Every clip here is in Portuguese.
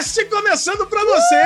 Cast começando pra você!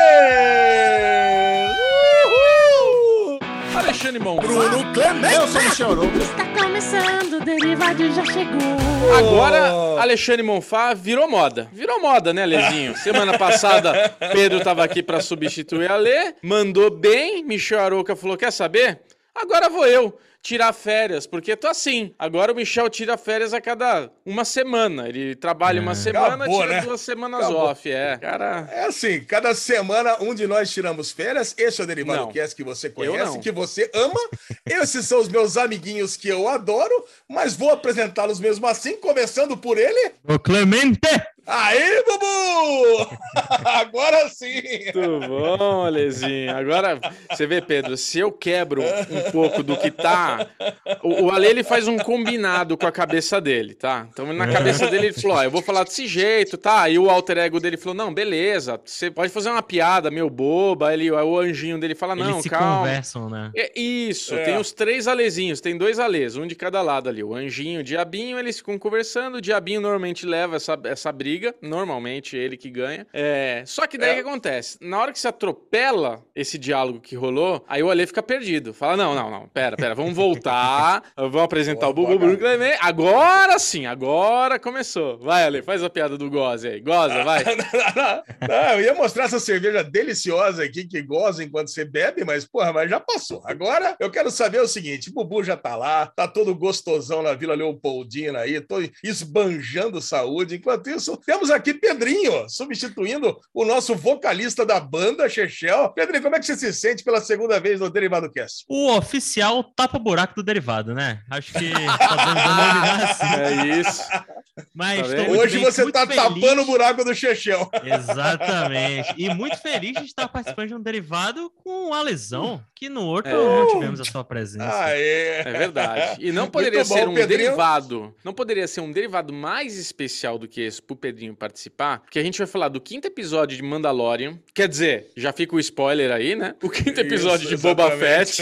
Uhul! Alexandre Mon, Bruno Clemente. Eu sou o Michel Arouca. Está começando, o Derivado já chegou. Agora, Alexandre Monfá virou moda. Virou moda, né, Lezinho? Semana passada, Pedro tava aqui pra substituir a Lê, mandou bem, Michel Arouca falou, quer saber? Agora vou eu tirar férias, porque tô assim. Agora o Michel tira férias a cada uma semana. Ele trabalha uma semana, Acabou, tira né? 2 semanas Acabou. off, cara... É assim, cada semana um de nós tiramos férias. Esse é o Derivado Não. Cast que você Eu conhece, não. que você ama. Esses são os meus amiguinhos que eu adoro, mas vou apresentá-los mesmo assim, começando por ele. O Clemente! Aí, Bubu! Agora sim! Muito bom, Alezinho. Agora, você vê, Pedro, se eu quebro um pouco do que tá... O Ale, ele faz um combinado com a cabeça dele, tá? Então, na cabeça dele, ele falou, eu vou falar desse jeito, tá? E o alter ego dele falou, não, beleza, você pode fazer uma piada meio boba. O anjinho dele fala, não, Eles se calma. conversam, né? Isso, É. tem os 3 Alezinhos, tem 2 Alês, um de cada lado ali. O anjinho e o diabinho, eles ficam conversando, o diabinho normalmente leva essa briga, normalmente ele que ganha. Só que daí o que acontece? Na hora que se atropela esse diálogo que rolou, aí o Alê fica perdido. Fala, não, pera, vamos voltar, vamos apresentar o Bubu Bruno Clemente. Agora sim, agora começou. Vai, Alê, faz a piada do goze aí, goza, vai. Não, eu ia mostrar essa cerveja deliciosa aqui, que goza enquanto você bebe, mas já passou. Agora eu quero saber o seguinte, o Bubu já tá lá, tá todo gostosão na Vila Leopoldina aí, tô esbanjando saúde. Enquanto isso, temos aqui Pedrinho, substituindo o nosso vocalista da banda, Chechel. Pedrinho, como é que você se sente pela segunda vez no Derivado Cast? O oficial tapa-buraco do derivado, né? Acho que tá dando nominar assim. É isso. Mas Tá tô vendo? muito Hoje bem, você muito tá feliz. tapando o buraco do Chechel. Exatamente. E muito feliz de estar participando de um derivado com a lesão, que no outro não tivemos a sua presença. É É verdade. E não poderia Muito bom, ser um Pedrinho. derivado. Não poderia ser um derivado mais especial do que esse pro Pedrinho participar, porque a gente vai falar do 5º episódio de Mandalorian. Quer dizer, já fica o spoiler aí, né? O 5º episódio de Boba Fett.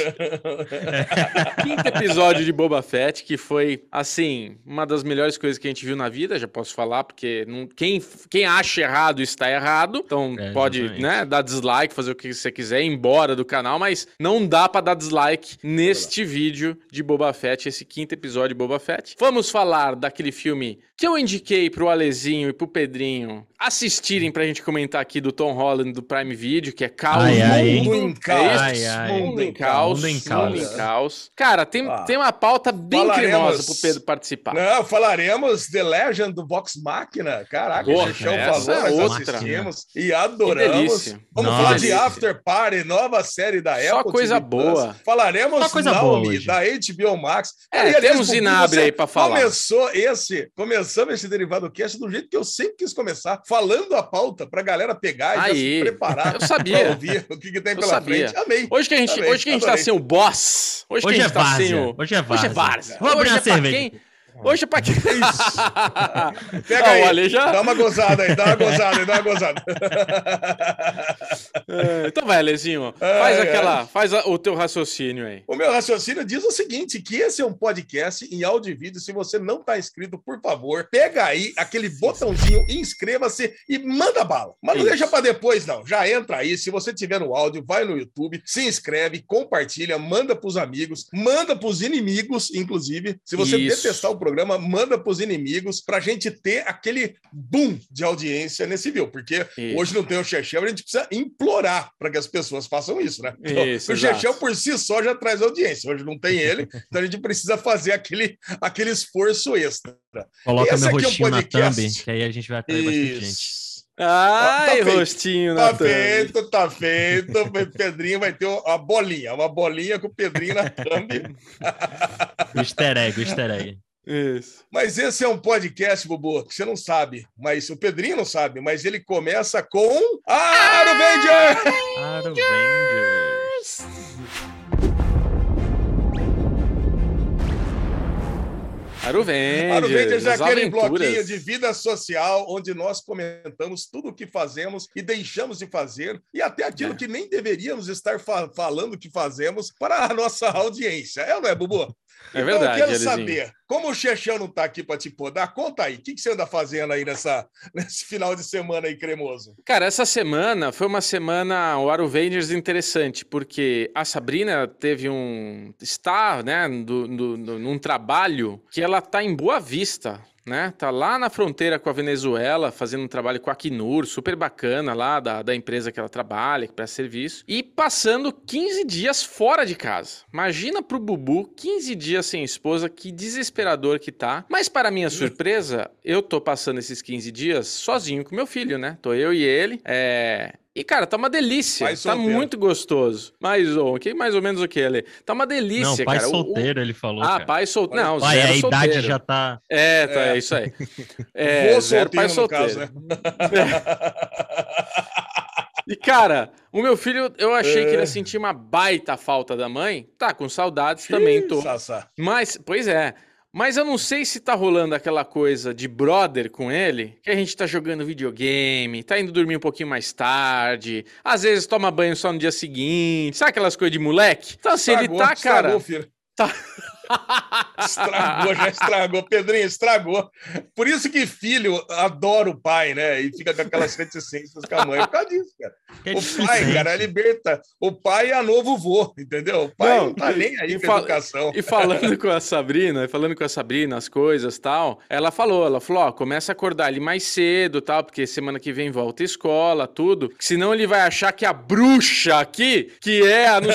5º episódio de Boba Fett, que foi, assim, uma das melhores coisas que a gente viu na vida, já posso falar, porque quem acha errado está errado. Então pode, exatamente. né, dar dislike, fazer o que você quiser, ir embora do canal, mas não dá pra dar dislike neste vídeo de Boba Fett, esse 5º episódio de Boba Fett. Vamos falar daquele filme que eu indiquei pro Alezinho e pro Pedrinho assistirem pra gente comentar aqui do Tom Holland do Prime Video, que é Caos Mundo em Caos. Mundo em Caos. Mundo em Caos. Mundo em Caos. Cara, tem uma pauta bem Falaremos. cremosa pro Pedro participar. Não, falaremos The Legend do Vox Machina. Caraca, Porra, o Chechel essa falou, é nós outra. assistimos e Que adoramos. delícia. Vamos Nossa. falar de After Party, nova série da Só Apple coisa TV Plus. boa. Falaremos Só coisa boa Naomi, hoje. da HBO Max. É, E, aliás, temos Bubu, Inabre você aí pra falar. Começamos esse Derivado Cast do jeito que eu sempre quis começar, falando a pauta pra galera pegar e já Aí. se preparar Eu sabia. pra ouvir o que tem Eu pela sabia. frente. Amei. Hoje que a gente, Amei, hoje que a gente tá adorei. sem o boss. Hoje que Hoje a é gente tá sem várzea. o... Hoje é Hoje é várzea. várzea. Vou abrir Hoje uma é pra cerveja. quem? Hoje é pra quem? Pega Ah, aí, o Ale já- dá uma gozada aí, dá uma gozada. Então vai, Alezinho. Faz o teu raciocínio aí. O meu raciocínio diz o seguinte, que esse é um podcast em áudio e vídeo. Se você não está inscrito, por favor, pega aí aquele botãozinho, inscreva-se e manda bala. Mas não Isso. deixa para depois, não. Já entra aí. Se você tiver no áudio, vai no YouTube, se inscreve, compartilha, manda pros amigos, manda pros inimigos, inclusive. Se você Isso. detestar o programa, manda pros inimigos pra gente ter aquele boom de audiência nesse vídeo. Porque Isso. hoje não tem o Chechel, a gente precisa implorar para que as pessoas façam isso, né? Isso, o exato. Chechel por si só já traz audiência. Hoje não tem ele, então a gente precisa fazer aquele esforço extra. Coloca Esse meu aqui é um rostinho na podcast. thumb, que aí a gente vai atrair bastante gente. Isso. Ai, Tá feito. rostinho, Tá Natan. feito, tá feito. O Pedrinho vai ter uma bolinha com o Pedrinho na thumb. O easter egg. Isso. Mas esse é um podcast, Bubu, que você não sabe, mas o Pedrinho não sabe, mas ele começa com Avenger! Aruvengers é as aquele aventuras. bloquinho de vida social onde nós comentamos tudo o que fazemos e deixamos de fazer e até aquilo que nem deveríamos estar falando que fazemos para a nossa audiência. É ou não é, Bubu? É Então, verdade, eu quero Alezinho. saber, como o Chechão não está aqui para te podar, conta aí, o que você anda fazendo aí nesse final de semana aí cremoso? Cara, essa semana foi uma semana, o Aruvengers, interessante, porque a Sabrina está, né, num trabalho que ela tá em Boa Vista, né? Tá lá na fronteira com a Venezuela, fazendo um trabalho com a Acnur, super bacana lá da empresa que ela trabalha, que presta serviço, e passando 15 dias fora de casa. Imagina pro Bubu, 15 dias sem esposa, que desesperador que tá. Mas para minha surpresa, eu tô passando esses 15 dias sozinho com meu filho, né? Tô eu e ele, E, cara, tá uma delícia. Pai tá solteiro. muito gostoso. Mais ou menos o que, Ale? Tá uma delícia, Não, pai cara. solteiro, ele falou, cara. Pai solteiro. Não, Pai, zero a idade solteiro. já tá... É isso aí. Vou Zero pai solteiro, no caso, solteiro. né? E, cara, o meu filho, eu achei que ele ia sentir uma baita falta da mãe. Tá, com saudades também tô. Sassá. Mas, pois é. Mas eu não sei se tá rolando aquela coisa de brother com ele, que a gente tá jogando videogame, tá indo dormir um pouquinho mais tarde, às vezes toma banho só no dia seguinte, sabe aquelas coisas de moleque? Então assim, ele tá, cara... Estragou, filho. Tá... Já estragou. Pedrinho, estragou. Por isso que filho adora o pai, né? E fica com aquelas reticências com a mãe. Por causa disso, cara. O pai, cara, liberta. O pai é novo vô, entendeu? O pai não tá nem aí com a educação. E falando com a Sabrina, as coisas e tal, ela falou, ó, começa a acordar ele mais cedo, tal, porque semana que vem volta à escola, tudo, que senão ele vai achar que a bruxa aqui, que é a...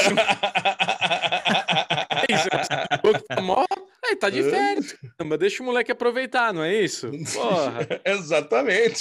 Aí tá de férias, mas deixa o moleque aproveitar, não é isso? Porra. Exatamente.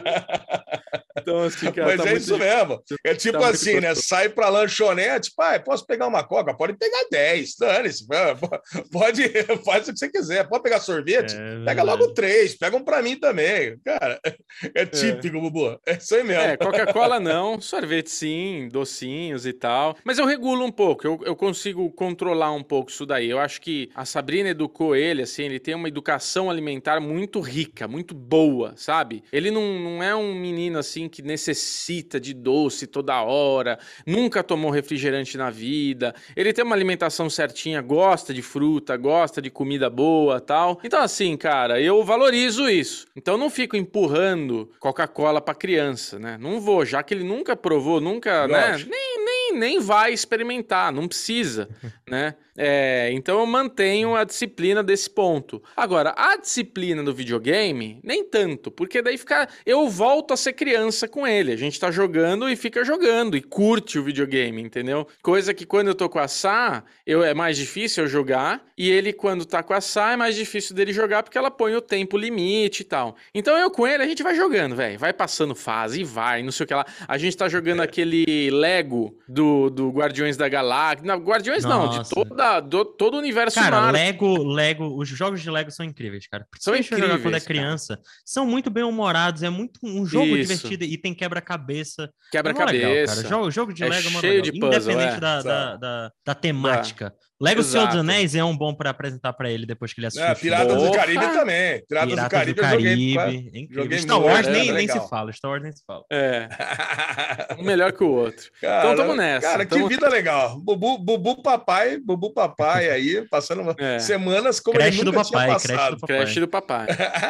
Então, assim, cara, mas tá é muito isso mesmo. É tipo tá assim, né? Sai pra lanchonete, pai, posso pegar uma coca? Pode pegar 10, dane-se. Pode, faz o que você quiser. Pode pegar sorvete? Pega logo 3, pega um pra mim também. Cara, é típico, Bubu. É isso aí mesmo. Coca-Cola não, sorvete sim, docinhos e tal. Mas eu regulo um pouco, eu consigo controlar um pouco isso daí. Eu acho que a Sabrina educou ele, assim, ele tem uma educação alimentar muito rica, muito boa, sabe? Ele não é um menino, assim, que necessita de doce toda hora, nunca tomou refrigerante na vida, ele tem uma alimentação certinha, gosta de fruta, gosta de comida boa, tal. Então, assim, cara, eu valorizo isso. Então, não fico empurrando Coca-Cola pra criança, né? Não vou, já que ele nunca provou, nunca, né? Nem vai experimentar, não precisa, né? Então eu mantenho a disciplina desse ponto. Agora, a disciplina do videogame, nem tanto, porque daí eu volto a ser criança com ele. A gente tá jogando e fica jogando e curte o videogame, entendeu? Coisa que quando eu tô com a Sá, é mais difícil eu jogar, e ele quando tá com a Sá é mais difícil dele jogar porque ela põe o tempo limite e tal. Então eu com ele, a gente vai jogando, velho. Vai passando fase e vai, não sei o que lá. A gente tá jogando aquele Lego do Guardiões da Galáxia. Não, Guardiões não, de todo o universo Cara, Marvel. Lego, os jogos de Lego são incríveis, cara. São Principalmente jogar quando é incríveis, criança. São muito bem-humorados, é muito um jogo Isso. divertido e tem quebra-cabeça. Quebra-cabeça. É legal, cara. Jogo de Lego é mó cheio legal. de puzzle, Independente da temática. Lego Exato. Senhor dos Anéis é um bom pra apresentar pra ele depois que ele assistiu. Piratas do Porra. Caribe também. Piratas do Caribe eu joguei. É incrível. Joguei Star muito, Wars era nem legal. se fala. Star Wars nem se fala. Um melhor que o outro. Cara, Então tamo nessa. Cara, que vida legal. Bubu papai aí, passando semanas como Creche ele nunca do papai, tinha passado. Creche do papai.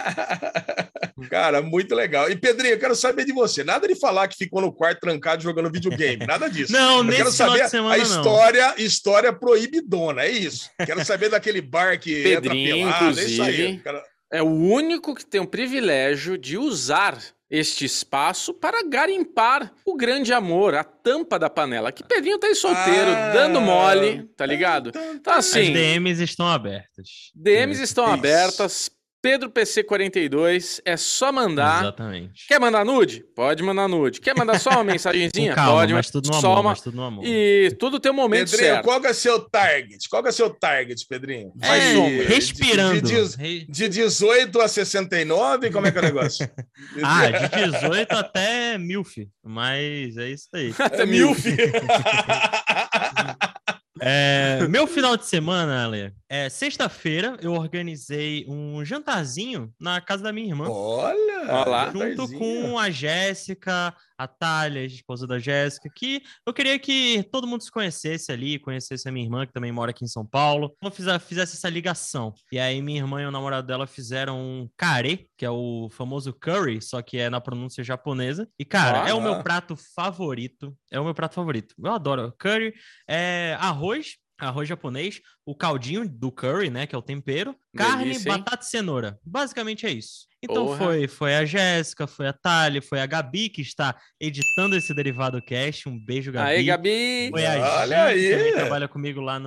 Cara, muito legal. E Pedrinho, eu quero saber de você. Nada de falar que ficou no quarto trancado jogando videogame. Nada disso. Não, eu nesse quero final saber de semana, a história proibidona. É isso. Quero saber daquele bar que Pedrinho, entra pelado. É isso aí. inclusive, é o único que tem o privilégio de usar este espaço para garimpar o grande amor, a tampa da panela. Que Pedrinho tá aí solteiro, dando mole, tá ligado? Então assim... As DMs estão abertas. DMs estão abertas. Pedro PC42, é só mandar. Exatamente. Quer mandar nude? Pode mandar nude. Quer mandar só uma mensagenzinha? Calma, pode, mas tudo no só amor, uma... mas tudo no amor. E tudo tem um momento Pedrinho, certo. qual que é seu target? Qual que é seu target, Pedrinho? Respirando. De 18 a 69, como é que é o negócio? De 18 até MILF, mas é isso aí. Até MILF. Meu final de semana, Ale, Sexta-feira eu organizei um jantarzinho na casa da minha irmã. Olha lá. Junto com a Jéssica, a Thalia, a esposa da Jéssica, que eu queria que todo mundo se conhecesse ali, conhecesse a minha irmã, que também mora aqui em São Paulo. Eu fizesse essa ligação. E aí minha irmã e o namorado dela fizeram um carê, que é o famoso curry, só que é na pronúncia japonesa. E, cara, é o meu prato favorito. É o meu prato favorito. Eu adoro. Curry é arroz japonês, o caldinho do curry, né, que é o tempero, carne, Delícia, hein? batata e cenoura. Basicamente é isso. Então foi a Jéssica, foi a Thalia, foi a Gabi que está editando esse Derivado Cast. Um beijo, Gabi. Aí, Gabi! Foi a Olha Gi, que aí! também trabalha comigo lá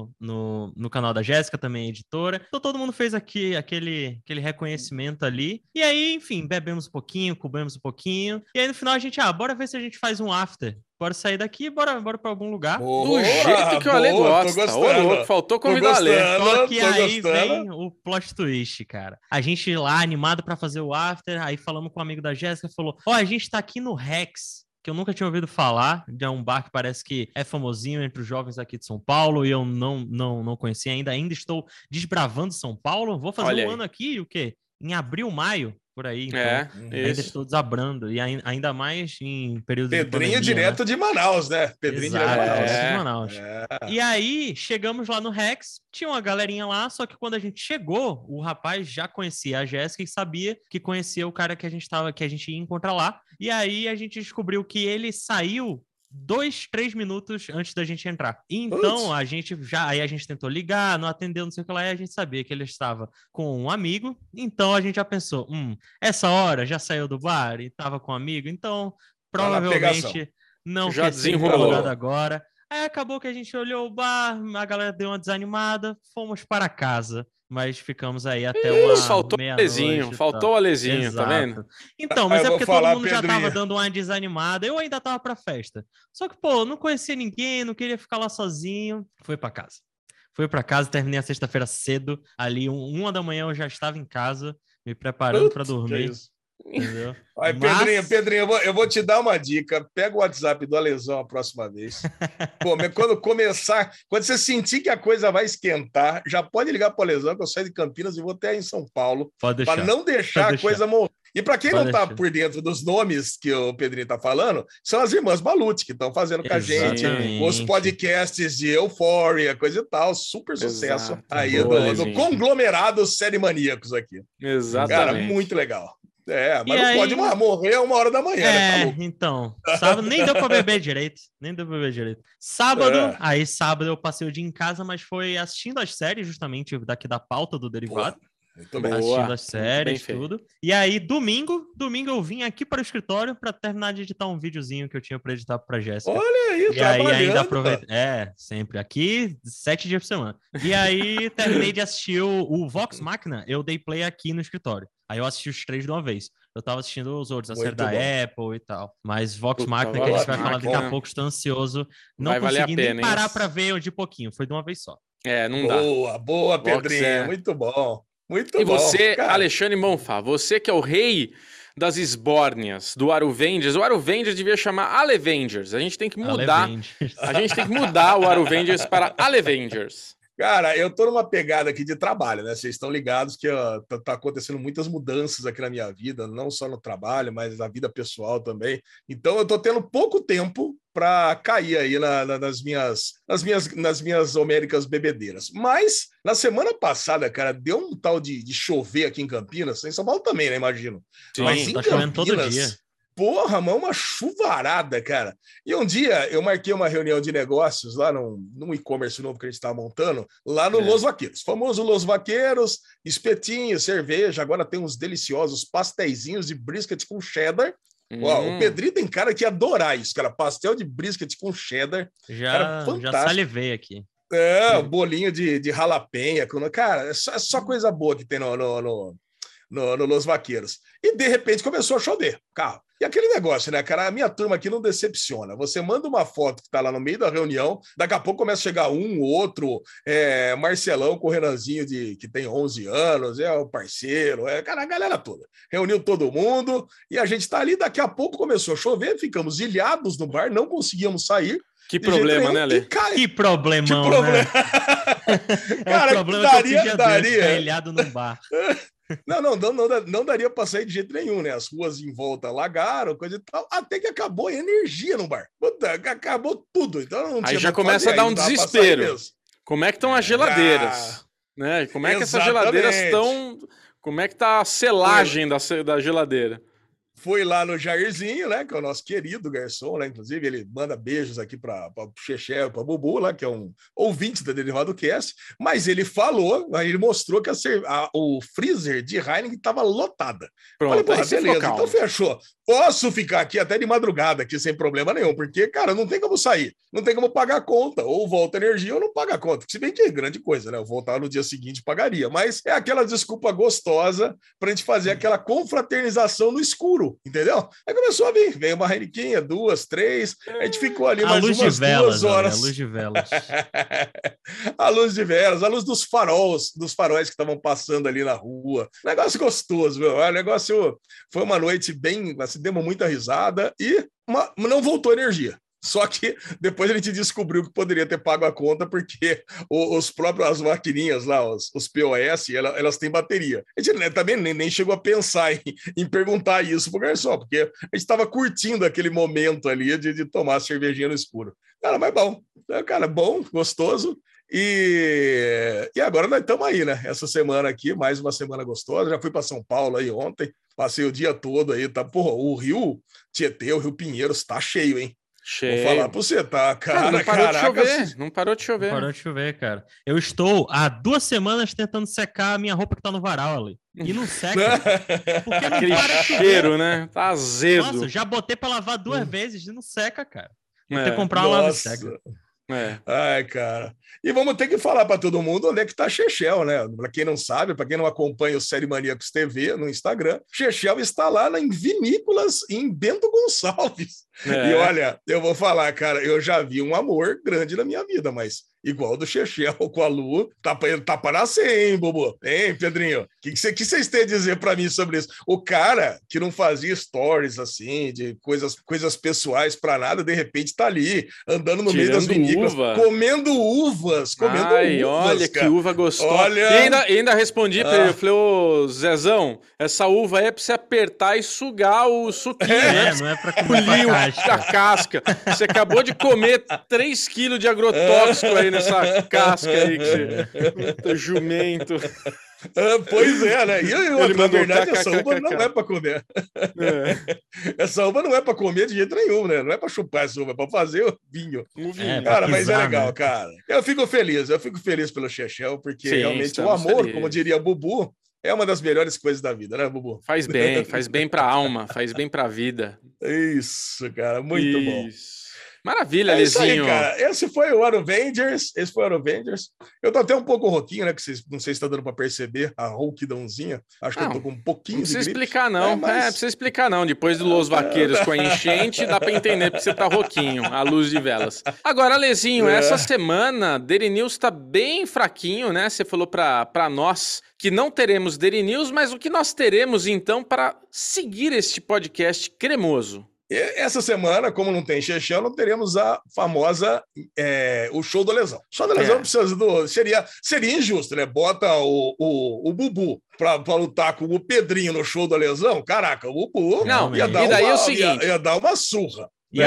no canal da Jéssica, também é editora. Então todo mundo fez aqui aquele reconhecimento ali. E aí, enfim, bebemos um pouquinho, comemos um pouquinho. E aí no final a gente, bora ver se a gente faz um after. Bora sair daqui, bora pra algum lugar. Do jeito que o Ale gosta. Ô, louco, faltou convidar o Ale. Só que aí vem o plot twist, cara. A gente lá animado pra fazer o after, aí falamos com um amigo da Jéssica, falou, a gente tá aqui no Rex, que eu nunca tinha ouvido falar, de um bar que parece que é famosinho entre os jovens aqui de São Paulo, e eu não conheci ainda estou desbravando São Paulo, vou fazer um ano aqui, o quê? Em abril, maio, por aí, então ainda estou desabrando, e ainda mais em período de pandemia, direto, né? De Manaus, né? Pedrinho direto de Manaus. E aí, chegamos lá no Rex, tinha uma galerinha lá, só que quando a gente chegou, o rapaz já conhecia a Jéssica e sabia que conhecia o cara que a gente ia encontrar lá, e aí a gente descobriu que ele saiu 2-3 minutos antes da gente entrar. Então, a gente tentou ligar, não atendeu, não sei o que lá, e a gente sabia que ele estava com um amigo, então a gente já pensou, essa hora já saiu do bar e estava com um amigo, então provavelmente não já quer ser desenrolou incomodado agora. Aí acabou que a gente olhou o bar, a galera deu uma desanimada, fomos para casa. Mas ficamos aí até uma meia-noite. Faltou o Alezinho, tá vendo? Então, mas é porque todo mundo já tava dando uma desanimada. Eu ainda tava pra festa. Só que, não conhecia ninguém, não queria ficar lá sozinho. Fui pra casa, terminei a sexta-feira cedo. Ali, 1h da manhã, eu já estava em casa, me preparando pra dormir. Entendeu? Aí, Pedrinho, eu vou te dar uma dica. Pega o WhatsApp do Alesão a próxima vez. Quando você sentir que a coisa vai esquentar, já pode ligar para o Alesão, que eu saio de Campinas e vou até aí em São Paulo. Para não deixar a coisa morrer. E para quem não está por dentro dos nomes que o Pedrinho está falando, são as irmãs Baluti, que estão fazendo com a gente os podcasts de Euphoria, coisa e tal. Super sucesso aí do conglomerado Série Maníacos aqui. Exatamente. Cara, muito legal. Mas não pode morrer 1h da manhã, né? Então, sábado nem deu pra beber direito. Sábado eu passei o dia em casa, mas foi assistindo as séries, justamente daqui da pauta do Derivado. Assistindo as séries, tudo. E aí, domingo eu vim aqui para o escritório para terminar de editar um videozinho que eu tinha para editar para Jéssica. Olha aí, e aí ainda aproveitei. Sempre aqui, 7 dias por semana. E aí terminei de assistir o Vox Machina, eu dei play aqui no escritório. Aí eu assisti os 3 de uma vez. Eu tava assistindo os outros, a série da Apple e tal. Mas Vox Machina, que a gente vai falar daqui a pouco, estou ansioso. Não consegui nem parar para ver de pouquinho. Foi de uma vez só. Não dá. Boa, Pedrinho. Muito bom. E você, cara. Alexandre Bonfá, você que é o rei das esbórnias do Aruvengers, o Aruvengers devia chamar Alevengers. A gente tem que mudar. O Aruvengers para Alevengers. Cara, eu tô numa pegada aqui de trabalho, né? Vocês estão ligados que tá acontecendo muitas mudanças aqui na minha vida, não só no trabalho, mas na vida pessoal também. Então eu tô tendo pouco tempo para cair aí nas minhas homéricas bebedeiras. Mas na semana passada, cara, deu um tal de chover aqui em Campinas, em São Paulo também, né? Imagino. Sim, mas em tá chovendo todo dia. Porra, mano, uma chuvarada, cara. E um dia eu marquei uma reunião de negócios lá num e-commerce novo que a gente estava montando, lá no Los Vaqueiros. Famoso Los Vaqueiros, espetinho, cerveja. Agora tem uns deliciosos pastéisinhos de brisket com cheddar. O Pedrinho tem cara que ia adorar isso, cara. Pastel de brisket com cheddar. Já salivei aqui. Bolinho de jalapenha. Cara, é só coisa boa que tem no no Los Vaqueiros. E, de repente, começou a chover o carro. E aquele negócio, né, cara? A minha turma aqui não decepciona. Você manda uma foto que tá lá no meio da reunião, daqui a pouco começa a chegar um, outro, Marcelão com o Renanzinho, que tem 11 anos, é o parceiro, cara, a galera toda. Reuniu todo mundo e a gente tá ali, daqui a pouco começou a chover, ficamos ilhados no bar, não conseguíamos sair. Que problema, né, Lê? Que problemão, né? Cara, o problema daria. Ilhado no bar. Não daria para sair de jeito nenhum, né? As ruas em volta alagaram, coisa e tal, até que acabou a energia no bar. Puta, acabou tudo. Então não tinha. Aí já começa a dar um desespero. Como é que estão as geladeiras? Né? Como é que essas geladeiras estão... Como é que tá a selagem da geladeira? Foi lá no Jairzinho, né? Que é o nosso querido garçom, né? Inclusive, ele manda beijos aqui para o Chechel, para Bubu, lá, que é um ouvinte da Derivado Cast. Mas ele falou, ele mostrou que o freezer de Heineken estava lotada. Pronto, falei, beleza, então fechou. Posso ficar aqui até de madrugada, aqui sem problema nenhum, porque, cara, não tem como sair, não tem como pagar a conta. Ou volta energia ou não paga a conta. Se bem que é grande coisa, né? Eu voltar no dia seguinte pagaria. Mas é aquela desculpa gostosa pra gente fazer aquela confraternização no escuro. Entendeu? Aí começou a vir, veio uma Heineken, 2, 3, a gente ficou ali mais umas 2 horas. A luz de velas. A luz de velas, a luz dos faróis que estavam passando ali na rua. Negócio gostoso, meu. O negócio foi uma noite bem, assim, demos muita risada e não voltou energia. Só que depois a gente descobriu que poderia ter pago a conta porque as maquininhas lá, os POS, elas têm bateria. A gente também nem chegou a pensar em perguntar isso pro garçom, porque a gente estava curtindo aquele momento ali de tomar cervejinha no escuro. Cara, mas bom. Cara, bom, gostoso. E agora nós estamos aí, né? Essa semana aqui, mais uma semana gostosa. Já fui para São Paulo aí ontem, passei o dia todo aí. Tá, porra, o Rio Tietê, o Rio Pinheiros tá cheio, hein? Cheio. Vou falar pra você, tá? Cara, não parou de chover. Não parou de chover. Não parou de chover, cara. Eu estou há 2 semanas tentando secar a minha roupa que tá no varal ali. E não seca. Porque não aquele para de cheiro, né? Tá azedo. Nossa, já botei pra lavar 2 vezes e não seca, cara. Vou ter que comprar uma lava seca. Ai, cara. E vamos ter que falar para todo mundo onde é que tá Chechel, né? Para quem não sabe, para quem não acompanha o Série Maníacos TV no Instagram, Chechel está lá em Vinícolas, em Bento Gonçalves. E olha, eu vou falar, cara, eu já vi um amor grande na minha vida, mas igual do Chechel com a Lu, tá para nascer, hein, Bobo? Hein, Pedrinho? O que vocês têm a dizer para mim sobre isso? O cara que não fazia stories assim, de coisas pessoais para nada, de repente tá ali, andando no meio das vinícolas, comendo uvas. Olha cara. Que uva gostosa. E ainda respondi para ele, eu falei, ô Zezão, essa uva aí é para você apertar e sugar o suquinho, né? Não é para comer a casca. Você acabou de comer 3 quilos de agrotóxico aí nessa casca aí, que jumento. Pois é, né? E na verdade, essa uva não é para comer. Essa uva não é para comer de jeito nenhum, né? Não é para chupar essa uva, é para fazer o vinho. Cara, mas é legal, né? Cara. Eu fico feliz pelo Chechel, porque realmente o amor, como diria Bubu, é uma das melhores coisas da vida, né, Bubu? Faz bem pra alma, faz bem pra vida. Isso, cara, muito bom. Maravilha, Lezinho. Isso aí, cara. Esse foi o Avengers. Eu tô até um pouco rouquinho, né? Que não sei se tá dando pra perceber a rouquidãozinha. Acho que eu tô com um pouquinho de gripe. Não precisa explicar, não. Depois do Los Vaqueiros com a enchente, dá pra entender porque você tá rouquinho, à luz de velas. Agora, Lezinho, essa semana, Daily News tá bem fraquinho, né? Você falou pra nós que não teremos Daily News, mas o que nós teremos, então, para seguir este podcast cremoso? Essa semana, como não tem Chechel, não teremos a famosa o show do Lesão. O show do Lesão seria injusto, né? Bota o Bubu pra lutar com o Pedrinho no show do Lesão. Caraca, o Bubu ia dar uma surra.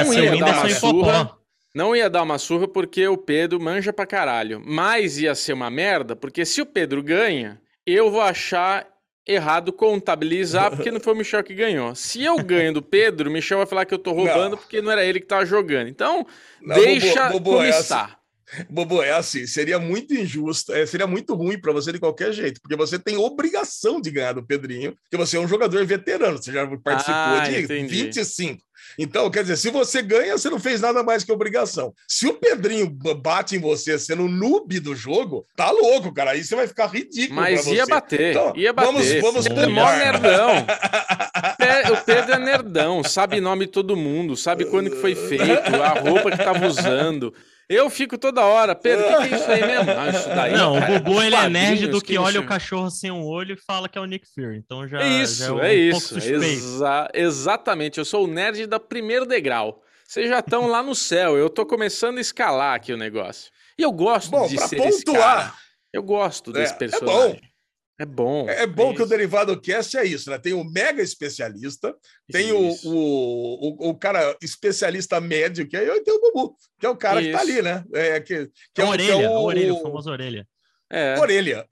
Não ia dar uma surra porque o Pedro manja pra caralho. Mas ia ser uma merda, porque se o Pedro ganha, eu vou achar errado contabilizar, porque não foi o Michel que ganhou. Se eu ganho do Pedro, o Michel vai falar que eu tô roubando porque não era ele que tava jogando. Então, deixa como está. Bobo, é assim, seria muito injusto, seria muito ruim para você de qualquer jeito, porque você tem obrigação de ganhar do Pedrinho, porque você é um jogador veterano, você já participou de entendi. 25. Então, quer dizer, se você ganha, você não fez nada mais que obrigação. Se o Pedrinho bate em você sendo noob do jogo, tá louco, cara, aí você vai ficar ridículo. Mas ia bater, então, ia bater. Vamos Pedro é mó nerdão. O Pedro é nerdão, sabe nome de todo mundo, sabe quando que foi feito, a roupa que tava usando. Eu fico toda hora, Pedro, o que é isso aí mesmo? Isso daí, não, cara, o Bubu, ele é nerd do que que olha isso? o cachorro sem um olho e fala que é o Nick Fury. Então já Isso, já é um pouco isso. suspeito. Exatamente, eu sou o nerd da primeiro degrau. Vocês já estão lá no céu, eu tô começando a escalar aqui o negócio. E eu gosto de pra ser pontuar, esse cara. Eu gosto desse personagem. É bom que o Derivado Cast é isso, né? Tem o mega especialista, tem o cara especialista médio, que é eu, e tem o Bubu, que é o cara que tá ali, né? Que é o famoso orelha. Orelha.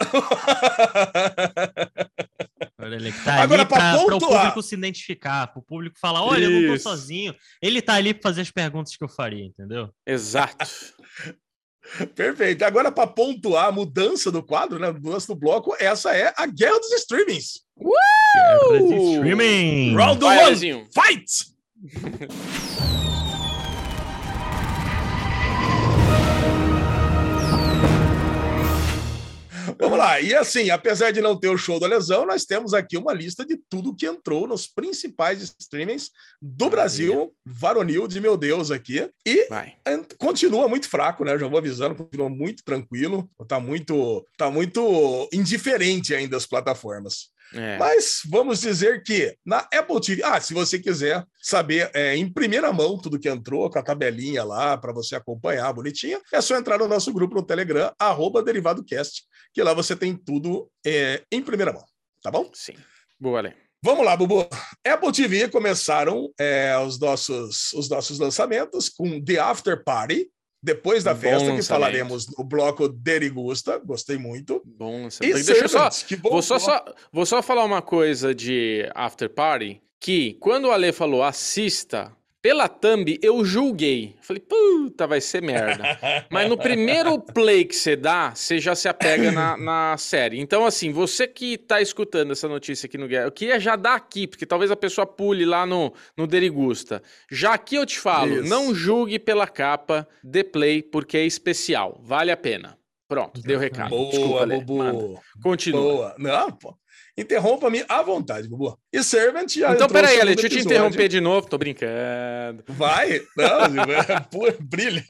Orelha que tá agora, ali para o público se identificar, para o público falar, olha, eu não tô sozinho. Ele tá ali para fazer as perguntas que eu faria, entendeu? Exato. Perfeito. Agora, para pontuar a mudança do quadro, né? A mudança do bloco, essa é a Guerra dos Streamings. Guerra dos Streaming! Round 1, fight! Vamos lá. E assim, apesar de não ter o show da lesão, nós temos aqui uma lista de tudo que entrou nos principais streamings do Brasil, varonil de meu Deus aqui. E continua muito fraco, né? Já vou avisando, continua muito tranquilo. Tá muito indiferente ainda as plataformas. Mas vamos dizer que na Apple TV, se você quiser saber em primeira mão tudo que entrou, com a tabelinha lá para você acompanhar bonitinha, é só entrar no nosso grupo no Telegram, @DerivadoCast, que lá você tem tudo em primeira mão, tá bom? Sim. Boa, Ale. Vamos lá, Bubu. Apple TV começaram os nossos lançamentos com The After Party, depois da festa, que falaremos no bloco Derigusta. Gostei muito. Bom lançamento. Deixa eu vou só falar uma coisa de After Party, que quando o Ale falou assista, pela thumb eu julguei. Falei, puta, vai ser merda. Mas no primeiro play que você dá, você já se apega na série. Então, assim, você que tá escutando essa notícia aqui no Guerra, eu queria já dar aqui, porque talvez a pessoa pule lá no Derigusta. Já aqui eu te falo, não julgue pela capa, dê play, porque é especial. Vale a pena. Pronto, deu o recado. Boa, desculpa, Bubu. Continua. Boa. Não, pô. Interrompa-me à vontade, Bubu. E Servant já então, peraí, Ale, deixa eu te interromper de novo. Tô brincando. Vai? Não, brilha.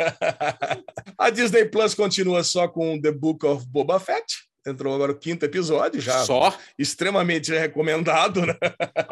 A Disney Plus continua só com The Book of Boba Fett. Entrou agora o 5º episódio, já só extremamente recomendado, né?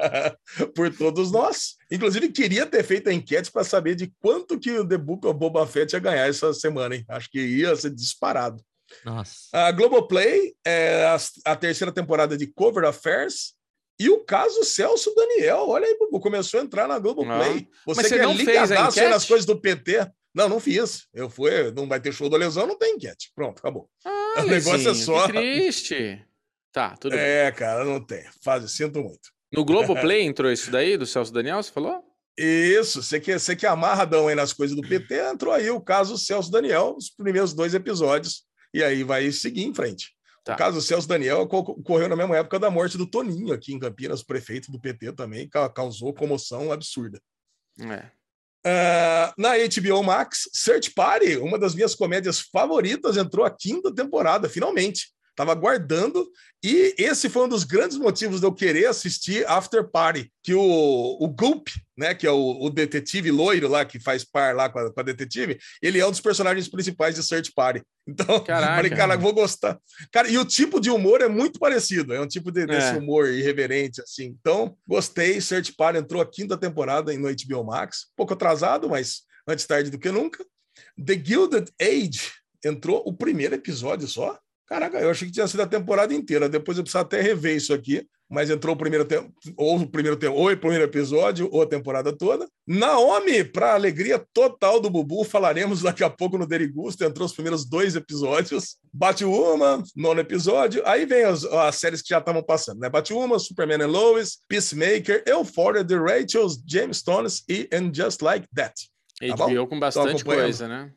Por todos nós. Inclusive, queria ter feito a enquete para saber de quanto que o The Book of Boba Fett ia ganhar essa semana, hein? Acho que ia ser disparado. Nossa. A Globoplay é a 3ª temporada de Cover Affairs e o caso Celso Daniel. Olha aí, Bubu, começou a entrar na Globoplay. Você que não fez a enquete? Nas coisas do PT. Não fiz. Não vai ter show da lesão, não tem enquete. Pronto, acabou. O negócio é só... Que triste. Tá, tudo bem. Cara, não tem. Sinto muito. No Globoplay entrou isso daí, do Celso Daniel, você falou? Isso, você que é amarradão aí nas coisas do PT, entrou aí o caso Celso Daniel, os primeiros 2 episódios. E aí vai seguir em frente. Tá. O caso do Celso Daniel ocorreu na mesma época da morte do Toninho, aqui em Campinas, prefeito do PT também, causou comoção absurda. Na HBO Max, Search Party, uma das minhas comédias favoritas, entrou a 5ª temporada, finalmente. Estava aguardando, e esse foi um dos grandes motivos de eu querer assistir After Party, que o Goop, né, que é o detetive loiro lá, que faz par lá com a detetive, ele é um dos personagens principais de Search Party. Então, falei, cara, vou gostar. Cara, e o tipo de humor é muito parecido, é um tipo desse humor irreverente, assim. Então, gostei, Search Party entrou a 5ª temporada no HBO Max, um pouco atrasado, mas antes tarde do que nunca. The Gilded Age entrou o primeiro episódio só. Caraca, eu achei que tinha sido a temporada inteira. Depois eu preciso até rever isso aqui. Mas entrou o primeiro episódio, ou a temporada toda. Naomi, para alegria total do Bubu, falaremos daqui a pouco no Derigusta. Entrou os primeiros 2 episódios. Batwoman, 9º episódio. Aí vem as séries que já estavam passando, né? Batwoman, Superman and Lois, Peacemaker, Euphoria, The Rachels, Jamestones e And Just Like That. Tá HBO com bastante coisa, né?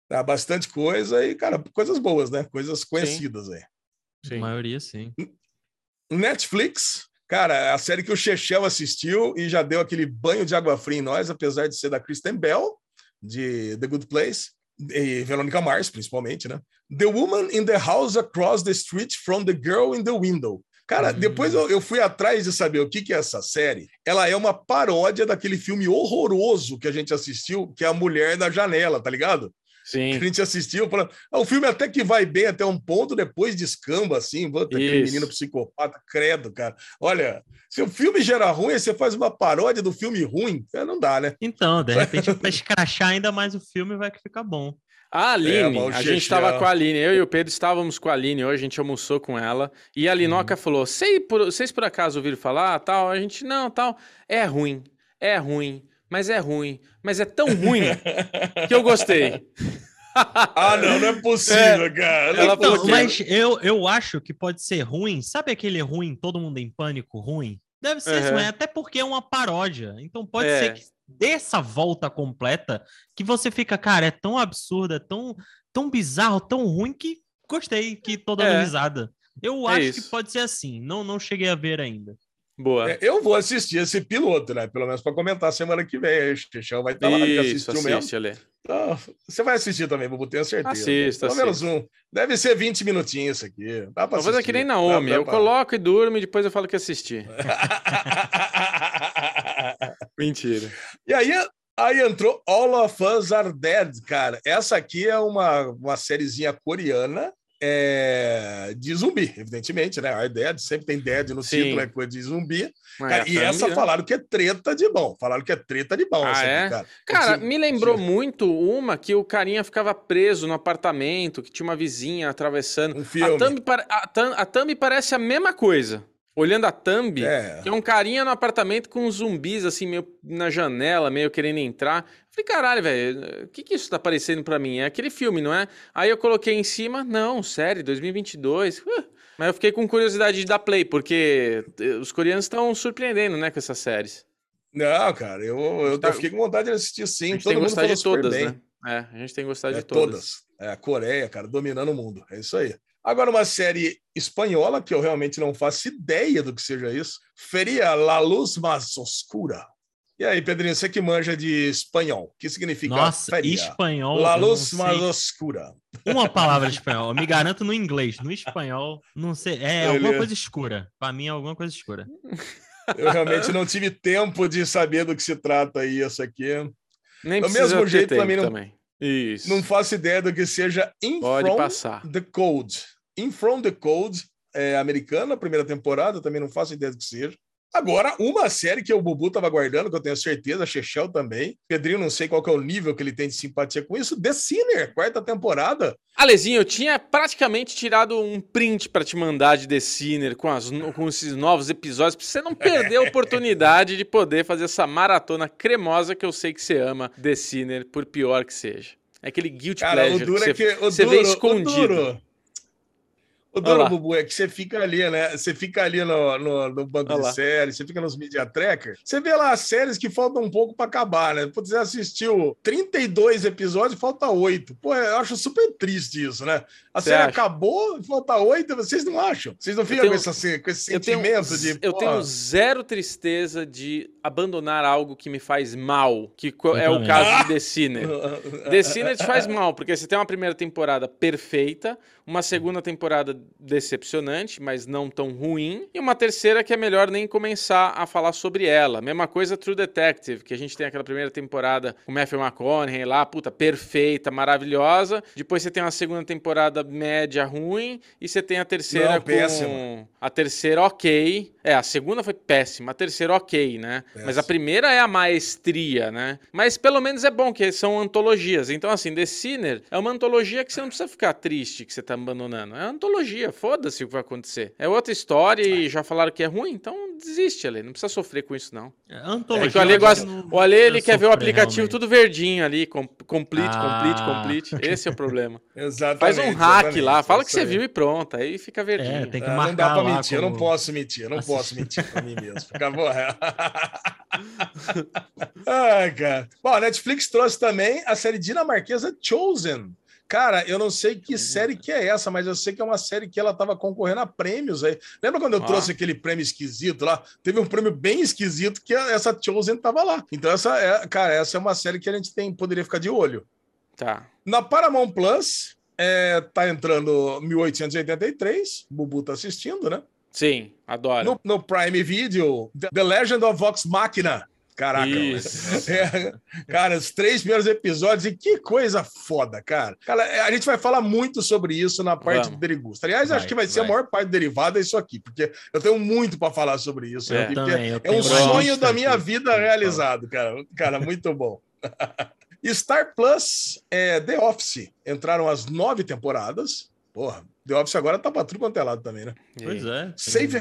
Há bastante coisa e, cara, coisas boas, né? Coisas Sim. conhecidas aí. A Sim. maioria, sim. Netflix, cara, a série que o Chechel assistiu e já deu aquele banho de água fria em nós, apesar de ser da Kristen Bell, de The Good Place, e Veronica Mars, principalmente, né? The Woman in the House Across the Street from the Girl in the Window. Cara, depois eu fui atrás de saber o que é essa série. Ela é uma paródia daquele filme horroroso que a gente assistiu, que é A Mulher da Janela, tá ligado? Sim. Que a gente assistiu, falando, o filme até que vai bem até um ponto, depois descamba, assim, aquele menino psicopata, credo, cara. Olha, se o filme gera ruim, aí você faz uma paródia do filme ruim, não dá, né? Então, de repente, pra escrachar ainda mais o filme, vai que fica bom. A Aline, mas o a gente Chechel- estava com a Aline, eu e o Pedro estávamos com a Aline hoje, a gente almoçou com ela, e a Linoca falou, vocês por acaso ouviram falar, tal? A gente, não, tal, é ruim, mas é tão ruim que eu gostei. Ah, não é possível, cara. Não é Ela falou Então, que- mas eu acho que pode ser ruim. Sabe aquele ruim, todo mundo em pânico ruim? Deve ser isso, Uhum. mas até porque é uma paródia. Então pode É. ser que dê essa volta completa que você fica, cara, é tão absurdo, é tão bizarro, tão ruim que gostei, que tô dando É. risada. Eu É acho isso. que pode ser assim. Não cheguei a ver ainda. Boa. Eu vou assistir esse piloto, né? Pelo menos para comentar semana que vem. Aí o Chechel vai estar lá, ele Isso, assistiu assiste, mesmo. Ale. Então, você vai assistir também, Bubu, tenho certeza. Assista, Pelo menos um. Deve ser 20 minutinhos isso aqui. Dá pra Vou fazer que nem assistir. Naomi, Dá eu pra- coloco e durmo e depois eu falo que assisti. Mentira. E aí entrou All of Us Are Dead, cara. Essa aqui é uma sériezinha coreana de zumbi, evidentemente, né? Are Dead, sempre tem dead no Sim. título, é coisa de zumbi. Mas Cara, a e thumb, essa né? falaram que é treta de bom. Falaram que é treta de bom. Ah, essa aqui, é? cara. Cara, Esse- me lembrou muito uma que o carinha ficava preso no apartamento, que tinha uma vizinha atravessando. Um filme. A thumb parece a mesma coisa. Olhando a thumb, É. que é um carinha no apartamento com uns zumbis, assim, meio na janela, meio querendo entrar. Falei, caralho, velho, o que isso tá parecendo pra mim? É aquele filme, não é? Aí eu coloquei em cima, não, série, 2022. Mas eu fiquei com curiosidade de dar play, porque os coreanos estão surpreendendo, né, com essas séries. Não, cara, eu Tá- fiquei com vontade de assistir A sim. gente Todo tem mundo gostado falou de super todas, bem. né? É, a gente tem gostado de Todas. A Coreia, cara, dominando o mundo. É isso aí. Agora, uma série espanhola, que eu realmente não faço ideia do que seja isso. Feria La Luz Más Oscura. E aí, Pedrinho, você que manja de espanhol, o que significa Nossa, feria? espanhol. La eu não Luz sei Más Oscura. uma palavra de espanhol. Eu me garanto no inglês. No espanhol, não sei. É alguma Beleza. coisa escura. Pra mim é alguma coisa escura. Eu realmente não tive tempo de saber do que se trata aí, essa aqui. Nem Do precisa mesmo ter jeito, tempo também não- também. Isso. Não faço ideia do que seja In Pode From passar. the Code. In From the Code é americana, primeira temporada, também não faço ideia do que seja. Agora, uma série que o Bubu estava aguardando, que eu tenho certeza, a Chechel também. Pedrinho, não sei qual que é o nível que ele tem de simpatia com isso. The Sinner, quarta temporada. Alezinho, eu tinha praticamente tirado um print pra te mandar de The Sinner com esses novos episódios, pra você não perder a oportunidade de poder fazer essa maratona cremosa que eu sei que você ama The Sinner, por pior que seja. É aquele guilty Cara, pleasure o duro que é que você vê escondido. O Olha duro, lá. Bubu, é que você fica ali, né? Você fica ali no banco Olha lá. de séries, você fica nos media trackers. Você vê lá as séries que faltam um pouco pra acabar, né? Pô, você assistiu 32 episódios, falta 8. Pô, eu acho super triste isso, né? A Você série acha? acabou, falta 8, vocês não acham? Vocês não ficam tenho- com esse Eu tenho, sentimento de... eu pô, tenho zero tristeza de abandonar algo que me faz mal, que é o também. caso de The Sinner. The Sinner te faz mal, porque você tem uma primeira temporada perfeita, uma segunda temporada decepcionante, mas não tão ruim, e uma terceira que é melhor nem começar a falar sobre ela. Mesma coisa True Detective, que a gente tem aquela primeira temporada com Matthew McConaughey lá, puta, perfeita, maravilhosa. Depois você tem uma segunda temporada média ruim, e você tem a terceira Não, com... péssima. A terceira ok. A segunda foi péssima, a terceira ok, né? Péssima. Mas a primeira é a maestria, né? Mas pelo menos é bom que são antologias. Então, assim, The Sinner é uma antologia que você não precisa ficar triste que você tá abandonando. É uma antologia, foda-se o que vai acontecer. É outra história e já falaram que é ruim, então desiste, Ale. Não precisa sofrer com isso, não. Antologia. É que o Ale, eu acho gosta, que não o Ale ele precisa quer ver o sofrer, aplicativo realmente. tudo verdinho ali, complete. Esse é o problema. Exatamente. Faz um hack exatamente, lá, fala é que isso você aí. viu e pronto. Aí fica verdinho. Tem que Não marcar dá pra lá mentir, eu não como- posso mentir, eu não Assistir. posso mentir pra mim mesmo. Acabou. Ai, cara. Bom, a Netflix trouxe também a série dinamarquesa Chosen. Cara, eu não sei que série que é essa, mas eu sei que é uma série que ela tava concorrendo a prêmios aí. Lembra quando eu trouxe aquele prêmio esquisito lá? Teve um prêmio bem esquisito que essa Chosen tava lá. Então essa é uma série que a gente poderia ficar de olho. Tá. Na Paramount Plus, tá entrando 1883, Bubu tá assistindo, né? Sim, adoro. No Prime Video, The Legend of Vox Machina. Caraca, cara, os 3 primeiros episódios, e que coisa foda, cara. Cara, a gente vai falar muito sobre isso na parte do Derigusta. Aliás, acho que vai ser a maior parte derivada isso aqui, porque eu tenho muito para falar sobre isso. Eu também, é um sonho da minha vida realizado, cara. Cara, muito bom. Star Plus, The Office. Entraram as 9 temporadas. Porra, The Office agora tá pra tudo quanto é lado também, né? Pois é.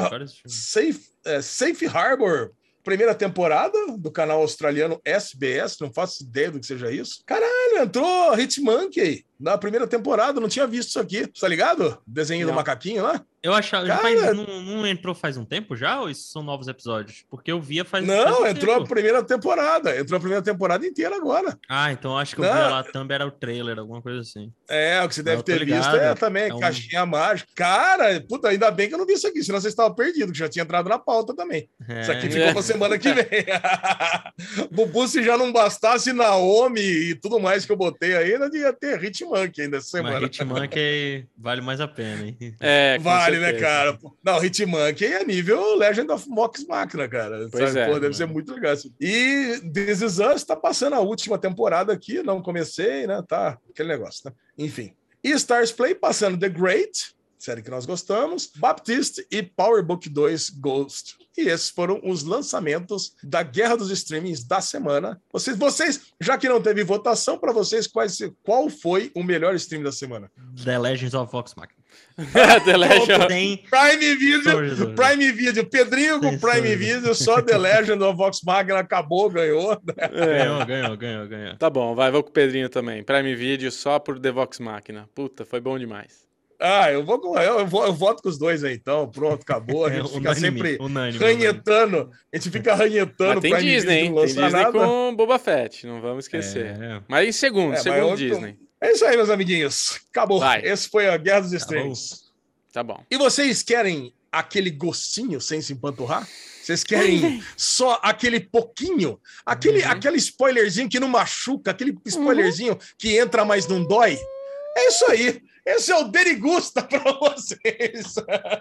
Safe Harbor. Primeira temporada do canal australiano SBS, não faço ideia do que seja isso. Caralho, entrou Hitmonkey na primeira temporada, não tinha visto isso aqui. Tá ligado? Desenho do macaquinho lá. Eu achava. Cara... Não entrou faz um tempo já ou isso são novos episódios? Porque eu via faz Não, faz entrou tempo. a primeira temporada. Entrou a primeira temporada inteira agora. Ah, então acho que eu via lá também era o trailer, alguma coisa assim. O que você deve ter visto também, caixinha mágica. Cara, puta, ainda bem que eu não vi isso aqui, senão você estava perdido, que já tinha entrado na pauta também. Isso aqui ficou pra semana que vem. Bubu, se já não bastasse Naomi e tudo mais que eu botei aí, ainda ia ter Hitmonkey ainda essa semana. Mas Hitmonkey vale mais a pena, hein? Vale, né, cara? Não, Hitmonkey é nível Legend of Vox Machina, cara. Pois Pô, deve ser muito legal. E This Is Us tá passando a última temporada aqui, não comecei, né? Tá, aquele negócio, né? Enfim. E Stars Play passando The Great, série que nós gostamos, Baptiste e Power Book 2 Ghost. E esses foram os lançamentos da Guerra dos Streamings da semana. Vocês, já que não teve votação, para vocês, qual foi o melhor stream da semana? The Legends of Vox Machina. The Legend Prime Video, Pedrinho com Prime Video, só The Legend of Vox Machina acabou, ganhou. Ganhou. Tá bom, vou com o Pedrinho também. Prime Video só por The Vox Machina. Puta, foi bom demais. Eu voto com os dois aí, então. Pronto, acabou. A gente fica sempre ranhetando. A gente fica ranhetando. Mas tem Disney, hein? Tem Disney com Boba Fett, não vamos esquecer. Mas em segundo Disney. É isso aí, meus amiguinhos. Acabou. Esse foi a Guerra dos Streams. Tá bom. E vocês querem aquele gostinho sem se empanturrar? Vocês querem só aquele pouquinho? Aquele spoilerzinho que não machuca? Aquele spoilerzinho que entra, mas não dói? É isso aí. Esse é o Derigusta para vocês.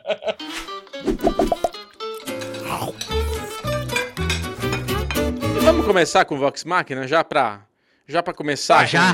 E vamos começar com o Vox Machina já para começar? Já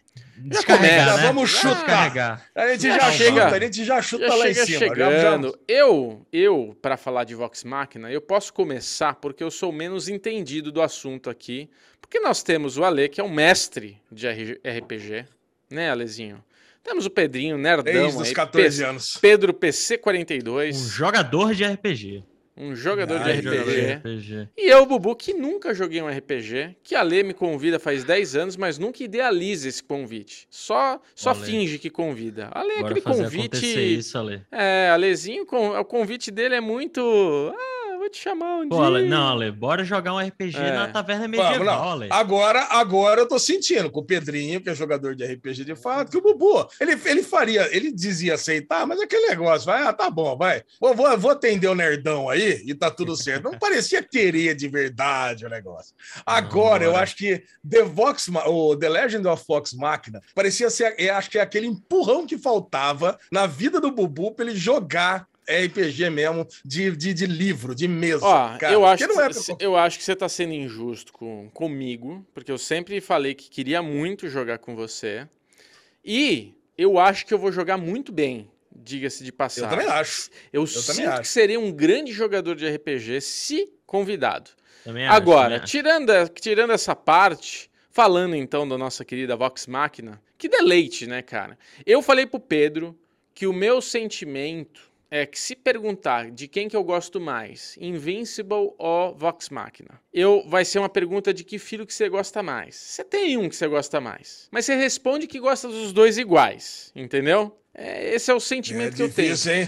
começa. Né? Vamos chutar. A gente já chuta lá em cima. Chegando. Eu, para falar de Vox Machina, eu posso começar porque eu sou menos entendido do assunto aqui. Porque nós temos o Ale, que é um mestre de RPG, né, Alezinho? Temos o Pedrinho, nerdão. Desde os 14 anos. Pedro PC42. Um jogador de RPG. Um jogador de RPG. E eu, Bubu, que nunca joguei um RPG, que a Lê me convida faz 10 anos, mas nunca idealiza esse convite. Só finge que convida. A Lê é aquele convite... Isso, Ale. Alezinho, o convite dele é muito... vou te chamar um dia. Ale, bora jogar um RPG na taverna medieval, Ale. Agora eu tô sentindo, com o Pedrinho, que é jogador de RPG de fato, que o Bubu, ele dizia aceitar, mas aquele negócio, tá bom, vai. Vou atender o nerdão aí e tá tudo certo. Não parecia querer de verdade o negócio. Agora, eu acho que The Legend of Vox Machina parecia ser, acho que é aquele empurrão que faltava na vida do Bubu pra ele jogar RPG mesmo, de livro, de mesa. Cara, eu acho que você tá sendo injusto comigo, porque eu sempre falei que queria muito jogar com você. E eu acho que eu vou jogar muito bem, diga-se de passagem. Eu também acho. Eu sinto que seria um grande jogador de RPG se convidado. Também Agora, acho. tirando essa parte, falando então da nossa querida Vox Machina, que deleite, né, cara? Eu falei pro Pedro que o meu sentimento é que se perguntar de quem que eu gosto mais, Invincible ou Vox Machina, vai ser uma pergunta de que filho que você gosta mais. Você tem um que você gosta mais, mas você responde que gosta dos dois iguais, entendeu? Esse é o sentimento que eu tenho. Hein?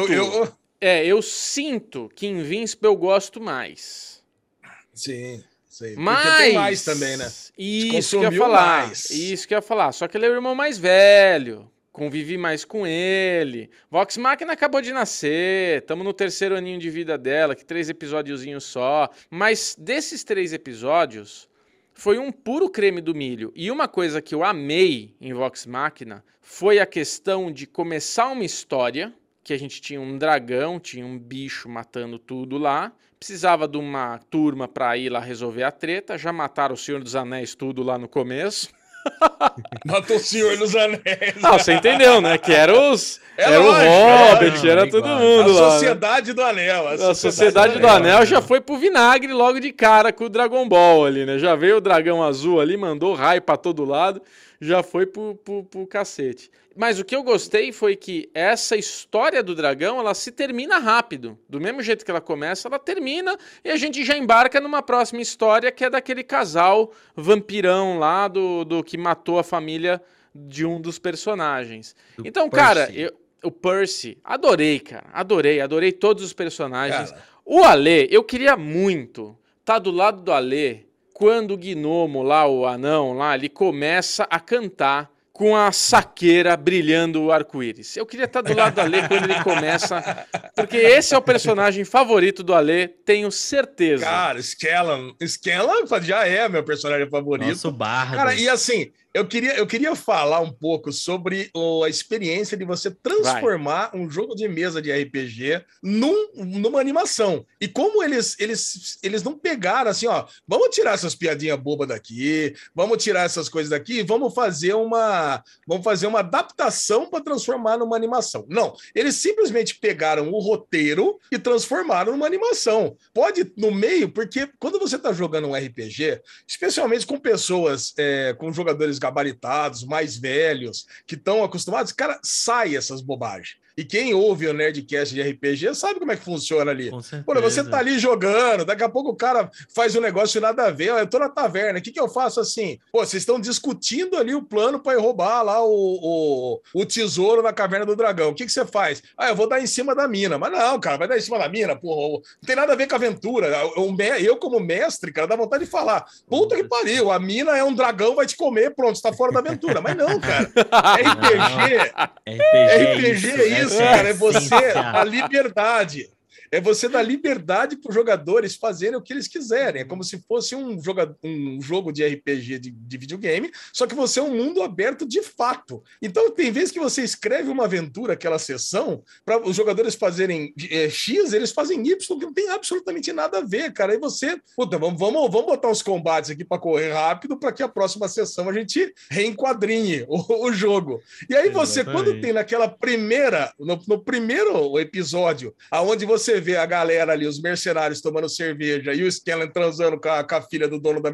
Eu sinto que Invincible eu gosto mais. Sim. Sei. Mas... Porque tem mais também, né? Isso que eu ia falar. Isso que eu ia falar. Só que ele é o irmão mais velho. Convivi mais com ele. Vox Machina acabou de nascer. Estamos no 3º aninho de vida dela, que 3 episódiozinhos só. Mas desses 3 episódios, foi um puro creme do milho. E uma coisa que eu amei em Vox Machina foi a questão de começar uma história, que a gente tinha um dragão, tinha um bicho matando tudo lá. Precisava de uma turma para ir lá resolver a treta. Já mataram o Senhor dos Anéis tudo lá no começo. Matou o Senhor dos Anéis. Ah, você entendeu, né? Que era os... era lógico, o Hobbit, era todo mundo a lá. Sociedade do Anel. A Sociedade do Anel já foi pro vinagre logo de cara com o Dragon Ball ali, né? Já veio o dragão azul ali, mandou raio pra todo lado, já foi pro cacete. Mas o que eu gostei foi que essa história do dragão, ela se termina rápido. Do mesmo jeito que ela começa, ela termina e a gente já embarca numa próxima história que é daquele casal vampirão lá do que matou a família de um dos personagens. Então, cara, o Percy, adorei, cara. Adorei todos os personagens. Cara. O Alê, eu queria muito estar do lado do Alê quando o gnomo lá, o anão lá, ele começa a cantar com a saqueira brilhando o arco-íris. Eu queria estar do lado do Alê quando ele começa, porque esse é o personagem favorito do Alê, tenho certeza. Cara, Skellan já é meu personagem favorito. Nosso bardo. Cara, e assim, eu queria falar um pouco sobre a experiência de você transformar um jogo de mesa de RPG numa animação. E como eles não pegaram assim, ó, vamos tirar essas piadinhas bobas daqui, vamos tirar essas coisas daqui, vamos fazer uma adaptação para transformar numa animação. Não, eles simplesmente pegaram o roteiro e transformaram numa animação. Pode no meio, porque quando você está jogando um RPG, especialmente com pessoas, com jogadores gabaritados, mais velhos, que estão acostumados, cara, sai essas bobagens. E quem ouve o Nerdcast de RPG sabe como é que funciona ali. Pô, você tá ali jogando, daqui a pouco o cara faz um negócio nada a ver, eu tô na taverna, o que eu faço assim? Pô, vocês estão discutindo ali o plano para roubar lá o tesouro na Caverna do Dragão. O que você faz? Ah, eu vou dar em cima da mina. Mas não, cara, vai dar em cima da mina, pô, não tem nada a ver com a aventura. Eu como mestre, cara, dá vontade de falar, puta que pariu, a mina é um dragão, vai te comer, pronto, você tá fora da aventura. Mas não, cara. RPG é isso, cara, é você a liberdade. É você dar liberdade para os jogadores fazerem o que eles quiserem. É como se fosse um jogo de RPG de videogame, só que você é um mundo aberto de fato. Então, tem vezes que você escreve uma aventura, aquela sessão, para os jogadores fazerem X, eles fazem Y, que não tem absolutamente nada a ver, cara. Aí você, puta, vamos botar uns combates aqui para correr rápido, para que a próxima sessão a gente reenquadrinhe o jogo. E aí você, quando tem naquela primeira, no primeiro episódio, aonde você vê a galera ali, os mercenários tomando cerveja e o Skellan transando com a filha do dono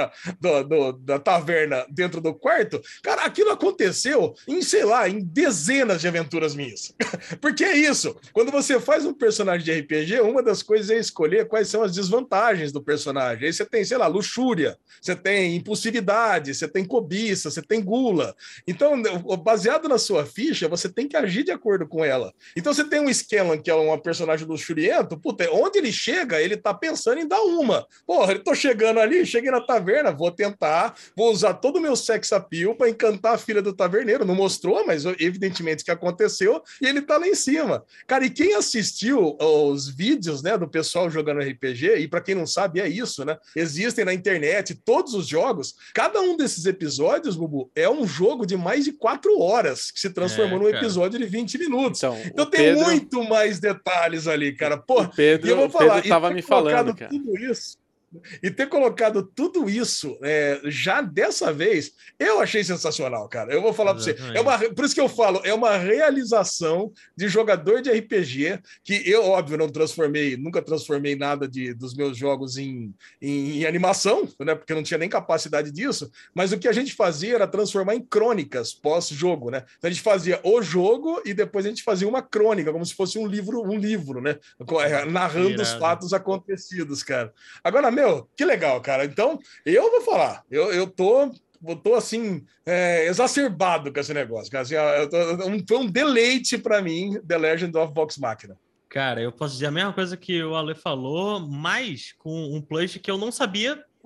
da taverna dentro do quarto, cara, aquilo aconteceu em, sei lá, em dezenas de aventuras minhas. Porque é isso, quando você faz um personagem de RPG, uma das coisas é escolher quais são as desvantagens do personagem. Aí você tem, sei lá, luxúria, você tem impulsividade, você tem cobiça, você tem gula. Então, baseado na sua ficha, você tem que agir de acordo com ela. Então, você tem um Skellan, que é uma personagem luxuriento, puta, onde ele chega, ele tá pensando em dar uma. Porra, eu tô chegando ali, cheguei na taverna, vou usar todo o meu sex appeal pra encantar a filha do taverneiro. Não mostrou, mas evidentemente que aconteceu, e ele tá lá em cima. Cara, e quem assistiu os vídeos, né, do pessoal jogando RPG, e pra quem não sabe, é isso, né? Existem na internet todos os jogos. Cada um desses episódios, Bubu, é um jogo de mais de 4 horas, que se transformou num episódio de 20 minutos. Então tem muito mais detalhes ali, cara. Pô, o Pedro, e eu vou falar, tava me falando, cara. Tudo isso, e ter colocado tudo isso já dessa vez, eu achei sensacional, cara. Eu vou falar para você. Por isso que eu falo, é uma realização de jogador de RPG que eu, óbvio, nunca transformei nada dos meus jogos em animação, né? Porque eu não tinha nem capacidade disso, mas o que a gente fazia era transformar em crônicas pós-jogo, né? Então a gente fazia o jogo e depois a gente fazia uma crônica, como se fosse um livro, né? Narrando os fatos acontecidos, cara. Agora, meu, que legal, cara. Então, eu vou falar, eu tô assim, exacerbado com esse negócio, cara. Assim, foi um deleite para mim, The Legend of Vox Machina. Cara, eu posso dizer a mesma coisa que o Ale falou, mas com um plus que eu não sabia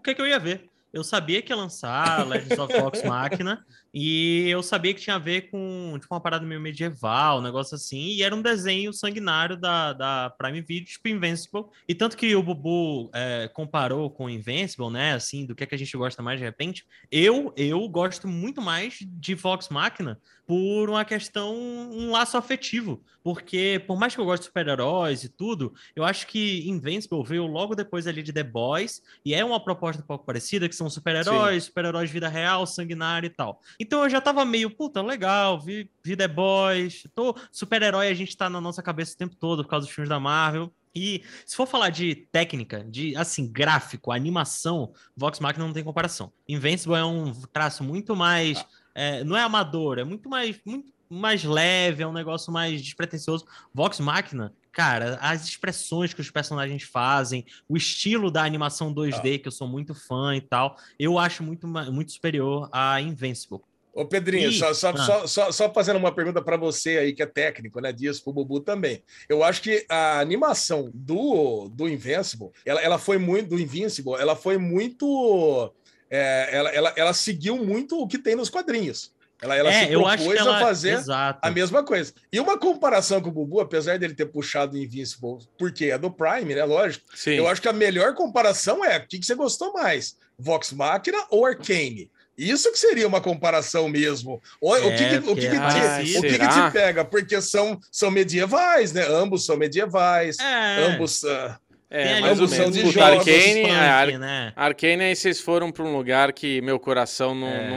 o que eu ia ver. Eu sabia que ia lançar Legends of Vox Machina e eu sabia que tinha a ver com tipo, uma parada meio medieval, um negócio assim, e era um desenho sanguinário da Prime Video, tipo Invincible. E tanto que o Bubu comparou com Invincible, né? Assim, do que a gente gosta mais de repente. Eu gosto muito mais de Vox Machina por uma questão, um laço afetivo. Porque, por mais que eu goste de super-heróis e tudo, eu acho que Invincible veio logo depois ali de The Boys, e é uma proposta um pouco parecida, que são super-heróis de vida real, sanguinário e tal. Então eu já tava meio, puta, legal, vi The Boys, super-herói a gente tá na nossa cabeça o tempo todo por causa dos filmes da Marvel. E se for falar de técnica, de, assim, gráfico, animação, Vox Machina não tem comparação. Invincible é um traço muito mais... não é amador, é muito mais leve, é um negócio mais despretensioso. Vox Machina, cara, as expressões que os personagens fazem, o estilo da animação 2D, que eu sou muito fã e tal, eu acho muito superior a Invincible. Ô, Pedrinho, só fazendo uma pergunta para você aí, que é técnico, né, disso, pro Bubu também. Eu acho que a animação do Invincible, ela foi muito, do Invincible, ela foi muito... ela seguiu muito o que tem nos quadrinhos. Ela se propôs a fazer a mesma coisa. E uma comparação com o Bubu, apesar dele ter puxado o Invincible, porque é do Prime, né? Lógico. Sim. Eu acho que a melhor comparação é o que você gostou mais? Vox Machina ou Arcane? Isso que seria uma comparação mesmo. O que te pega? Porque são medievais, né? Ambos são medievais. Ambos... mais ou menos. De jogos, Arcane, aí vocês foram para um lugar que meu coração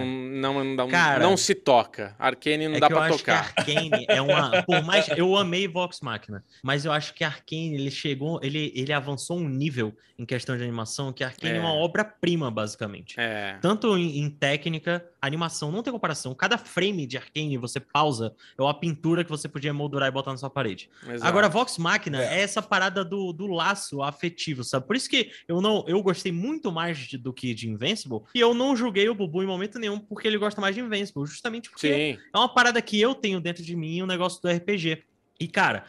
não se toca. Arcane não dá para tocar. Arcane é uma... Por mais... Eu amei Vox Machina, mas eu acho que Arcane, ele avançou um nível em questão de animação que Arcane é uma obra-prima, basicamente. Tanto em técnica, animação, não tem comparação. Cada frame de Arcane você pausa, é uma pintura que você podia moldurar e botar na sua parede. Exato. Agora, Vox Machina é essa parada do laço afetivo, sabe? Por isso que eu gostei muito mais do que de Invincible, e eu não julguei o Bubu em momento nenhum porque ele gosta mais de Invincible, justamente porque é uma parada que eu tenho dentro de mim, o negócio do RPG. E, cara,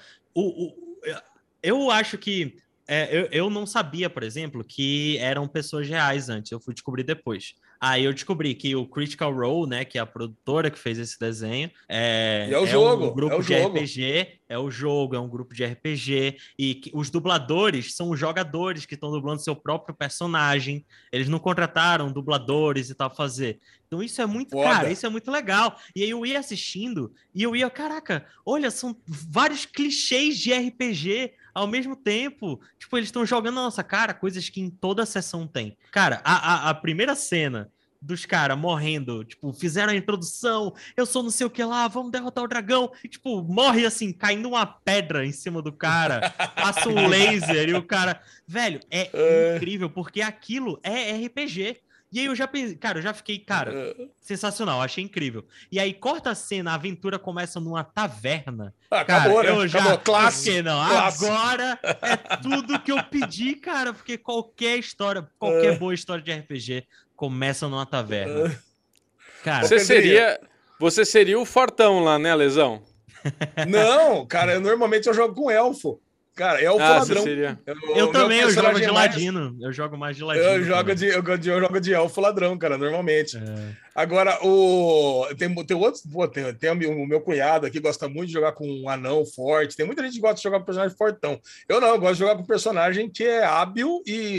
eu acho que eu não sabia, por exemplo, que eram pessoas reais antes, eu fui descobrir depois. Aí eu descobri que o Critical Role, né, que é a produtora que fez esse desenho, um grupo de RPG, é um grupo de RPG, e os dubladores são os jogadores que estão dublando seu próprio personagem, eles não contrataram dubladores e tal pra fazer. Então isso é muito, cara, isso é muito legal. E aí eu ia assistindo, e eu ia, caraca, olha, são vários clichês de RPG ao mesmo tempo. Tipo, eles estão jogando na nossa cara coisas que em toda a sessão tem. Cara, a primeira cena dos caras morrendo, tipo, fizeram a introdução, eu sou não sei o que lá, vamos derrotar o dragão, e, tipo, morre assim, caindo uma pedra em cima do cara, passa um laser e o cara... Velho, é incrível, porque aquilo é RPG. E aí eu já pensei, cara, eu já fiquei, sensacional, achei incrível. E aí corta a cena, a aventura começa numa taverna. Acabou, cara, né? Acabou, clássico. Agora é tudo que eu pedi, cara, porque qualquer boa história de RPG começa numa taverna. Cara, você seria o fortão lá, né, Lesão? Não, cara, normalmente eu jogo com elfo. Cara, elfo ladrão. Eu também, eu jogo de ladino. Eu jogo mais de ladino. Eu jogo de elfo ladrão, cara, normalmente. Agora, tem outros... Tem o meu cunhado aqui, gosta muito de jogar com um anão forte. Tem muita gente que gosta de jogar com personagem fortão. Eu não, eu gosto de jogar com um personagem que é hábil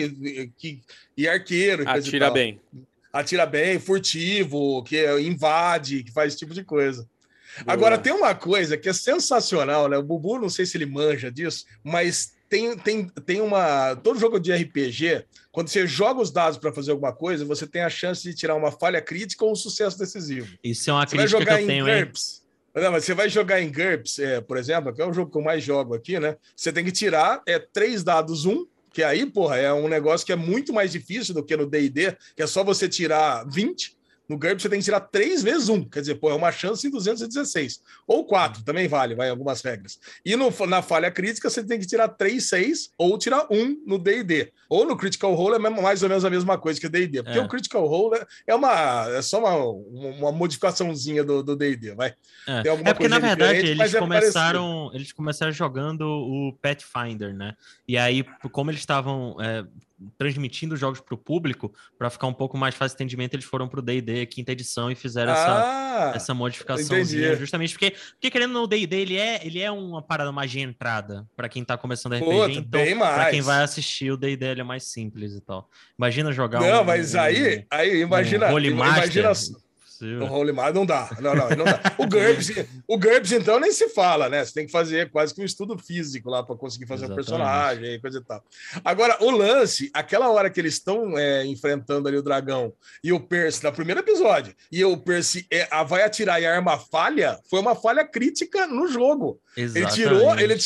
e arqueiro. Atira bem, furtivo, que invade, que faz esse tipo de coisa. Agora, tem uma coisa que é sensacional, né? O Bubu, não sei se ele manja disso, mas tem uma... Todo jogo de RPG, quando você joga os dados para fazer alguma coisa, você tem a chance de tirar uma falha crítica ou um sucesso decisivo. Isso é uma crítica que eu tenho, hein? Não, mas você vai jogar em GURPS, por exemplo, que é o jogo que eu mais jogo aqui, né? Você tem que tirar 3 dados, que aí, porra, é um negócio que é muito mais difícil do que no D&D, que é só você tirar 20... No GURPS você tem que tirar 3 vezes 1, quer dizer, é uma chance em 216. Ou 4, também vale, vai algumas regras. E na falha crítica você tem que tirar 3, 6, ou tirar 1 no D&D. Ou no Critical Role é mais ou menos a mesma coisa que o D&D, porque o Critical Role é só uma modificaçãozinha do D&D, vai. Tem alguma porque, na verdade, eles começaram jogando o Pathfinder, né? E aí, como eles estavam transmitindo jogos para o público, para ficar um pouco mais fácil de entendimento, eles foram pro D&D quinta edição e fizeram essa modificaçãozinha, justamente porque querendo no D&D, ele é uma parada mais de entrada para quem tá começando RPG, Puta, então para quem vai assistir o D&D ele é mais simples e tal. Imagina jogar mas aí imagina, imagina o Holy Master não dá. Não dá. O GURPS, então, nem se fala, né? Você tem que fazer quase que um estudo físico lá para conseguir fazer um personagem e coisa e tal. Agora, o lance, aquela hora que eles estão enfrentando ali o dragão e o Percy, no primeiro episódio, e o Percy vai atirar e a arma falha, foi uma falha crítica no jogo. Exatamente. Ele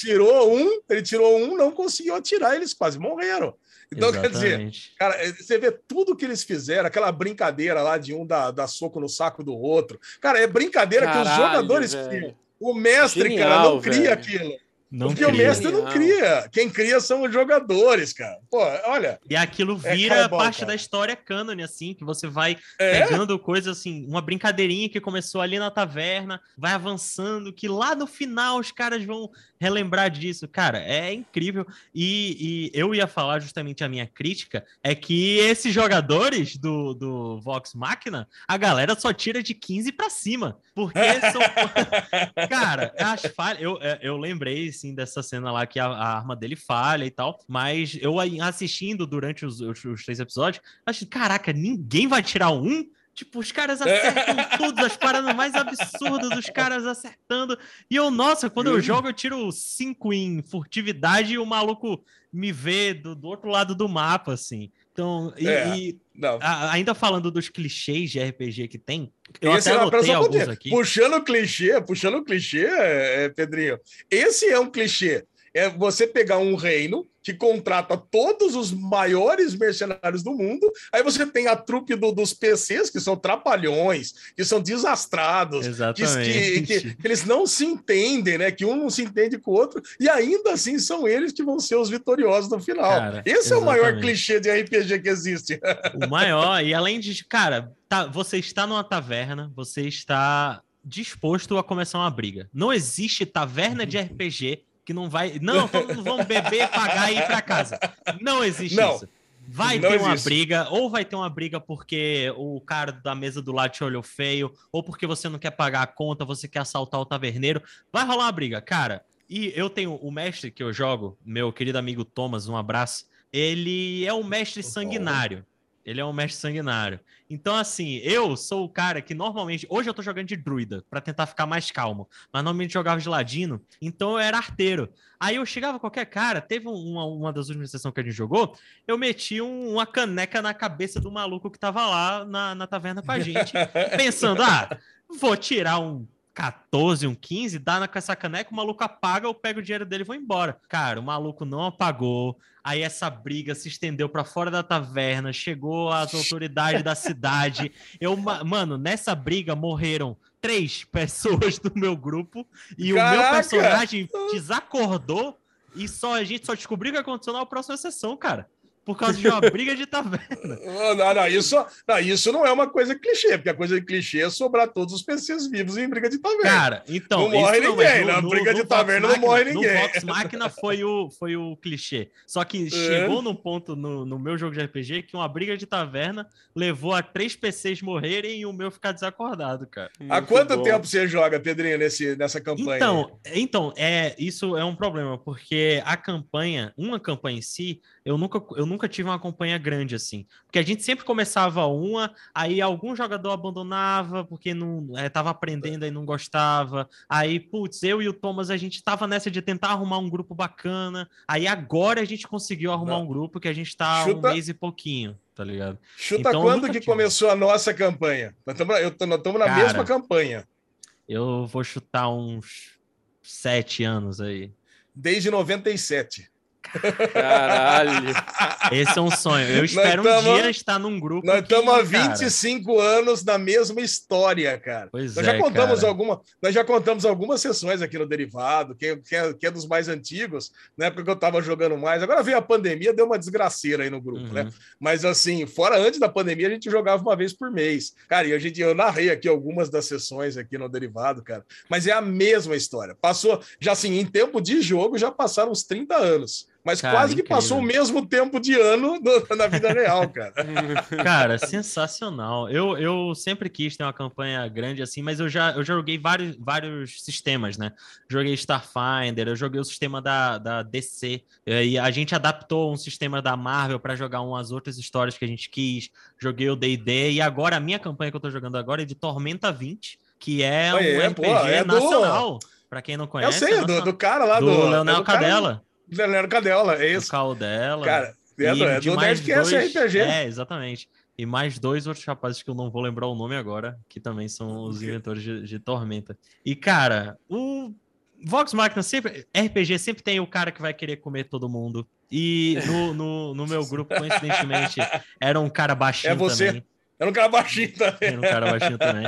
tirou um, não conseguiu atirar, eles quase morreram. Então, quer dizer, cara, você vê tudo que eles fizeram, aquela brincadeira lá de um dar soco no saco do outro. Cara, é brincadeira que os jogadores criam. O mestre, cara, não cria aquilo. Porque o mestre não cria. Quem cria são os jogadores, cara. Pô, olha. E aquilo vira parte da história cânone, assim, que você vai pegando coisas assim, uma brincadeirinha que começou ali na taverna, vai avançando, que lá no final os caras vão relembrar disso. Cara, é incrível. E eu ia falar justamente a minha crítica, é que esses jogadores do Vox Machina, a galera só tira de 15 pra cima. Porque são... Cara, as falhas... Eu lembrei, assim, dessa cena lá que a arma dele falha e tal, mas eu assistindo durante os 3 episódios, acho, caraca, ninguém vai tirar um? Tipo, os caras acertam tudo, as paradas mais absurdas, os caras acertando. E eu, nossa, quando eu jogo, eu tiro 5 em furtividade e o maluco me vê do outro lado do mapa, assim. Então, ainda falando dos clichês de RPG que tem, eu até anotei alguns aqui. Puxando o clichê, Pedrinho, esse é um clichê. É você pegar um reino que contrata todos os maiores mercenários do mundo, aí você tem a trupe dos PCs, que são trapalhões, que são desastrados, que eles não se entendem, né? Que um não se entende com o outro, e ainda assim são eles que vão ser os vitoriosos no final. Cara, esse é o maior clichê de RPG que existe. O maior, e além de, cara, você está numa taverna, você está disposto a começar uma briga. Não existe taverna de RPG que não vai... Não, todo mundo vamos beber, pagar e ir para casa. Não existe isso. Vai ter uma briga, ou vai ter uma briga porque o cara da mesa do lado te olhou feio, ou porque você não quer pagar a conta, você quer assaltar o taverneiro. Vai rolar uma briga, cara. E eu tenho o mestre que eu jogo, meu querido amigo Thomas, um abraço. Ele é um mestre sanguinário. Ele é um mestre sanguinário. Então, assim, eu sou o cara que normalmente... Hoje eu tô jogando de druida, pra tentar ficar mais calmo. Mas normalmente jogava de ladino, então eu era arteiro. Aí eu chegava qualquer cara, teve uma das últimas sessões que a gente jogou, eu meti uma caneca na cabeça do maluco que tava lá na taverna com a gente, pensando, vou tirar um 14, um 15, dá com essa caneca, o maluco apaga, eu pego o dinheiro dele e vou embora. Cara, o maluco não apagou, aí essa briga se estendeu pra fora da taverna, chegou às autoridades da cidade. Mano, nessa briga morreram 3 pessoas do meu grupo e o meu personagem desacordou e a gente só descobriu o que aconteceu na próxima sessão, cara. Por causa de uma briga de taverna. Isso não é uma coisa clichê, porque a coisa de clichê é sobrar todos os PCs vivos em briga de taverna. Cara, então... Não morre ninguém, na briga de taverna não morre ninguém. No Vox Machina foi o clichê. Só que chegou num ponto no meu jogo de RPG que uma briga de taverna levou a 3 PCs morrerem e o meu ficar desacordado, cara. Há quanto tempo você joga, Pedrinho, nessa campanha? Então isso é um problema, porque uma campanha em si, eu nunca tive uma campanha grande assim. Porque a gente sempre começava aí algum jogador abandonava porque não tava aprendendo e não gostava. Aí, putz, eu e o Thomas, a gente tava nessa de tentar arrumar um grupo bacana. Aí agora a gente conseguiu arrumar um grupo que a gente tá um mês e pouquinho, tá ligado? Então, quando que começou a nossa campanha? Nós estamos na mesma campanha. Eu vou chutar uns 7 anos aí. Desde 97. Caralho. Esse é um sonho. Eu espero um dia estar num grupo. Nós estamos há 25 anos na mesma história, cara. Pois nós já contamos algumas sessões aqui no Derivado, que é dos mais antigos, na época que eu estava jogando mais. Agora veio a pandemia, deu uma desgraceira aí no grupo, né? Mas assim, fora antes da pandemia, a gente jogava uma vez por mês. Cara, e eu narrei aqui algumas das sessões aqui no Derivado, cara. Mas é a mesma história. Passou, já assim, em tempo de jogo, já passaram uns 30 anos. mas Cara, quase que incrível. passou o mesmo tempo de ano na vida real, cara. Cara, sensacional. Eu sempre quis ter uma campanha grande assim, mas eu já joguei vários sistemas, né? Joguei Starfinder, eu joguei o sistema da DC, e a gente adaptou um sistema da Marvel para jogar umas outras histórias que a gente quis. Joguei o D&D, e agora a minha campanha que eu tô jogando agora é de Tormenta 20, que é um RPG nacional. Pra quem não Eu conhece, sei, do cara lá do é Leonel do cara- Cadela. Leonel Cadela, é Do isso. Caldela. Cara, E é de do mais Nerdcast dois. RPG. É, exatamente. E mais 2 outros rapazes que eu não vou lembrar o nome agora, que também são os inventores de Tormenta. E, cara, o Vox Machina sempre. RPG sempre tem o cara que vai querer comer todo mundo. E no meu grupo, coincidentemente, era um cara É baixinho você. também. Era um cara baixinho também. Era um cara baixinho também.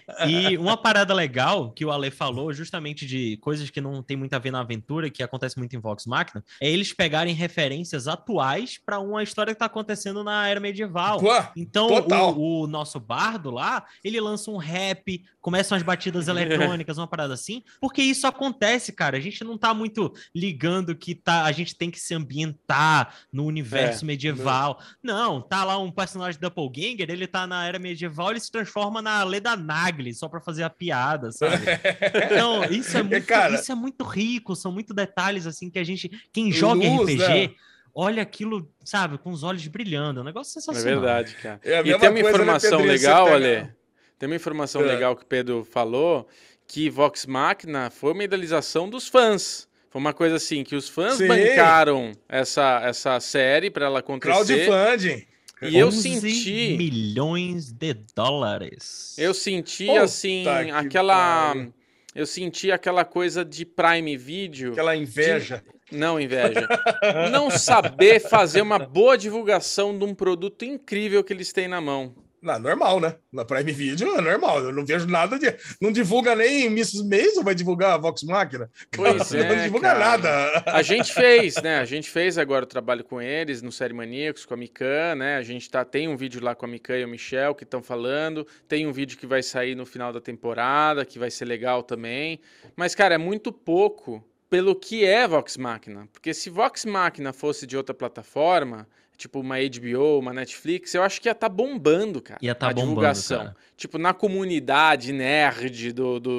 E uma parada legal que o Ale falou, justamente de coisas que não tem muito a ver na aventura, que acontece muito em Vox Machina, é eles pegarem referências atuais para uma história que tá acontecendo na era medieval. Pô, Então, total. o nosso bardo lá, ele lança um rap, começam as batidas eletrônicas, uma parada assim, porque isso acontece, cara. A gente não tá muito ligando que a gente tem que se ambientar no universo medieval. Não, tá lá um personagem Doppelganger, ele tá na era medieval, ele se transforma na Leda Nagli, só pra fazer a piada, sabe? Então, isso é muito rico, são muito detalhes, assim, que a gente, quem joga RPG... né? Olha aquilo, sabe, com os olhos brilhando. É um negócio sensacional. É verdade, cara. É a E mesma tem uma coisa, né, informação Pedrinho? Você legal, pega- Ale. Tem uma informação legal que o Pedro falou, que Vox Machina foi uma idealização dos fãs. Foi uma coisa assim, que os fãs Sim. bancaram essa série para ela acontecer. Crowdfunding. E eu 11 senti... milhões de dólares. Eu senti, Puta assim, que aquela... pariu. Eu senti aquela coisa de Prime Video. Aquela inveja. Não inveja. Não saber fazer uma boa divulgação de um produto incrível que eles têm na mão. Não, normal, né? Na Prime Video é normal. Eu não vejo nada de. Não divulga nem Mrs. Maisel, vai divulgar a Vox Machina. Pois Não é, divulga cara. nada. A gente fez, né? A gente fez agora o trabalho com eles no Série Maníacos, com a Mikan, né? A gente tem um vídeo lá com a Mikan e o Michel que estão falando. Tem um vídeo que vai sair no final da temporada, que vai ser legal também. Mas, cara, é muito pouco pelo que é Vox Machina. Porque se Vox Machina fosse de outra plataforma, tipo uma HBO, uma Netflix, eu acho que ia estar bombando, cara. Ia tá a bombando, divulgação. cara. Tipo, na comunidade nerd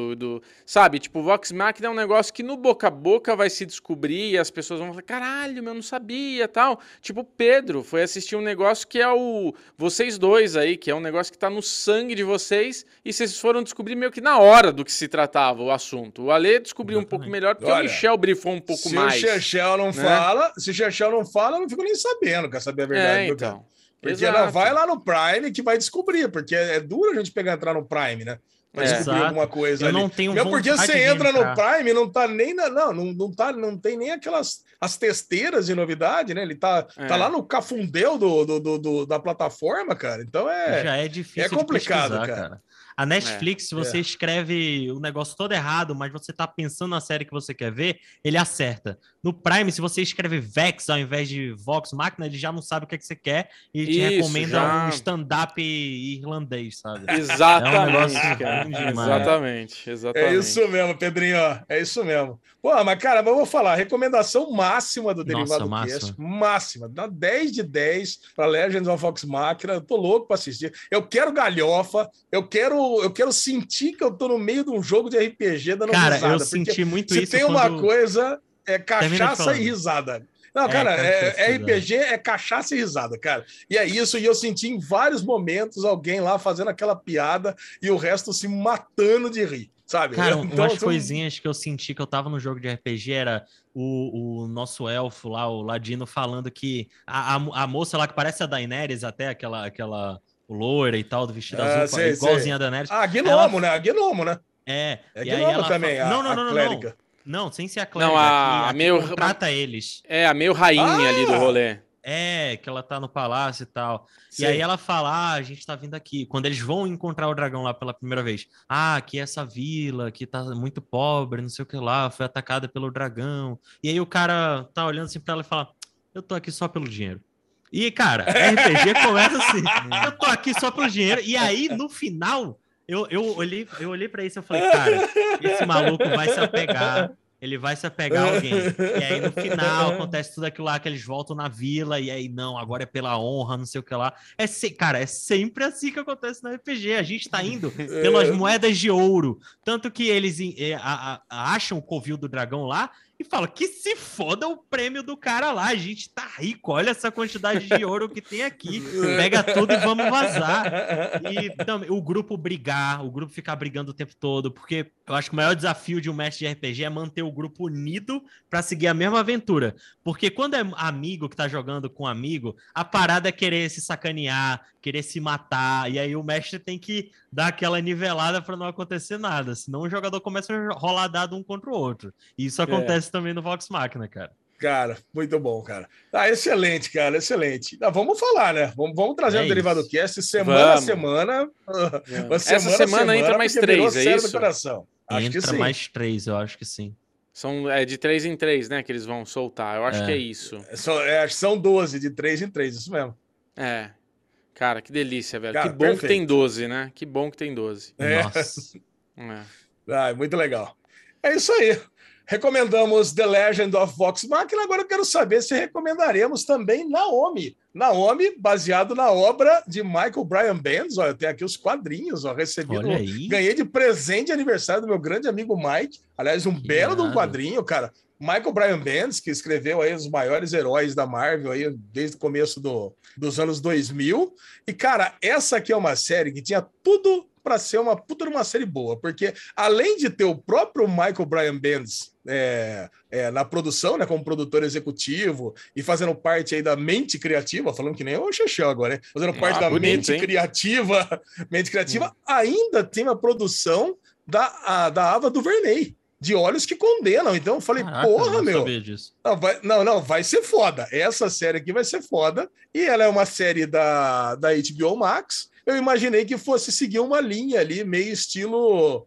sabe? Tipo, Vox Machina é um negócio que no boca a boca vai se descobrir e as pessoas vão falar, caralho, eu não sabia, tal. Tipo, o Pedro foi assistir um negócio que é vocês dois aí, que é um negócio que tá no sangue de vocês e vocês foram descobrir meio que na hora do que se tratava o assunto. O Ale descobriu um pouco melhor porque Olha, o Michel brifou um pouco mais. Se o Chechel não fala, se o Chechel não fala, eu não fico nem sabendo, quer saber a verdade. Viu, cara? Então. Porque Exato. não, vai lá no Prime que vai descobrir, porque é duro a gente entrar no Prime, né? Pra descobrir Exato. alguma coisa Eu ali. não tenho Mesmo porque vontade você de entra no entrar. Prime, não tá nem não tem nem as testeiras de novidade, né? Ele tá lá no cafundeu da plataforma, cara. Então Já é difícil é complicado, de pesquisar, cara. A Netflix, se você escreve o negócio todo errado, mas você tá pensando na série que você quer ver, ele acerta. No Prime, se você escreve Vex ao invés de Vox Machina, ele já não sabe o que, é que você quer e te Isso, recomenda já. um stand-up irlandês, sabe? Exatamente, É um negócio cara. ruim demais. Exatamente. é isso mesmo, Pedrinho. É isso mesmo. Pô, mas, cara, eu vou falar. Recomendação máxima do Derivado Cast. Máxima. Dá 10 de 10 para Legends of Vox Machina. Eu tô louco para assistir. Eu quero galhofa. Eu quero sentir que eu tô no meio de um jogo de RPG dando Cara, risada. eu senti muito se isso tem uma coisa, é cachaça e risada. Não, cara, RPG é cachaça e risada, cara. E é isso, e eu senti em vários momentos alguém lá fazendo aquela piada e o resto se matando de rir, sabe? Cara, então, umas coisinhas que eu senti que eu tava no jogo de RPG era o nosso elfo lá, o Ladino, falando que a moça lá que parece a Daenerys, até aquela loira e tal, do vestido azul, igualzinha a Daenerys. Ah, Gnomo, né? A Gnomo, né? É e aí ela também, não, clériga. Não, sem ser a clériga. Não, a meio contrata eles. É, a meio rainha ali do rolê. É, que ela tá no palácio e tal. Sim. E aí ela fala, a gente tá vindo aqui. Quando eles vão encontrar o dragão lá pela primeira vez. Aqui é essa vila, que tá muito pobre, não sei o que lá, foi atacada pelo dragão. E aí o cara tá olhando assim pra ela e fala, eu tô aqui só pelo dinheiro. E, cara, RPG começa assim, eu tô aqui só pelo dinheiro. E aí, no final, eu olhei pra isso e eu falei, cara, esse maluco vai se apegar ele vai se apegar a alguém. E aí, no final, acontece tudo aquilo lá, que eles voltam na vila, e aí, não, agora é pela honra, não sei o que lá. Cara, é sempre assim que acontece no RPG. A gente tá indo pelas moedas de ouro. Tanto que eles acham o covil do dragão lá e falam que se foda o prêmio do cara lá. A gente tá rico, olha essa quantidade de ouro que tem aqui. Pega tudo e vamos vazar. E também, o grupo ficar brigando o tempo todo, porque eu acho que o maior desafio de um mestre de RPG é manter o grupo unido pra seguir a mesma aventura. Porque quando é amigo que tá jogando com amigo, a parada é querer se sacanear, querer se matar, e aí o mestre tem que dar aquela nivelada pra não acontecer nada, senão o jogador começa a rolar dado um contra o outro. E isso acontece também no Vox Machina, cara. Cara, muito bom, cara. Excelente, cara, excelente. Vamos falar, né? Vamos trazer o Derivado Cast semana a semana. Essa semana entra mais 3, é isso? Acho que entra sim. mais 3, eu acho que sim. É de 3 em 3, né, que eles vão soltar. Eu acho que é isso. Acho que são 12, de 3 em 3, isso mesmo. Cara, que delícia, velho. Cara, que bom perfeito. Que tem 12, né? Que bom que tem 12. Nossa. Muito legal. É isso aí. Recomendamos The Legend of Vox Machina. Agora eu quero saber se recomendaremos também Naomi. Naomi, baseado na obra de Michael Brian Bendis. Olha, eu tenho aqui os quadrinhos, ganhei de presente de aniversário do meu grande amigo Mike. Aliás, belo de um quadrinho, cara. Michael Brian Bendis, que escreveu aí os maiores heróis da Marvel aí desde o começo dos anos 2000. E, cara, essa aqui é uma série que tinha tudo para ser uma puta de uma série boa, porque além de ter o próprio Michael Brian Bendis na produção, né, como produtor executivo e fazendo parte aí da mente criativa, falando que nem o Xexel agora, né? Fazendo parte da mente criativa, ainda tem a produção da Ava DuVernay, de Olhos que Condenam. Então eu falei, porra, meu. Sabia disso. Não, vai ser foda. Essa série aqui vai ser foda. E ela é uma série da HBO Max. Eu imaginei que fosse seguir uma linha ali, meio estilo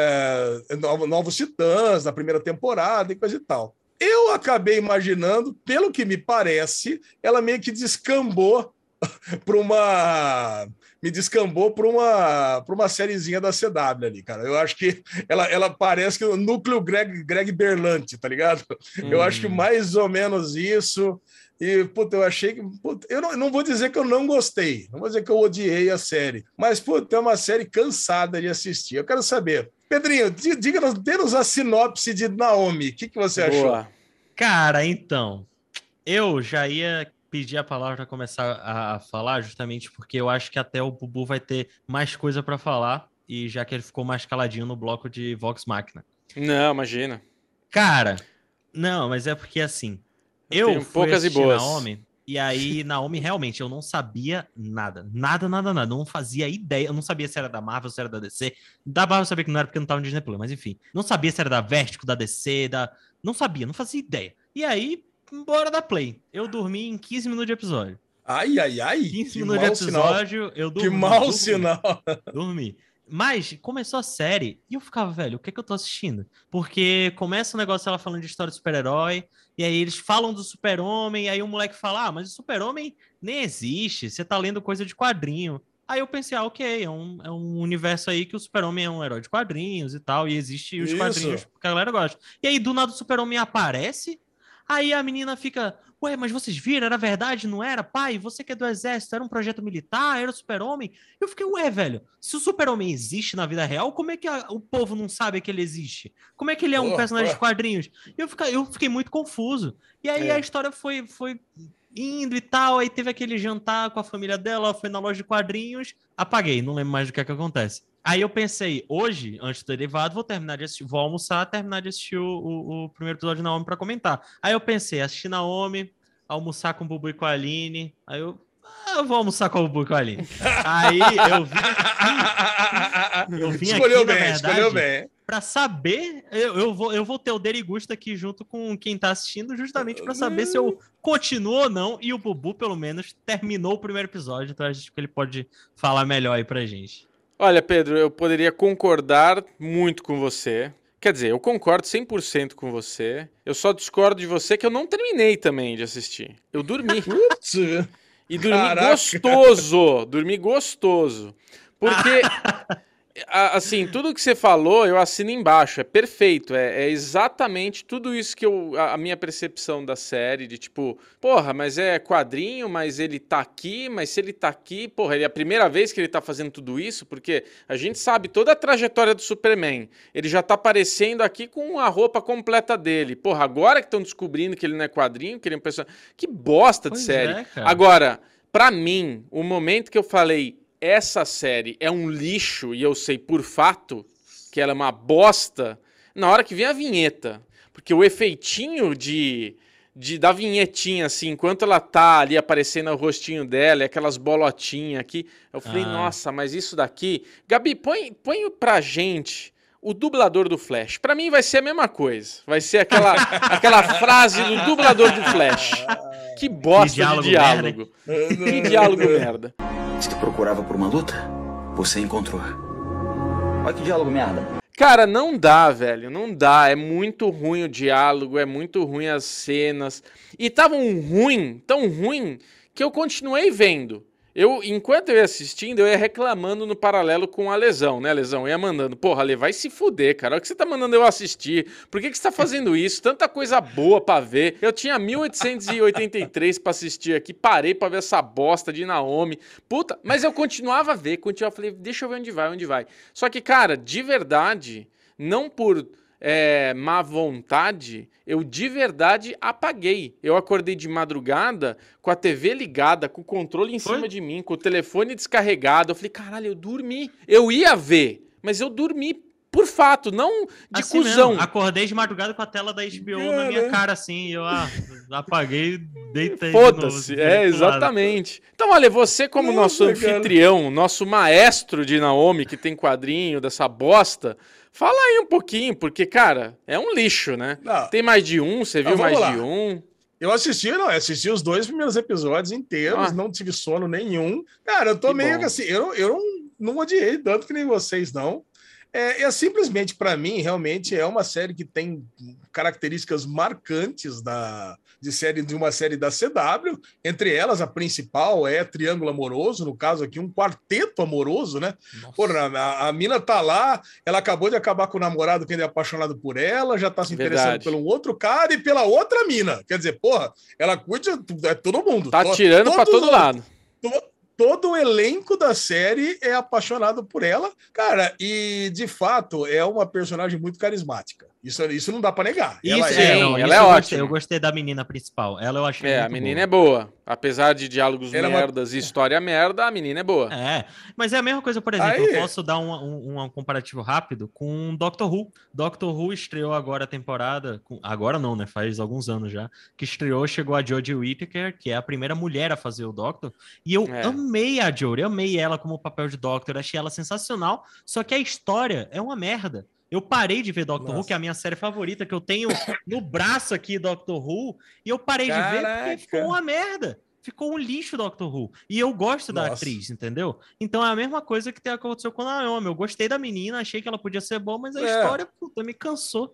Novos Titãs, na primeira temporada e coisa e tal. Eu acabei imaginando, pelo que me parece, ela meio que descambou para uma sériezinha da CW ali, cara. Eu acho que ela parece que o núcleo Greg Berlanti, tá ligado? Eu acho que mais ou menos isso. E, puta, eu achei que... Puta, eu não vou dizer que eu não gostei, não vou dizer que eu odiei a série, mas, puta, é uma série cansada de assistir. Eu quero saber. Pedrinho, dê-nos a sinopse de Naomi. O que você achou? Cara, então, eu já ia pedir a palavra para começar a falar, justamente porque eu acho que até o Bubu vai ter mais coisa para falar, e já que ele ficou mais caladinho no bloco de Vox Machina. Não, imagina. Cara, não, mas é porque assim... Eu fui assistir Naomi, e aí Naomi realmente eu não sabia nada, não fazia ideia, eu não sabia se era da Marvel, se era da DC, da Marvel eu sabia que não era porque não tava no Disney Plus, mas enfim, não sabia se era da Vertigo, da DC, não sabia, não fazia ideia. E aí, bora dar play, eu dormi em 15 minutos de episódio. 15 minutos de episódio, eu dormi. Que mau sinal. Dormi. Mas começou a série e eu ficava, velho, o que é que eu tô assistindo? Porque começa o negócio ela falando de história de super-herói, e aí eles falam do super-homem, e aí o moleque fala, mas o super-homem nem existe, você tá lendo coisa de quadrinho. Aí eu pensei, ok, é um universo aí que o super-homem é um herói de quadrinhos e tal, e existe os quadrinhos que a galera gosta. E aí do nada o super-homem aparece, aí a menina fica... Ué, mas vocês viram? Era verdade? Não era? Pai, você que é do exército, era um projeto militar? Era o super-homem? Eu fiquei, velho, se o super-homem existe na vida real, como é que o povo não sabe que ele existe? Como é que ele é um personagem de quadrinhos? Eu fiquei muito confuso. E aí a história foi indo e tal, aí teve aquele jantar com a família dela, foi na loja de quadrinhos, apaguei, não lembro mais do que acontece. Aí eu pensei, hoje, antes do derivado, vou almoçar, terminar de assistir o primeiro episódio de Naomi pra comentar. Aí eu pensei, assistir Naomi, almoçar com o Bubu e com a Aline, aí eu vou almoçar com o Bubu e com a Aline. Aí eu vim aqui, na verdade, escolheu bem. Pra saber, eu vou ter o Derigusta aqui junto com quem tá assistindo, justamente pra saber se eu continuo ou não, e o Bubu, pelo menos, terminou o primeiro episódio, então acho que ele pode falar melhor aí pra gente. Olha, Pedro, eu poderia concordar muito com você. Quer dizer, eu concordo 100% com você. Eu só discordo de você que eu não terminei também de assistir. Eu dormi. E dormi gostoso. Dormi gostoso. Porque Assim, tudo que você falou, eu assino embaixo, é perfeito, é exatamente tudo isso que a minha percepção da série, de tipo, porra, mas é quadrinho, mas ele tá aqui, mas se ele tá aqui, porra, é a primeira vez que ele tá fazendo tudo isso, porque a gente sabe toda a trajetória do Superman, ele já tá aparecendo aqui com a roupa completa dele, porra, agora que estão descobrindo que ele não é quadrinho, que ele é um personagem, que bosta de série. Agora, pra mim, o momento que eu falei, essa série é um lixo, e eu sei por fato que ela é uma bosta, na hora que vem a vinheta. Porque o efeitinho da vinhetinha, assim, enquanto ela tá ali aparecendo o rostinho dela, e aquelas bolotinhas aqui, eu falei, nossa, mas isso daqui... Gabi, põe pra gente o dublador do Flash. Pra mim vai ser a mesma coisa. Vai ser aquela frase do dublador do Flash. Que bosta de diálogo. Que diálogo merda. Você procurava por uma luta? Você encontrou. Olha que diálogo merda. Cara, não dá, velho, não dá. É muito ruim o diálogo, é muito ruim as cenas. E tão ruim, que eu continuei vendo. Enquanto eu ia assistindo, eu ia reclamando no paralelo com a Lesão, né, Lesão? Eu ia mandando, porra, Ale, vai se fuder, cara. Olha o que você tá mandando eu assistir. Por que você tá fazendo isso? Tanta coisa boa pra ver. Eu tinha 1883 pra assistir aqui, parei pra ver essa bosta de Naomi. Puta, mas eu continuava a ver, falei, deixa eu ver onde vai. Só que, cara, de verdade, não por má vontade, eu de verdade apaguei. Eu acordei de madrugada com a TV ligada, com o controle em cima de mim, com o telefone descarregado. Eu falei, caralho, eu dormi. Eu ia ver, mas eu dormi por fato, não de assim cuzão. Mesmo. Acordei de madrugada com a tela da HBO na minha cara, assim, e eu apaguei, deitei. Foda-se, exatamente. Então, olha, você como nosso anfitrião, nosso maestro de Naomi, que tem quadrinho dessa bosta, fala aí um pouquinho, porque, cara, é um lixo, né? Não. Tem mais de um, você viu mais de um? Eu assisti os 2 primeiros episódios inteiros, não tive sono nenhum. Cara, eu tô meio que assim, eu não odiei tanto que nem vocês, não. Simplesmente, para mim, realmente é uma série que tem características marcantes de uma série da CW. Entre elas, a principal é Triângulo Amoroso, no caso aqui, um quarteto amoroso, né? Porra, a mina tá lá, ela acabou de acabar com o namorado que ainda é apaixonado por ela, já tá se interessando pelo outro cara e pela outra mina. Quer dizer, porra, ela cuida de todo mundo. Tá tirando para todo lado. Todo o elenco da série é apaixonado por ela, cara, e de fato é uma personagem muito carismática. Isso não dá pra negar. Ela é ótima. Eu gostei da menina principal. Ela eu achei muito a menina boa. É boa. Apesar de diálogos merdas e história merda, a menina é boa. Mas é a mesma coisa, por exemplo, eu posso dar um comparativo rápido com Doctor Who. Doctor Who estreou agora a temporada, agora não, né? Faz alguns anos já, que chegou a Jodie Whittaker, que é a primeira mulher a fazer o Doctor, e eu amei a Jodie, amei ela como papel de Doctor, achei ela sensacional, só que a história é uma merda. Eu parei de ver Doctor Who, que é a minha série favorita, que eu tenho no braço aqui, Doctor Who, e eu parei de ver porque ficou uma merda. Ficou um lixo Doctor Who. E eu gosto da atriz, entendeu? Então é a mesma coisa que aconteceu com a Naomi. Eu gostei da menina, achei que ela podia ser boa, mas a história, puta, me cansou.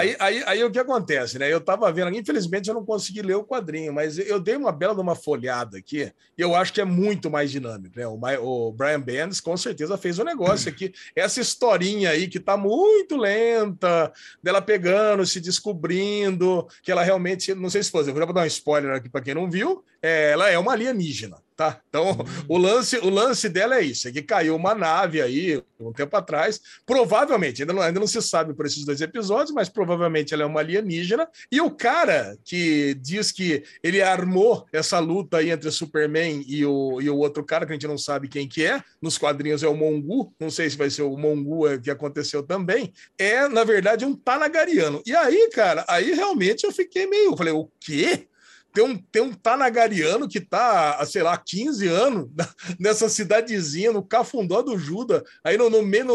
Aí o que acontece, né? Eu tava vendo, infelizmente eu não consegui ler o quadrinho, mas eu dei uma bela de uma folhada aqui, e eu acho que é muito mais dinâmico, né? O Brian Bendis com certeza fez um negócio aqui, essa historinha aí que tá muito lenta, dela pegando, se descobrindo, que ela realmente, não sei se fosse, eu vou dar um spoiler aqui para quem não viu, ela é uma alienígena. Tá? Então, o lance dela é isso, é que caiu uma nave aí um tempo atrás, provavelmente, ainda não se sabe por esses 2 episódios, mas provavelmente ela é uma alienígena, e o cara que diz que ele armou essa luta aí entre o Superman e o outro cara, que a gente não sabe quem que é, nos quadrinhos é o Mongu, não sei se vai ser o Mongu que aconteceu também, na verdade, um Tanagariano. E aí, cara, realmente eu fiquei eu falei, o quê? Tem um Tanagariano que tá, sei lá, 15 anos nessa cidadezinha, no Cafundó do Juda, aí no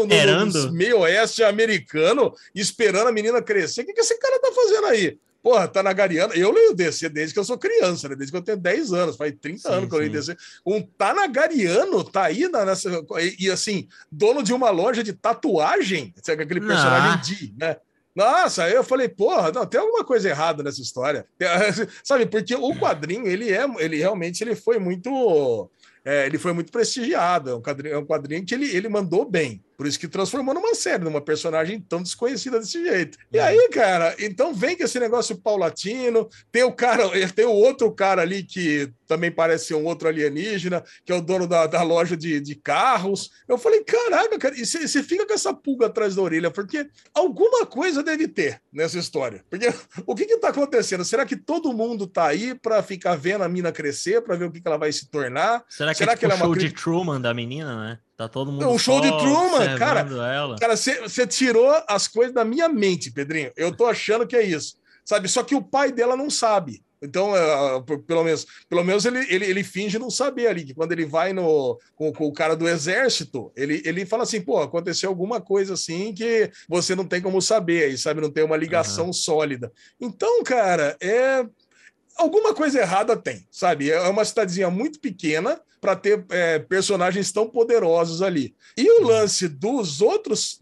meio oeste americano, esperando a menina crescer. O que esse cara tá fazendo aí? Porra, Tanagariano, eu leio DC desde que eu sou criança, né? Desde que eu tenho 10 anos, faz 30 anos que eu leio DC. Um Tanagariano tá aí e assim, dono de uma loja de tatuagem, aquele personagem né? Nossa, aí eu falei, porra, não, tem alguma coisa errada nessa história. Sabe, porque o quadrinho, ele realmente foi muito prestigiado. É um quadrinho que ele mandou bem. Por isso que transformou numa série, numa personagem tão desconhecida desse jeito. E aí, cara, então vem com esse negócio paulatino, tem o outro cara ali que também parece ser um outro alienígena, que é o dono da loja de carros. Eu falei, caraca, cara, e você fica com essa pulga atrás da orelha, porque alguma coisa deve ter nessa história. Porque o que tá acontecendo? Será que todo mundo tá aí pra ficar vendo a mina crescer, pra ver o que ela vai se tornar? Será que é tipo o show de Truman da menina, né? Tá todo mundo o show de Truman, cara, ela. Cara, você tirou as coisas da minha mente, Pedrinho. Eu tô achando que é isso, sabe? Só que o pai dela não sabe. Então, pelo menos ele finge não saber ali, que quando ele vai com o cara do exército, ele fala assim, pô, aconteceu alguma coisa assim que você não tem como saber, aí, sabe? Não tem uma ligação sólida. Então, cara, alguma coisa errada tem, sabe? É uma cidadezinha muito pequena para ter personagens tão poderosos ali. E o lance dos outros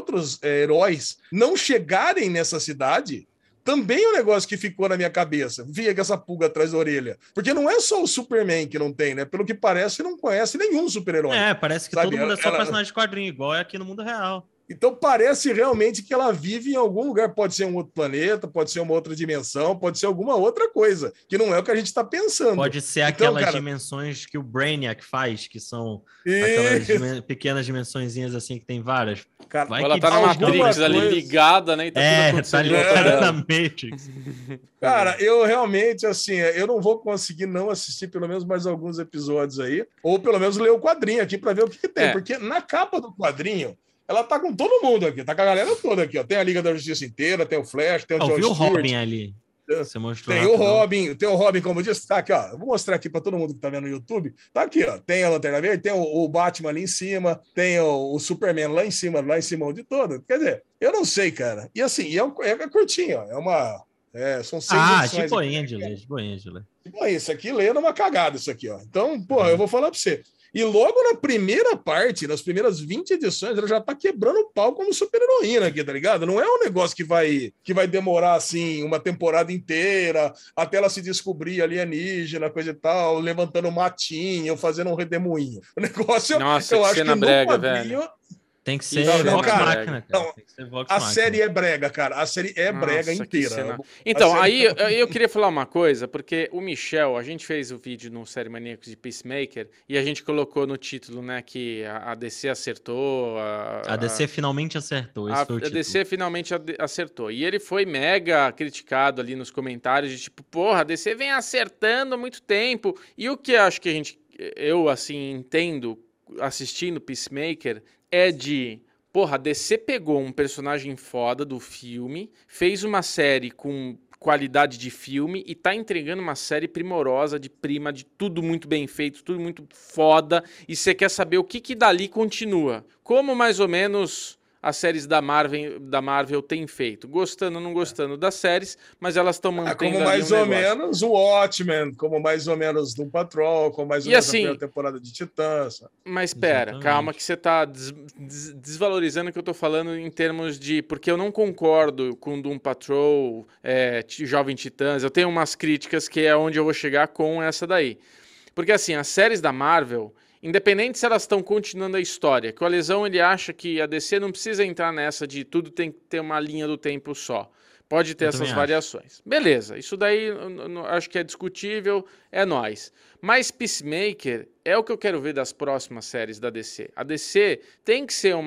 heróis não chegarem nessa cidade também é um negócio que ficou na minha cabeça. Via com essa pulga atrás da orelha. Porque não é só o Superman que não tem, né? Pelo que parece, não conhece nenhum super-herói. Parece que todo mundo é só personagem de quadrinho, igual é aqui no mundo real. Então parece realmente que ela vive em algum lugar. Pode ser um outro planeta, pode ser uma outra dimensão, pode ser alguma outra coisa, que não é o que a gente está pensando. Pode ser aquelas dimensões que o Brainiac faz, que são aquelas pequenas dimensõezinhas assim, que tem várias. Cara, ela tá na Matrix ali ligada, né? E tá ligada na Matrix. Cara, eu realmente, assim, eu não vou conseguir não assistir pelo menos mais alguns episódios aí, ou pelo menos ler o quadrinho aqui para ver o que tem, porque na capa do quadrinho ela tá com todo mundo aqui, tá com a galera toda aqui, ó. Tem a Liga da Justiça inteira, tem o Flash, tem o John Stewart. O Robin ali. Você mostrou tem o Robin, como disse, tá aqui, ó. Eu vou mostrar aqui para todo mundo que tá vendo no YouTube. Tá aqui, ó. Tem a Lanterna Verde, tem o Batman ali em cima, tem o Superman lá em cima de todo. Quer dizer, eu não sei, cara. E assim, é curtinho, ó. É uma. São 6 edições. Tipo Angela. Tipo isso aqui lendo uma cagada, isso aqui, ó. Então, porra, eu vou falar para você. E logo na primeira parte, nas primeiras 20 edições, ela já tá quebrando o pau como super-heroína aqui, tá ligado? Não é um negócio que vai demorar, assim, uma temporada inteira, até ela se descobrir alienígena, coisa e tal, levantando matinho, fazendo um redemoinho. O negócio, nossa, eu acho que no brega, quadrinho... velho. Tem que ser Vox Machina, cara. Não, a série é brega, cara. A série é brega inteira. Então, aí eu queria falar uma coisa, porque o Michel, a gente fez o vídeo no Série Maníacos de Peacemaker e a gente colocou no título, né, que a DC acertou. A DC finalmente acertou. Esse foi o título. A DC finalmente acertou. E ele foi mega criticado ali nos comentários, de tipo, porra, a DC vem acertando há muito tempo. E o que acho que eu assim, entendo assistindo Peacemaker porra, a DC pegou um personagem foda do filme, fez uma série com qualidade de filme e tá entregando uma série primorosa, de tudo muito bem feito, tudo muito foda, e você quer saber o que dali continua. Como mais ou menos as séries da Marvel têm feito. Gostando ou não gostando das séries, mas elas estão mantendo como mais ou menos o Watchmen, como mais ou menos Doom Patrol, como mais ou menos a primeira temporada de Titãs. Mas pera, calma que você tá desvalorizando o que eu tô falando em termos de... Porque eu não concordo com Doom Patrol, Jovem Titãs. Eu tenho umas críticas que é onde eu vou chegar com essa daí. Porque assim, as séries da Marvel... Independente se elas estão continuando a história, que o Alesão ele acha que a DC não precisa entrar nessa de tudo tem que ter uma linha do tempo só. Pode ter essas variações. Beleza, isso daí acho que é discutível, é nóis. Mas Peacemaker é o que eu quero ver das próximas séries da DC. A DC tem que ser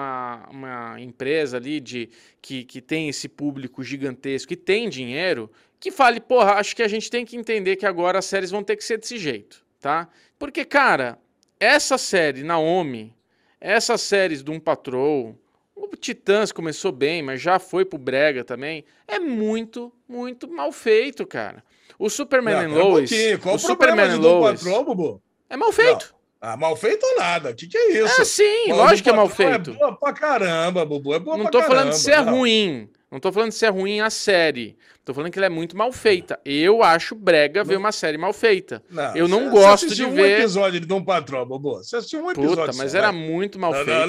uma empresa ali que tem esse público gigantesco, que tem dinheiro, que fale, porra, acho que a gente tem que entender que agora as séries vão ter que ser desse jeito, tá? Porque, cara... Essa série, Naomi, essas séries Doom Patrol, o Titãs começou bem, mas já foi pro brega também, é muito, muito mal feito, cara. O Superman and Lois... o Superman and Lois... Patrol, Bubu? É mal feito. Mal feito ou nada? O que é isso? Sim, lógico que é mal feito. É boa pra caramba, Bubu, é boa pra caramba. Não tô falando de ser ruim. Não tô falando de ser ruim a série. Tô falando que ela é muito mal feita. Eu acho brega ver uma série mal feita. Eu não gosto de ver... Você assistiu um episódio de Doom Patrol, Bobo? Você assistiu um episódio. Puta, mas era muito mal feito.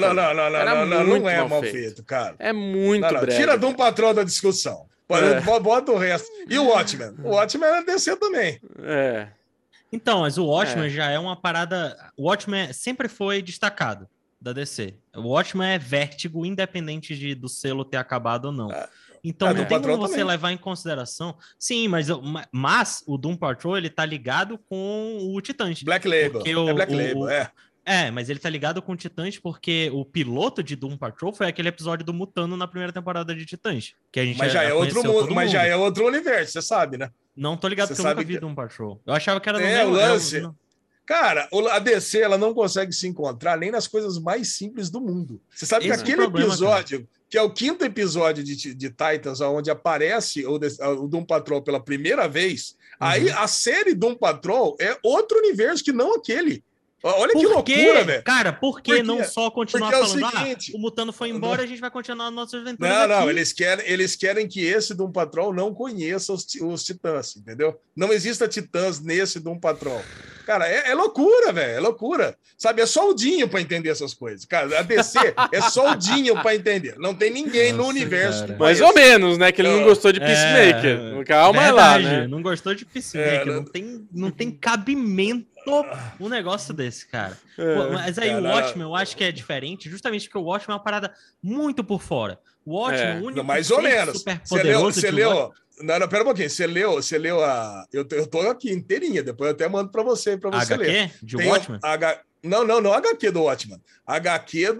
Não é mal feito, cara. É muito brega. Tira Doom Patrol da discussão. Bota o resto. E o Watchmen? O Watchmen é DC também. Então, mas o Watchmen já é uma parada... O Watchmen sempre foi destacado. da DC. O Watchmen é Vértigo, independente do selo ter acabado ou não. Então não tem como você levar em consideração. Sim, mas o Doom Patrol, ele tá ligado com o Titãs. Black Label. Black Label, mas ele tá ligado com o Titãs porque o piloto de Doom Patrol foi aquele episódio do Mutano na primeira temporada de Titãs. Que a gente mas já é outro mundo, mas já é outro universo, você sabe, né? Não tô ligado porque eu nunca vi Doom Patrol. Eu achava que era o lance. Cara, a DC, ela não consegue se encontrar nem nas coisas mais simples do mundo. Você sabe que aquele episódio, que é o 5º episódio de Titans, onde aparece o Doom Patrol pela primeira vez, aí a série Doom Patrol é outro universo que não aquele. Olha que loucura, velho. Cara, por que não só continuar falando, o Mutano foi embora, a gente vai continuar nossas aventuras aqui? Eles querem que esse Doom Patrol não conheça os Titãs, entendeu? Não exista Titãs nesse Doom Patrol. Cara, é loucura, velho, é loucura. Sabe, é só o Dinho pra entender essas coisas. Cara, a DC é só o Dinho pra entender. Não tem ninguém no universo. Mais ou menos, né? Que ele não gostou de Peacemaker. Calma lá, né? Não gostou de Peacemaker. Não tem cabimento um negócio desse, cara. Mas aí o Watchmen eu acho que é diferente, justamente porque o Watchmen é uma parada muito por fora. O Watchmen, o único mais ou menos. Super poderoso você leu. Não, pera um pouquinho. Você leu a. Eu tô aqui inteirinha, depois eu até mando pra você HQ? ler. De Watchmen? Não HQ do Watchmen. HQ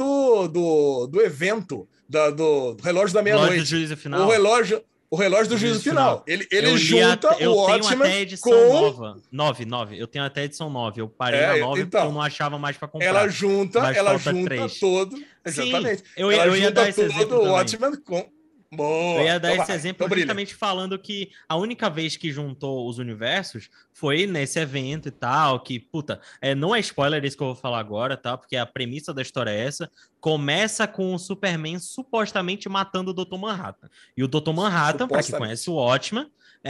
do evento, do relógio da meia-noite. Do juízo final. O relógio do juízo final. Ele junta o Watchmen com... Eu tenho até a edição nova. 9. Eu tenho até a edição 9. Eu parei na 9 porque eu não achava mais pra comprar. Ela junta 3. todo... Exatamente. Sim, eu ia dar esse exemplo todo o Watchmen com... Boa, eu ia dar esse exemplo justamente falando que a única vez que juntou os universos foi nesse evento e tal, que, não é spoiler isso que eu vou falar agora, tá? Porque a premissa da história é essa. Começa com o Superman supostamente matando o Dr. Manhattan. E o Dr. Manhattan, pra quem conhece o Watchmen,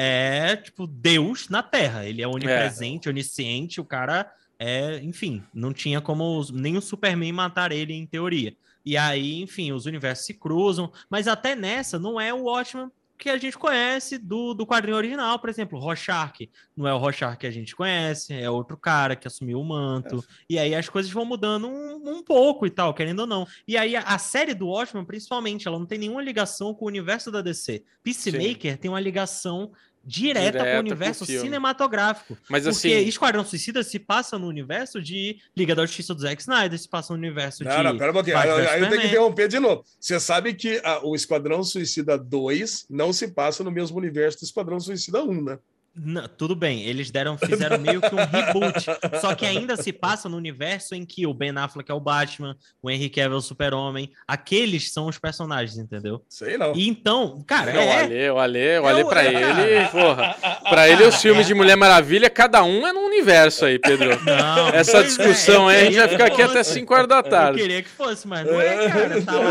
é, tipo, Deus na Terra. Ele é onipresente, onisciente, o cara enfim, não tinha como nem o Superman matar ele, em teoria. E aí, enfim, os universos se cruzam, mas até nessa não é o Watchmen que a gente conhece do quadrinho original, por exemplo, o Rorschach. Não é o Rorschach que a gente conhece, é outro cara que assumiu o manto. E aí as coisas vão mudando um pouco e tal, querendo ou não. E aí a série do Watchmen, principalmente, ela não tem nenhuma ligação com o universo da DC. Peacemaker tem uma ligação direta com o universo cinematográfico. Mas porque assim... Esquadrão Suicida se passa no universo de Liga da Justiça do Zack Snyder, se passa no universo de... Não, pera um pouquinho. Aí eu tenho que interromper de novo. Você sabe que o Esquadrão Suicida 2 não se passa no mesmo universo do Esquadrão Suicida 1, né? Não, tudo bem, eles fizeram meio que um reboot, só que ainda se passa no universo em que o Ben Affleck é o Batman, o Henry Cavill é o Super-Homem, aqueles são os personagens, entendeu? Sei não. E então, cara, eu olhei pra ele, porra. Pra ele, os filmes de Mulher Maravilha, cada um é num universo aí, Pedro. Não, essa discussão aí, a gente vai ficar aqui até 5 horas da tarde. Eu queria que fosse, mas não é, cara, tá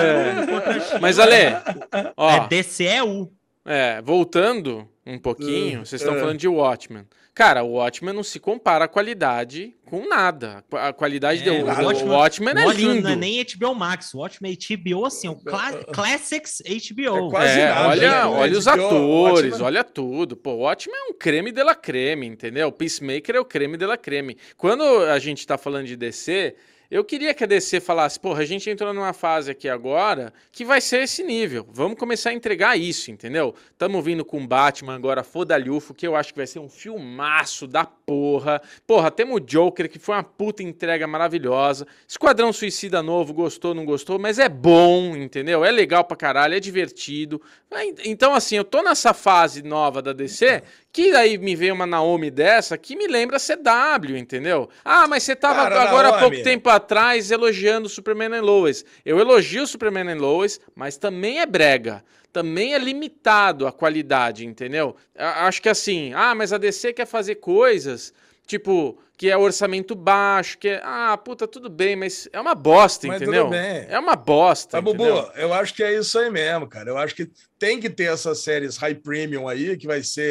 lá Mas, Ale, ó... DCEU. Voltando um pouquinho, vocês estão falando de Watchmen. Cara, o Watchmen não se compara a qualidade com nada. A qualidade do Watchmen é lindo. Não é nem HBO Max, o Watchmen é HBO, assim, o Classics HBO. Olha os atores, Watchmen... olha tudo. Pô, o Watchmen é um creme de la creme, entendeu? O Peacemaker é o creme de la creme. Quando a gente tá falando de DC... Eu queria que a DC falasse, porra, a gente entrou numa fase aqui agora que vai ser esse nível. Vamos começar a entregar isso, entendeu? Tamo vindo com Batman agora, fodalhufo, que eu acho que vai ser um filmaço da porra. Porra, temos o Joker, que foi uma puta entrega maravilhosa. Esquadrão Suicida novo, gostou, não gostou, mas é bom, entendeu? É legal pra caralho, é divertido. Então, assim, eu tô nessa fase nova da DC... Que aí me veio uma Naomi dessa que me lembra CW, entendeu? Ah, mas você tava agora há pouco tempo atrás elogiando Superman and Lois. Eu elogio Superman and Lois, mas também é brega. Também é limitado a qualidade, entendeu? Acho que assim, mas a DC quer fazer coisas, tipo, que é orçamento baixo, que é, tudo bem, mas é uma bosta, entendeu? Tudo bem. É uma bosta, Bubu, eu acho que é isso aí mesmo, cara. Eu acho que tem que ter essas séries high premium aí, que vai ser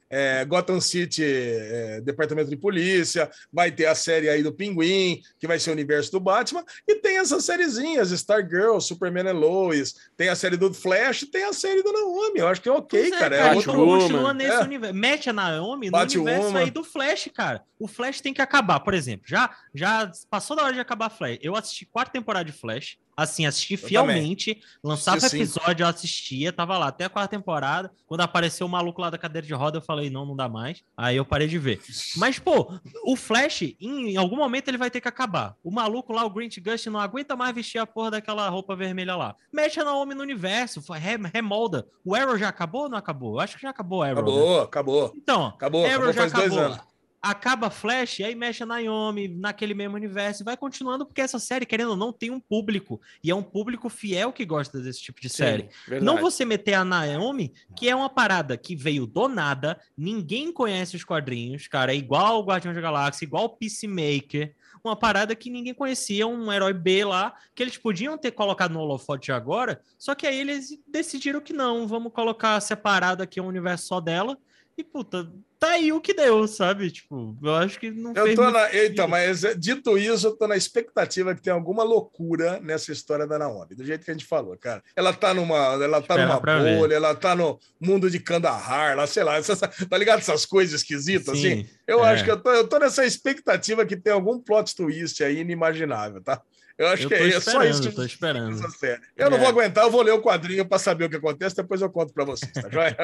Gotham City, Departamento de Polícia, vai ter a série aí do Pinguim, que vai ser o universo do Batman, e tem essas sériezinhas, Stargirl, Superman and Lois, tem a série do Flash, tem a série do Naomi, eu acho que é ok, cara. Então continua nesse universo. Mete a Naomi no universo aí do Flash, cara. O Flash tem que acabar, por exemplo. Já passou da hora de acabar Flash. Eu assisti 4ª temporada de Flash, assim, assisti fielmente, lançava episódio, eu assistia, tava lá até a 4ª temporada, quando apareceu o maluco lá da cadeira de roda, eu falei, não dá mais, aí eu parei de ver. Mas, pô, o Flash, em algum momento ele vai ter que acabar. O maluco lá, o Grant Gustin, não aguenta mais vestir a porra daquela roupa vermelha lá. Mete a Naomi no universo, remolda. O Arrow já acabou ou não acabou? Eu acho que já acabou o Arrow. Acabou. Então, acabou já faz 2 anos. Acaba Flash, aí mexe a Naomi naquele mesmo universo e vai continuando, porque essa série, querendo ou não, tem um público, e é um público fiel que gosta desse tipo de série. Verdade. Não você meter a Naomi, que é uma parada que veio do nada, ninguém conhece os quadrinhos, cara, é igual o Guardião da Galáxia, igual o Peacemaker, uma parada que ninguém conhecia, um herói B lá, que eles podiam ter colocado no holofote agora, só que aí eles decidiram que não, vamos colocar separado aqui um universo só dela, e puta, tá aí o que deu, sabe? Tipo, eu acho que não fez muito Então, mas dito isso, eu tô na expectativa que tenha alguma loucura nessa história da Naomi, do jeito que a gente falou, cara. Ela tá numa bolha, ela tá no mundo de Kandahar, lá, sei lá, tá ligado? Essas coisas esquisitas, Sim, assim. Eu acho que eu tô nessa expectativa que tem algum plot twist aí inimaginável, tá? Eu acho que é só isso que eu tô esperando. Eu não vou aguentar, eu vou ler o quadrinho para saber o que acontece, depois eu conto para vocês, tá joia?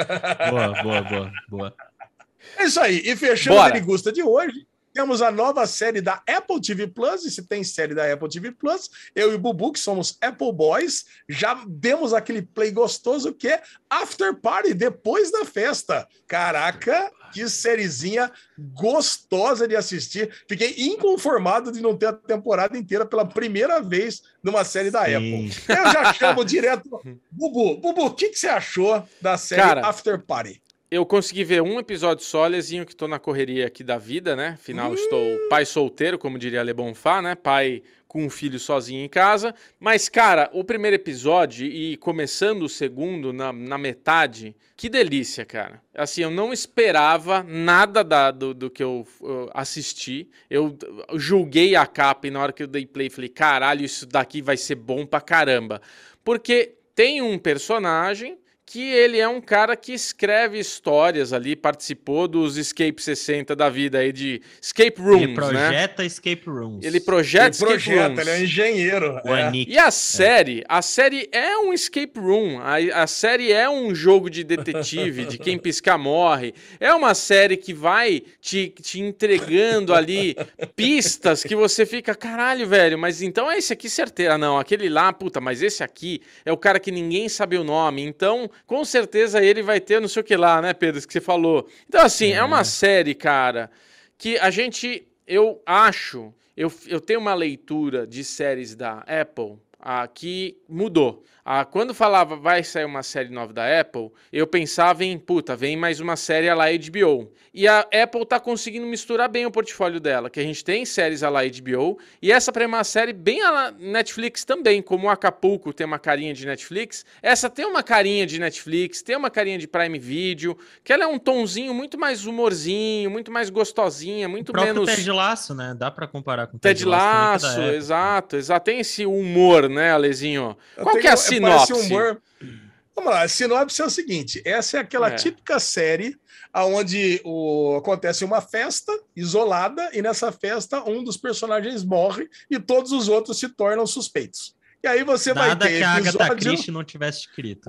Boa. É isso aí. E fechando a Derigusta de hoje, temos a nova série da Apple TV Plus. E se tem série da Apple TV Plus, eu e o Bubu, que somos Apple Boys, já demos aquele play gostoso que é After Party, depois da festa. Caraca, que sériezinha gostosa de assistir. Fiquei inconformado de não ter a temporada inteira pela primeira vez numa série da Apple. Eu já chamo direto. Bubu, o que você achou da série After Party? Eu consegui ver um episódio só, Lezinho, que tô na correria aqui da vida, né? Afinal, estou pai solteiro, como diria Le Bonfá, né? Pai com um filho sozinho em casa. Mas, cara, o primeiro episódio e começando o segundo na metade, que delícia, cara. Assim, eu não esperava nada do que eu assisti. Eu julguei a capa e na hora que eu dei play, falei, caralho, isso daqui vai ser bom pra caramba. Porque tem um personagem que ele é um cara que escreve histórias ali, participou dos Escape 60 da vida aí, de Escape Rooms, Ele projeta Escape Rooms. Ele projeta Escape Rooms. Ele é um engenheiro. E a série é um Escape Room, a série é um jogo de detetive, de quem piscar morre. É uma série que vai te entregando ali pistas que você fica, caralho, velho, mas então é esse aqui certeiro. Não, aquele lá, puta, mas esse aqui é o cara que ninguém sabe o nome, então com certeza ele vai ter não sei o que lá, né, Pedro, que você falou. Então, assim, é uma série, cara, que eu acho, eu tenho uma leitura de séries da Apple que mudou. Quando falava vai sair uma série nova da Apple, eu pensava em, puta, vem mais uma série à la HBO. E a Apple tá conseguindo misturar bem o portfólio dela, que a gente tem séries à la HBO, e essa pra uma série bem à la Netflix também, como o Acapulco tem uma carinha de Netflix, essa tem uma carinha de Netflix, tem uma carinha de Prime Video, que ela é um tonzinho muito mais humorzinho, muito mais gostosinha, muito menos... Ted Lasso, né? Dá pra comparar com Ted Lasso, exato. Tem esse humor, né, Alezinho? Qual que é a sinopse? Vamos lá, a sinopse é o seguinte, essa é aquela típica série onde acontece uma festa isolada e nessa festa um dos personagens morre e todos os outros se tornam suspeitos. E aí você vai ter que a Agatha Christie não tivesse escrito.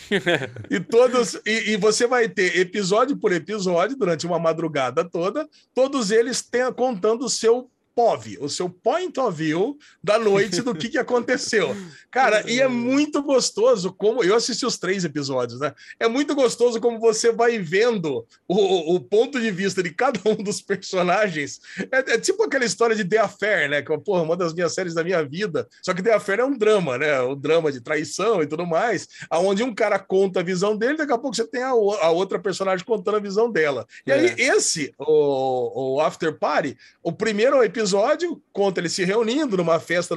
E você vai ter episódio por episódio durante uma madrugada toda, todos eles contando o seu POV, o seu point of view da noite do que aconteceu. Cara, e é muito gostoso como... Eu assisti os 3 episódios, né? É muito gostoso como você vai vendo o ponto de vista de cada um dos personagens. É tipo aquela história de The Affair, né? Que é uma das minhas séries da minha vida. Só que The Affair é um drama, né? Um drama de traição e tudo mais, onde um cara conta a visão dele, daqui a pouco você tem a outra personagem contando a visão dela. E aí o After Party, o primeiro episódio conta ele se reunindo numa festa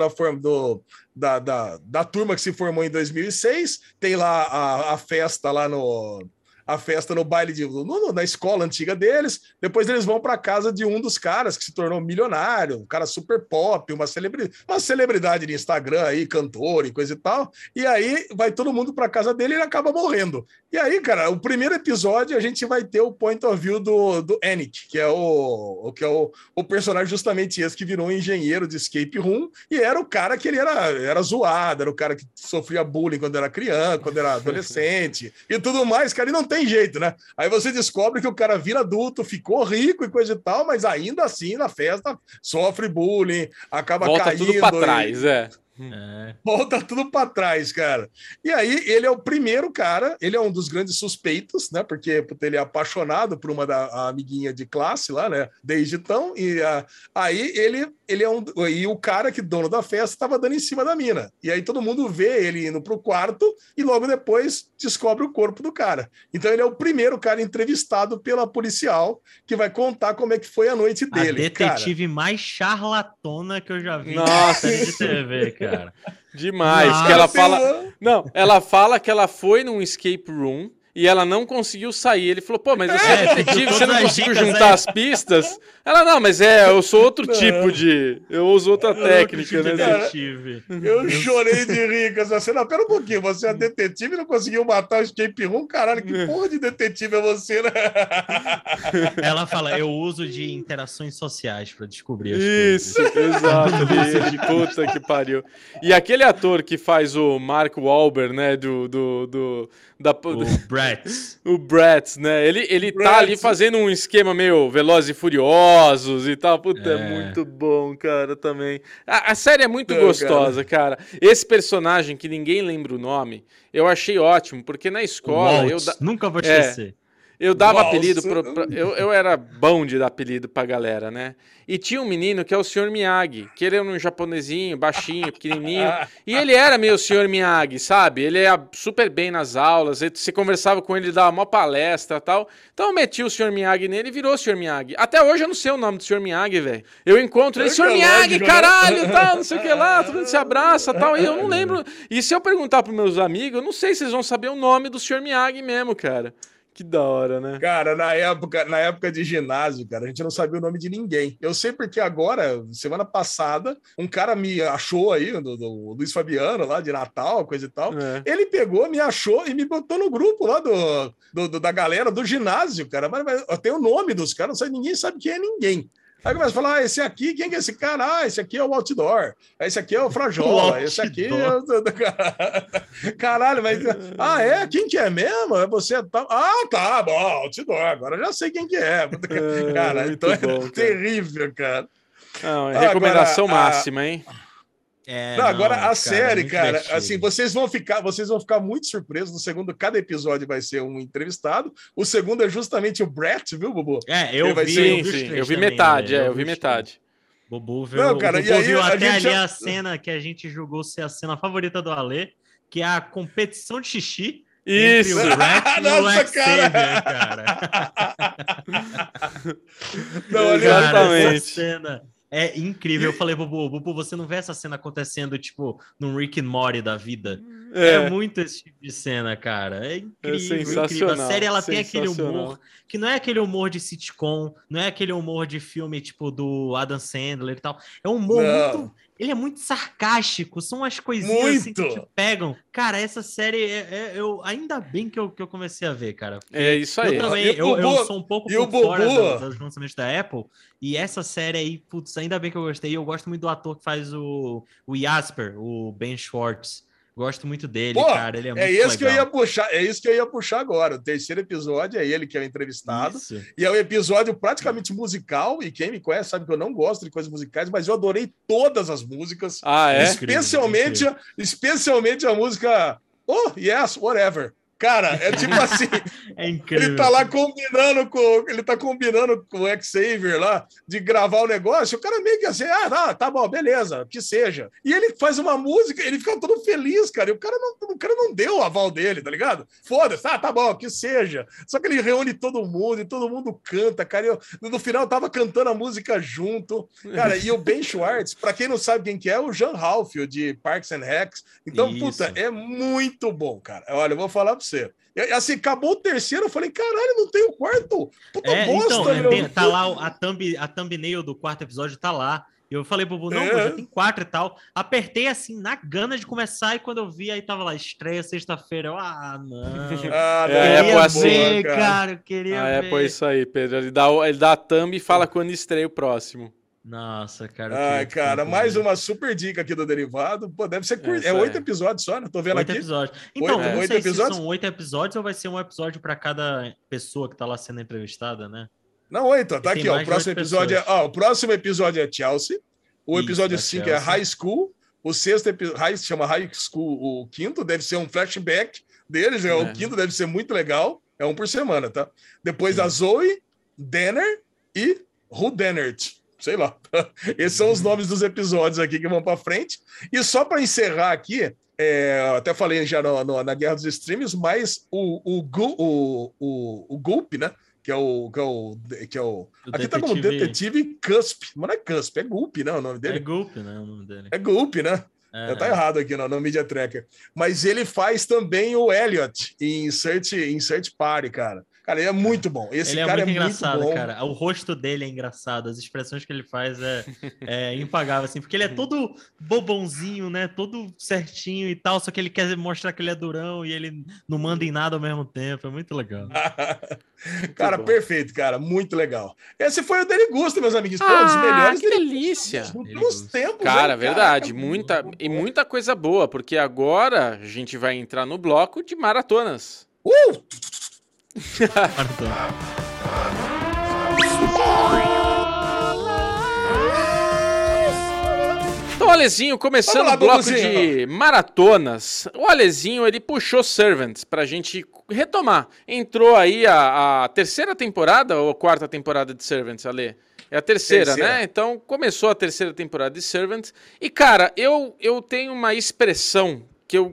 da turma que se formou em 2006, tem lá a festa lá a festa no baile na escola antiga deles. Depois eles vão para casa de um dos caras que se tornou milionário, um cara super pop, uma celebridade de Instagram aí, cantor e coisa e tal. E aí vai todo mundo para casa dele e ele acaba morrendo. E aí, cara, o primeiro episódio a gente vai ter o point of view do Anik, que é o personagem justamente esse que virou um engenheiro de escape room, e era o cara que ele era zoado, era o cara que sofria bullying quando era criança, quando era adolescente e tudo mais, cara, e não tem jeito, né? Aí você descobre que o cara vira adulto, ficou rico e coisa e tal, mas ainda assim na festa sofre bullying, acaba Volta caindo. tudo pra trás, Volta tudo para trás, cara. E aí ele é o primeiro cara, ele é um dos grandes suspeitos, né? Porque ele é apaixonado por a amiguinha de classe lá, né? Desde então. E aí ele é e o cara que dono da festa estava dando em cima da mina. E aí todo mundo vê ele indo pro quarto e logo depois descobre o corpo do cara. Então ele é o primeiro cara entrevistado pela policial que vai contar como é que foi a noite dele. A detetive mais charlatona que eu já vi na série de TV, cara. Demais. Que ela fala. Não, ela fala que ela foi num escape room e ela não conseguiu sair. Ele falou, pô, mas você é detetive, você não conseguiu juntar as pistas? Ela, não, mas eu sou outro tipo de... Eu uso outra técnica, né? Detetive. Eu chorei de rir com essa cena. Pera um pouquinho, você é detetive e não conseguiu matar o escape room? Caralho, que porra de detetive é você, né? Ela fala, eu uso de interações sociais pra descobrir as Isso, coisas. exato. Bicho, puta que pariu. E aquele ator que faz o Mark Wahlberg, né, O Bratz. o Bratz, né? Ele tá ali fazendo um esquema meio Velozes e Furiosos e tal. Puta, é muito bom, cara, também. A série é muito gostosa, cara. Esse personagem que ninguém lembra o nome, eu achei ótimo, porque na escola... Nunca vou te esquecer. Eu dava apelido, eu era bom de dar apelido pra galera, né? E tinha um menino que é o Sr. Miyagi, que ele era um japonesinho, baixinho, pequenininho, e ele era meio Sr. Miyagi, sabe? Ele ia super bem nas aulas, você conversava com ele, ele dava uma palestra e tal. Então eu meti o Sr. Miyagi nele e virou o Sr. Miyagi. Até hoje eu não sei o nome do Sr. Miyagi, velho. Eu encontro ele, Sr. Miyagi, caralho, tal, não sei o que lá, todo mundo se abraça, tal, e eu não lembro. E se eu perguntar pros meus amigos, eu não sei se eles vão saber o nome do Sr. Miyagi mesmo, cara. Que da hora, né? Cara, na época de ginásio, cara, a gente não sabia o nome de ninguém. Eu sei porque agora, semana passada, um cara me achou aí, do Luiz Fabiano, lá de Natal, coisa e tal. Ele pegou, me achou e me botou no grupo lá da galera do ginásio, cara. Mas eu tenho o nome dos caras, ninguém sabe quem é ninguém. Aí começa a falar, esse aqui, quem que é esse cara? Esse aqui é o Outdoor, esse aqui é o Frajola, esse aqui é o... Caralho, mas... Quem que é mesmo? É você? Tá, bom, Outdoor, agora eu já sei quem que é. Cara, então bom, é terrível, cara. Não, recomendação máxima, hein? Agora a série, cara, assim, vocês vão ficar muito surpresos. No segundo, cada episódio vai ser um entrevistado. O segundo é justamente o Brett, viu, Bubu? Eu vi metade, eu vi metade. Bubu viu, não, cara, Bubu viu até ali a cena que a gente julgou ser a cena favorita do Alê, que é a competição de xixi. Isso! Entre o Brett e o Xavier, cara. Não, exatamente. Essa cena é incrível. Eu falei, Bubu, você não vê essa cena acontecendo, tipo, num Rick and Morty da vida? É muito esse tipo de cena, cara. É incrível, incrível. A série, ela tem aquele humor, que não é aquele humor de sitcom, não é aquele humor de filme, tipo, do Adam Sandler e tal. É um humor muito... Ele é muito sarcástico, são as coisinhas assim que te pegam. Cara, essa série, ainda bem que eu comecei a ver, cara. É isso aí. Eu também, eu sou um pouco por fora dos lançamentos da Apple, e essa série aí, putz, ainda bem que eu gostei. Eu gosto muito do ator que faz o Jasper, o Ben Schwartz. Gosto muito dele, cara. Ele é muito legal. É isso que eu ia puxar agora. O terceiro episódio é ele que é o entrevistado. Isso. E é um episódio praticamente musical. E quem me conhece sabe que eu não gosto de coisas musicais, mas eu adorei todas as músicas. Especialmente a música Oh, Yes, Whatever. Cara, é tipo assim, é incrível. Ele tá combinando com o Xavier lá de gravar o negócio, o cara meio que assim, tá bom, beleza, que seja. E ele faz uma música, ele fica todo feliz, cara, e o cara não deu o aval dele, tá ligado? Foda-se, tá bom, que seja. Só que ele reúne todo mundo e todo mundo canta, cara, no final eu tava cantando a música junto, cara, e o Ben Schwartz, pra quem não sabe quem que é o Jan Halfield, de Parks and Recs, então, puta, é muito bom, cara. Olha, eu vou falar pra você. E, assim, acabou o terceiro, eu falei, caralho, não tem o quarto? Puta bosta, meu. Tá lá a thumbnail do quarto episódio, tá lá. Eu falei pro Bubu, não, pô, já tem 4 e tal. Apertei assim, na gana de começar, e quando eu vi, aí tava lá, estreia sexta-feira. Eu, não. Queria ver, cara, eu queria ver. Pô, isso aí, Pedro. Ele dá a thumb e fala quando estreia o próximo. Nossa, cara. Ai, cara, mais uma super dica aqui do Derivado. Pô, deve ser curto. É 8 episódios só, né? Tô vendo 8 aqui. episódios. Então, não 8 sei episódios? se são 8 episódios ou vai ser um episódio para cada pessoa que tá lá sendo entrevistada, né? Não, 8, tá aqui, ó. O próximo episódio o próximo episódio é Chelsea. O episódio 5 é High School. O sexto episódio chama High School. O quinto deve ser um flashback deles. O quinto deve ser muito legal. É um por semana, tá? Depois a Zoe, Danner e Who Dannert. Sei lá. Esses são os nomes dos episódios aqui que vão para frente. E só para encerrar aqui, até falei já na Guerra dos Streams, mas o Gulp, né? Que é o aqui tá como Detetive Cusp. Mas não é Cusp, é Gulp, né? O nome dele? É Gulp, né? O nome dele. É Gulp, né? Tá errado aqui no Media Tracker. Mas ele faz também o Elliot em Search Party, cara. Cara, ele é muito bom. Esse cara é muito engraçado, bom. Cara. O rosto dele é engraçado, as expressões que ele faz é impagável, assim, porque ele é todo bobãozinho, né? Todo certinho e tal, só que ele quer mostrar que ele é durão e ele não manda em nada ao mesmo tempo. É muito legal. Cara, perfeito, cara. Muito legal. Esse foi o Derigusta, meus amigos. Pô, um dos melhores. Que delícia. Nos tempos, cara, verdade. Muita coisa boa, porque agora a gente vai entrar no bloco de maratonas. Então, o Alezinho, começando o bloco de maratonas, o Alezinho, ele puxou Servants pra gente retomar. Entrou aí a terceira temporada ou a quarta temporada de Servants, Ale? É a terceira, né? Então, começou a terceira temporada de Servants. E, cara, eu tenho uma expressão que eu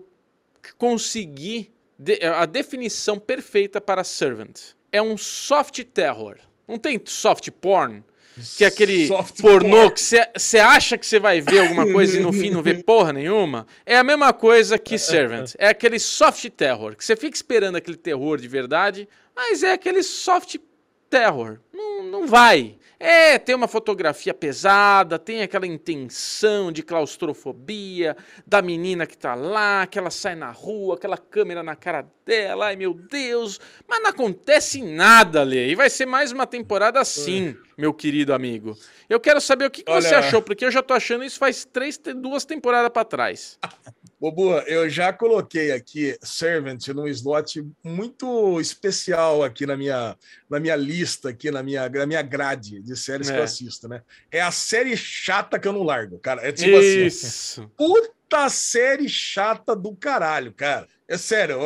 consegui, a definição perfeita para Servant. É um soft terror. Não tem soft porn? Que é aquele pornô que você acha que você vai ver alguma coisa e no fim não vê porra nenhuma? É a mesma coisa que Servant. É aquele soft terror, que você fica esperando aquele terror de verdade, mas é aquele soft terror. Não vai. Tem uma fotografia pesada, tem aquela intenção de claustrofobia da menina que tá lá, que ela sai na rua, aquela câmera na cara dela, ai meu Deus, mas não acontece nada, Lê, e vai ser mais uma temporada assim, meu querido amigo. Eu quero saber o que você achou, porque eu já tô achando isso faz 2 temporadas pra trás. Bobo, eu já coloquei aqui Servant num slot muito especial aqui na minha lista, aqui na minha grade de séries que eu assisto, né? É a série chata que eu não largo, cara. É tipo assim, puta série chata do caralho, cara. É sério,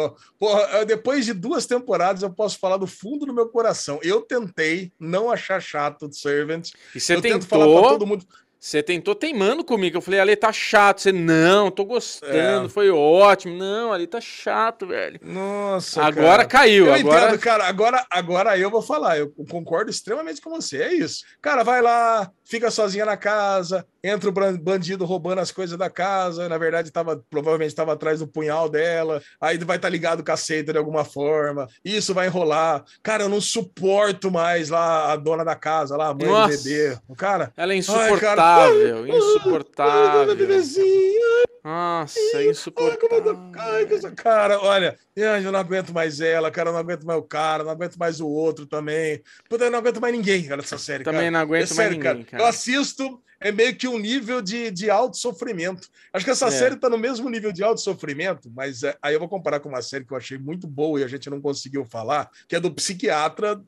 depois de 2 temporadas eu posso falar do fundo do meu coração. Eu tentei não achar chato de Servant. E você tento falar pra todo mundo... Você tentou teimando comigo. Eu falei, Ale, tá chato. Você, não, tô gostando, foi ótimo. Não, Ale, tá chato, velho. Nossa, agora cara. Caiu. Eu agora... entendo, cara. Agora eu vou falar. Eu concordo extremamente com você. É isso. Cara, vai lá, fica sozinha na casa, entra o bandido roubando as coisas da casa. Na verdade, provavelmente estava atrás do punhal dela. Aí vai estar ligado com a seita de alguma forma. Isso vai enrolar. Cara, eu não suporto mais lá a dona da casa, lá, a mãe do bebê. Cara, ela é insuportável. Insuportável. Nossa, é insuportável. Cara, olha, eu não aguento mais ela, cara, eu não aguento mais o cara, não aguento mais o outro também. Puta, eu não aguento mais ninguém, cara, dessa série. Também cara. Não aguento mais ninguém, cara. Eu assisto, é meio que um nível de auto-sofrimento. Acho que essa série tá no mesmo nível de auto-sofrimento, mas aí eu vou comparar com uma série que eu achei muito boa e a gente não conseguiu falar, que é do psiquiatra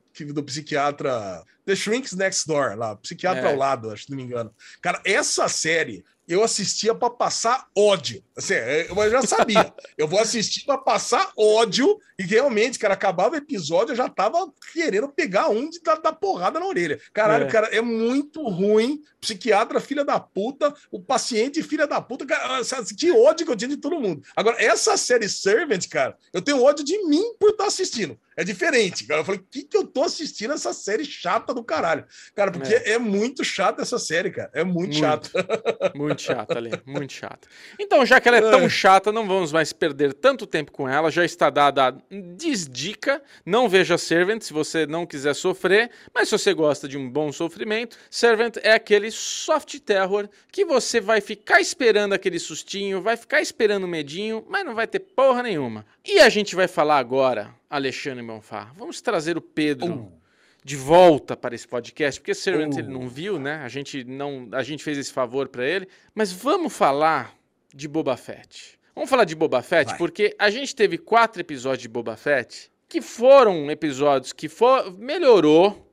The Shrinks Next Door, lá, psiquiatra ao lado, acho que não me engano. Cara, essa série eu assistia para passar ódio. Assim, eu já sabia. Eu vou assistir para passar ódio e realmente, cara, acabava o episódio, eu já tava querendo pegar da porrada na orelha. Caralho, cara, é muito ruim. Psiquiatra, filha da puta. O paciente, filha da puta. Cara, que ódio que eu tinha de todo mundo. Agora, essa série Servant, cara, eu tenho ódio de mim por estar assistindo. É diferente, cara. Eu falei, o que eu tô assistindo essa série chata do caralho? Cara, porque é muito chata essa série, cara. É muito chata. Muito chata, Ale. Muito chata. Então, já que ela é tão chata, não vamos mais perder tanto tempo com ela. Já está dada a desdica. Não veja Servant se você não quiser sofrer. Mas se você gosta de um bom sofrimento, Servant é aquele soft terror que você vai ficar esperando aquele sustinho, vai ficar esperando o medinho, mas não vai ter porra nenhuma. E a gente vai falar agora, Alexandre Bonfá, vamos trazer o Pedro de volta para esse podcast, porque Servant ele não viu, né? A gente fez esse favor para ele, mas vamos falar de Boba Fett. Vamos falar de Boba Fett, porque a gente teve 4 episódios de Boba Fett que foram episódios que melhorou,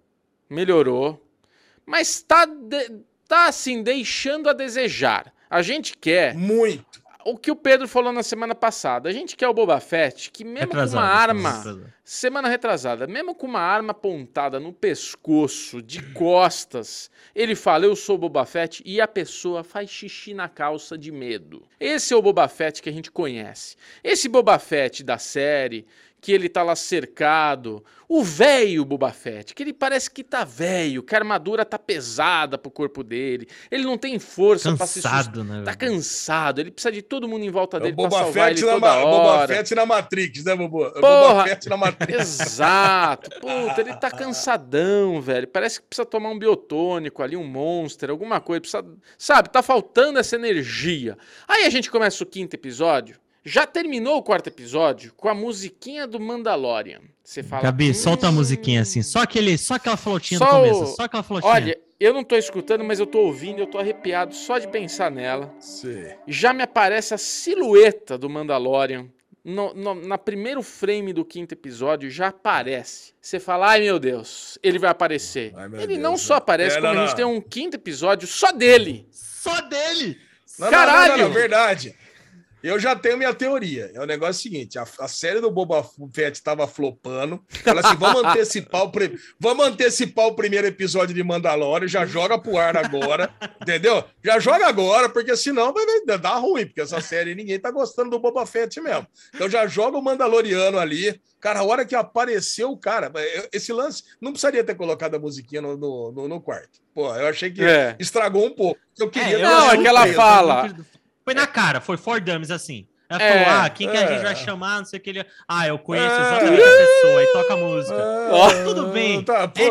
mas tá assim, deixando a desejar. A gente quer... Muito. O que o Pedro falou na semana passada. A gente quer o Boba Fett que mesmo com uma arma... Semana retrasada. Mesmo com uma arma apontada no pescoço, de costas, ele fala, eu sou o Boba Fett, e a pessoa faz xixi na calça de medo. Esse é o Boba Fett que a gente conhece. Esse Boba Fett da série... que ele tá lá cercado, o velho Boba Fett, que ele parece que tá velho, que a armadura tá pesada pro corpo dele, ele não tem força pra se sustentar, né? Tá cansado, ele precisa de todo mundo em volta dele pra Boba salvar Fett ele toda hora. Boba Fett na Matrix, né, Bobo? Porra, Boba Fett na Matrix. Exato, puta, ele tá cansadão, velho, parece que precisa tomar um biotônico ali, um Monster, alguma coisa, precisa, sabe, tá faltando essa energia. Aí a gente começa o 5º episódio, já terminou o 4º episódio com a musiquinha do Mandalorian. Você fala... Gabi, solta a musiquinha assim. Só aquela flautinha no começo. Só aquela flautinha. Olha, eu não tô escutando, mas eu tô ouvindo e eu tô arrepiado só de pensar nela. Sim. Já me aparece a silhueta do Mandalorian. Na primeiro frame do 5º episódio já aparece. Você fala, ai meu Deus, ele vai aparecer. Ele não só aparece, como a gente tem um 5º episódio só dele. Só dele! Caralho! Não, verdade. Eu já tenho minha teoria. É o negócio seguinte: a série do Boba Fett estava flopando. Fala assim: vamos antecipar o primeiro episódio de Mandalorian, já joga pro ar agora, entendeu? Já joga agora, porque senão vai dar ruim, porque essa série ninguém tá gostando do Boba Fett mesmo. Então já joga o Mandaloriano ali. Cara, a hora que apareceu o cara, esse lance não precisaria ter colocado a musiquinha no quarto. Pô, eu achei que estragou um pouco. Eu queria não, é que ela fala. Foi na cara, foi for dummies, assim. Ela falou, quem que a gente vai chamar, não sei o que ele... eu conheço exatamente a pessoa, e toca a música. Tudo bem.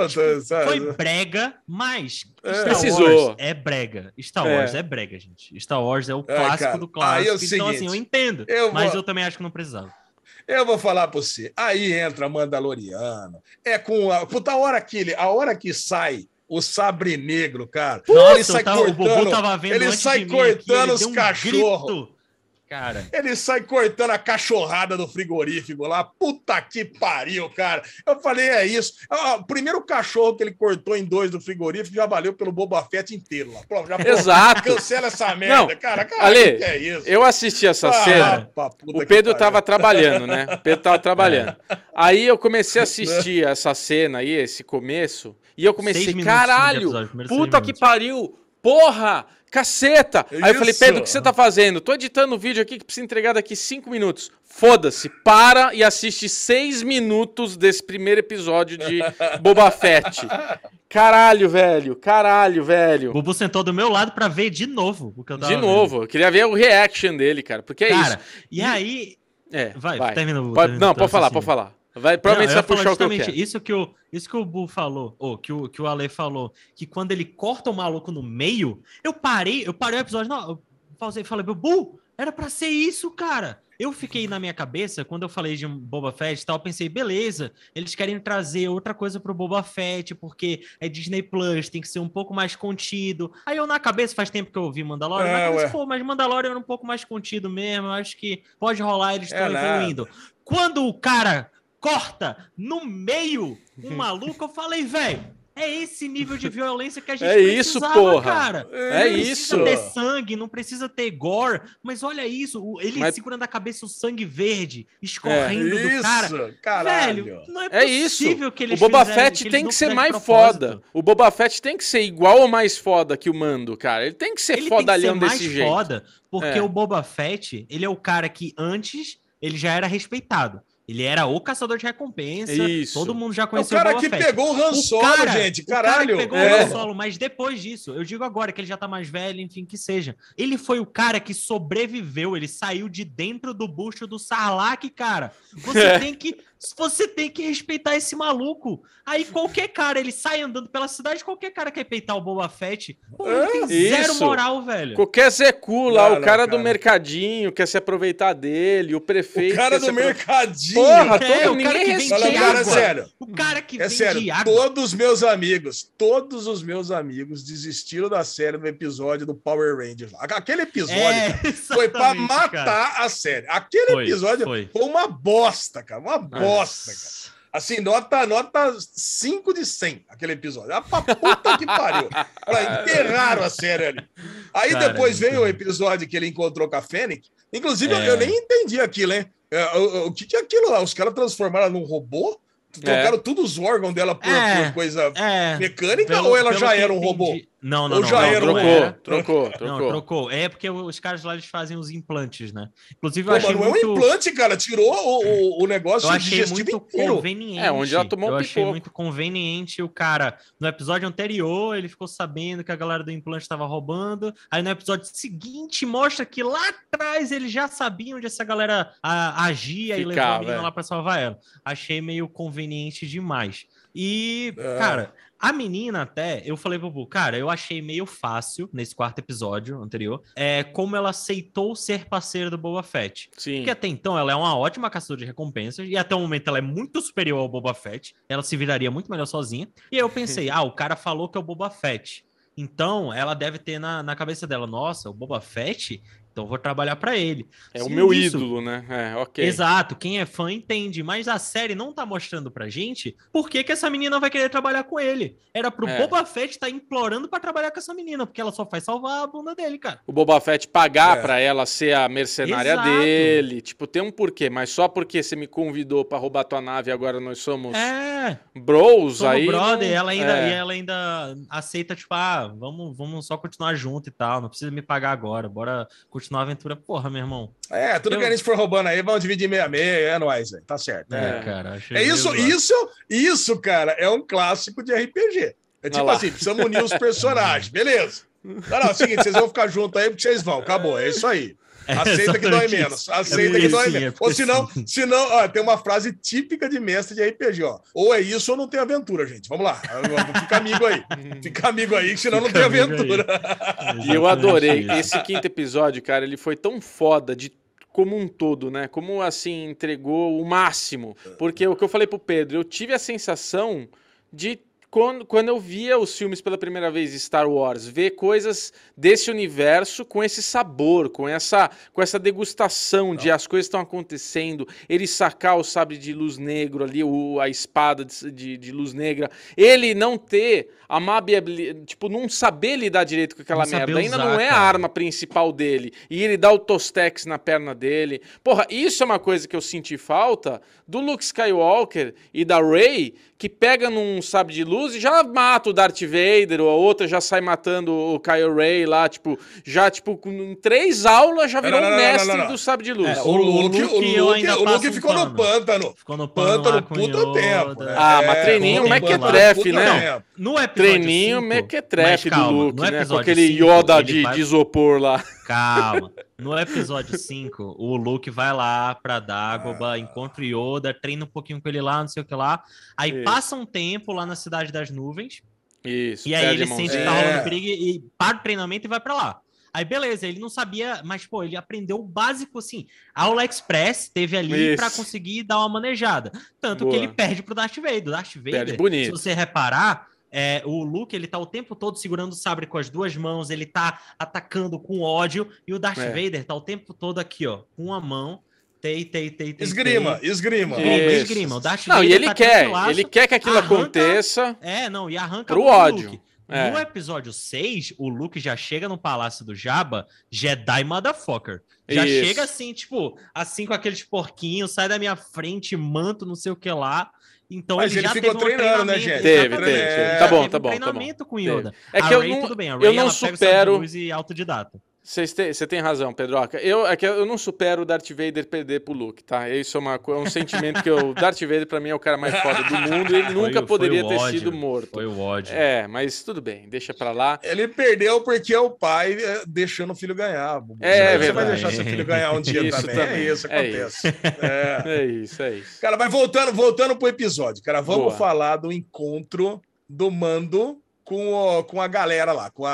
Foi brega, mas Star Wars é brega. Star Wars é brega, gente. Star Wars é o clássico do clássico. Então, assim, eu entendo, mas eu também acho que não precisava. Eu vou falar pra você. Aí entra Mandaloriano. Puta, a hora que sai o sabre negro, cara. Nossa, ele sai cortando, o Bubu tava vendo ele sai cortando os cachorros. Cara. Ele sai cortando a cachorrada do frigorífico lá. Puta que pariu, cara. Eu falei, é isso. O primeiro cachorro que ele cortou em 2 do frigorífico já valeu pelo Boba Fett inteiro lá. Exato. Cancela essa merda, cara. Ale, que é isso? Eu assisti essa cena. O Pedro tava trabalhando, né? O Pedro tava trabalhando. Aí eu comecei a assistir essa cena aí, esse começo, e eu comecei, caralho, puta que pariu, porra, caceta. Aí eu falei, Pedro, o que você tá fazendo? Tô editando o vídeo aqui que precisa entregar daqui 5 minutos. Foda-se, para e assiste 6 minutos desse primeiro episódio de Boba Fett. Caralho, velho. O Bubu sentou do meu lado pra ver de novo o que eu tava vendo. Eu queria ver o reaction dele, cara, porque é isso. E aí... Vai. Termina, Bubu. Pode falar. Provavelmente você vai puxar o que eu quero. Isso que o Bu falou, que o Ale falou, que quando ele corta o maluco no meio, eu parei o episódio, não, eu pausei e falei, Bu, era pra ser isso, cara. Eu fiquei na minha cabeça, quando eu falei de Boba Fett e tal, eu pensei, beleza, eles querem trazer outra coisa pro Boba Fett, porque é Disney Plus, tem que ser um pouco mais contido. Aí eu na cabeça, faz tempo que eu ouvi Mandalorian, mas Mandalorian era um pouco mais contido mesmo, eu acho que pode rolar, eles estão evoluindo. Quando o cara corta no meio um maluco, eu falei, velho, é esse nível de violência que a gente precisava, isso, porra. Cara. É isso. Não precisa ter sangue, não precisa ter gore, mas olha isso, ele segurando a cabeça o sangue verde, escorrendo do cara. Caralho. Velho, não é possível que eles O Boba Fett tem que ser mais foda. O Boba Fett tem que ser igual ou mais foda que o Mando, cara. Ele tem que ser fodalhão desse jeito. Foda, porque o Boba Fett, ele é o cara que antes ele já era respeitado. Ele era o caçador de recompensa. Isso. Todo mundo já É o conhecia cara Boba que Fett. pegou o Han Solo, gente. Caralho. O cara que pegou o Han Solo, mas depois disso, eu digo agora que ele já tá mais velho, enfim, que seja. Ele foi o cara que sobreviveu, ele saiu de dentro do bucho do Sarlacc, cara. Você tem que respeitar esse maluco. Aí qualquer cara, ele sai andando pela cidade, qualquer cara quer peitar o Boba Fett. Pô, ele tem zero moral, velho. Qualquer Zé Cu lá, Não, o cara cara. do mercadinho quer se aproveitar dele, o prefeito... O cara quer se do mercadinho. Porra, É, todo, o cara ninguém que vende respeita. Olha, cara, é água. sério. O cara que É vende sério, água. todos os meus amigos desistiram da série no episódio do Power Rangers. Aquele episódio cara, foi pra exatamente, matar cara. a série. Aquele episódio foi uma bosta, cara. Uma bosta, cara. Assim, nota 5 de 100, aquele episódio. Ah, pra puta que pariu. Enterraram a série ali. Aí cara, depois veio o episódio que ele encontrou com a Fennec. Inclusive, eu nem entendi aquilo, hein? O que é aquilo lá? Os caras transformaram num robô? Trocaram todos os órgãos dela por coisa mecânica ou ela já era um robô? Não. Trocou. É porque os caras lá eles fazem os implantes, né? Inclusive, eu achei não é um implante, cara. Tirou o negócio eu achei muito inteiro. Conveniente. Onde ela tomou achei muito conveniente o cara. No episódio anterior, ele ficou sabendo que a galera do implante estava roubando. Aí no episódio seguinte, mostra que lá atrás eles já sabiam onde essa galera agia e levou a menina lá pra salvar ela. Achei meio conveniente demais. E, cara, a menina até, eu falei pro Bu, cara, eu achei meio fácil nesse quarto episódio anterior, como ela aceitou ser parceira do Boba Fett. Sim. Porque até então ela é uma ótima caçadora de recompensas e até o momento ela é muito superior ao Boba Fett, ela se viraria muito melhor sozinha. E aí eu pensei, o cara falou que é o Boba Fett. Então ela deve ter na cabeça dela, nossa, o Boba Fett... Então vou trabalhar pra ele. É o meu ídolo, né? Ok. Exato, quem é fã entende, mas a série não tá mostrando pra gente por que essa menina vai querer trabalhar com ele. Era pro Boba Fett tá implorando pra trabalhar com essa menina, porque ela só faz salvar a bunda dele, cara. O Boba Fett pagar pra ela ser a mercenária dele. Tipo, tem um porquê, mas só porque você me convidou pra roubar tua nave e agora nós somos bros, somos aí... brother, e ela ainda aceita, tipo, vamos só continuar junto e tal, não precisa me pagar agora, bora continuar a aventura. Porra, meu irmão. Tudo que a gente for roubando aí, vamos dividir meio a meio, é nóis, velho. Tá certo. Cara, isso, cara, é um clássico de RPG. É tipo assim, precisamos unir os personagens, beleza. Não, é o seguinte, vocês vão ficar juntos aí porque vocês vão, acabou, é isso aí. Aceita que dói menos. Aceita que dói menos. Ou senão, tem uma frase típica de mestre de RPG, ó. Ou é isso ou não tem aventura, gente. Vamos lá. Fica amigo aí. Fica amigo aí, senão não tem aventura. E eu adorei. Esse quinto episódio, cara, ele foi tão foda como um todo, né? Como, assim, entregou o máximo. Porque o que eu falei pro Pedro, eu tive a sensação de... Quando eu via os filmes pela primeira vez de Star Wars, ver coisas desse universo com esse sabor, com essa degustação de as coisas estão acontecendo, ele sacar o sabre de luz negro ali, a espada de luz negra, ele não ter tipo, não saber lidar direito com aquela merda, ainda não é a arma principal dele, e ele dá o Tostex na perna dele. Porra, isso é uma coisa que eu senti falta do Luke Skywalker e da Rey, que pega num sabre de luz e já mata o Darth Vader, ou a outra já sai matando o Kylo Ren lá, tipo, em 3 aulas já virou mestre do sabre de luz. O Luke ficou no pântano. Ficou no pântano puto tempo. Né? Mas treininho mequetrefe, né? No episódio treininho 5, mequetrefe do Luke, né? Com aquele 5, Yoda de isopor lá. Calma. No episódio 5, o Luke vai lá pra Dagobah, encontra o Yoda, treina um pouquinho com ele lá, não sei o que lá. Aí passa um tempo lá na Cidade das Nuvens. Isso. E aí ele sente que tá rolando perigo e para o treinamento e vai pra lá. Aí beleza, ele não sabia, mas pô, ele aprendeu o básico assim. A Aula Express teve ali pra conseguir dar uma manejada. Tanto que ele perde pro Darth Vader. O Darth Vader, se você reparar... o Luke, ele tá o tempo todo segurando o sabre com as 2 mãos, ele tá atacando com ódio, e o Darth Vader tá o tempo todo aqui, ó, com uma mão, esgrima. O Darth Vader e ele quer que aquilo aconteça. E arranca pro ódio. Luke. No episódio 6, o Luke já chega no palácio do Jabba, Jedi Motherfucker. Já chega assim, tipo, assim com aqueles porquinhos, sai da minha frente, manto, não sei o que lá. Então mas ele já ficou treinando, né, gente? Teve. Tá bom. Treinamento com Yoda. É que eu não tudo bem, a Rey, eu não ela supero. pega o sabre de luz e autodidata. Você tem razão, Pedroca. É que eu não supero o Darth Vader perder pro Luke, tá? Isso é um sentimento que o Darth Vader, pra mim, é o cara mais foda do mundo e ele nunca poderia ter sido morto. Foi o ódio. Mas tudo bem, deixa pra lá. Ele perdeu porque é o pai deixando o filho ganhar. Você vai deixar seu filho ganhar um dia também. É isso, acontece. É isso. Cara, mas voltando pro episódio, cara, vamos falar do encontro do Mando com a galera lá, com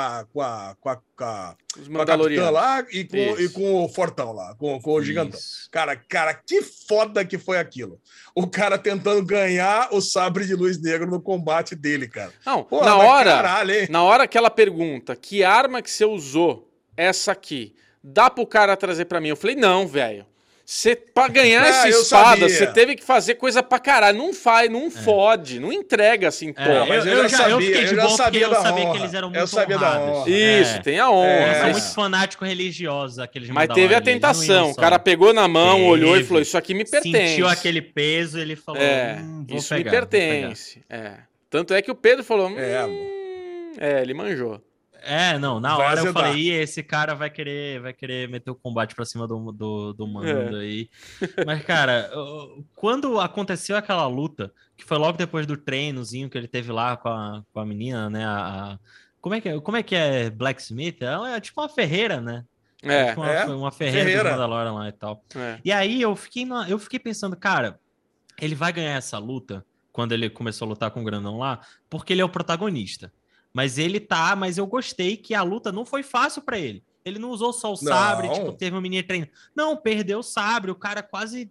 Os a capitã lá Mandalorianos. e com o Fortão lá, com o Gigantão. Cara, que foda que foi aquilo. O cara tentando ganhar o sabre de luz negro no combate dele, cara. Não, Porra, na hora que ela pergunta que arma que você usou, essa aqui, dá pro cara trazer pra mim? Eu falei, não, velho. Pra ganhar essa espada, você teve que fazer coisa pra caralho. Não fode, não entrega assim, mas eu já sabia da honra. Que eles eram muito eu sabia honrados. da honra. Isso, tem a honra. Eles são muito fanáticos religiosos, aqueles Mas teve a tentação. O cara pegou na mão, olhou e falou, isso aqui me pertence. Sentiu aquele peso, ele falou, vou isso pegar, me pertence. Tanto é que o Pedro falou, ele manjou. Na hora eu falei, esse cara vai querer meter o combate pra cima do Mando aí. Mas, cara, quando aconteceu aquela luta, que foi logo depois do treinozinho que ele teve lá com a menina, né? Como é que é Blacksmith? Ela é tipo uma ferreira, né? Tipo uma ferreira do Mandalorian lá e tal. E aí eu fiquei pensando, cara, ele vai ganhar essa luta quando ele começou a lutar com o grandão lá, porque ele é o protagonista. Mas eu gostei que a luta não foi fácil pra ele. Ele não usou só o sabre, teve uma menina treinando. Não, perdeu o sabre, o cara quase,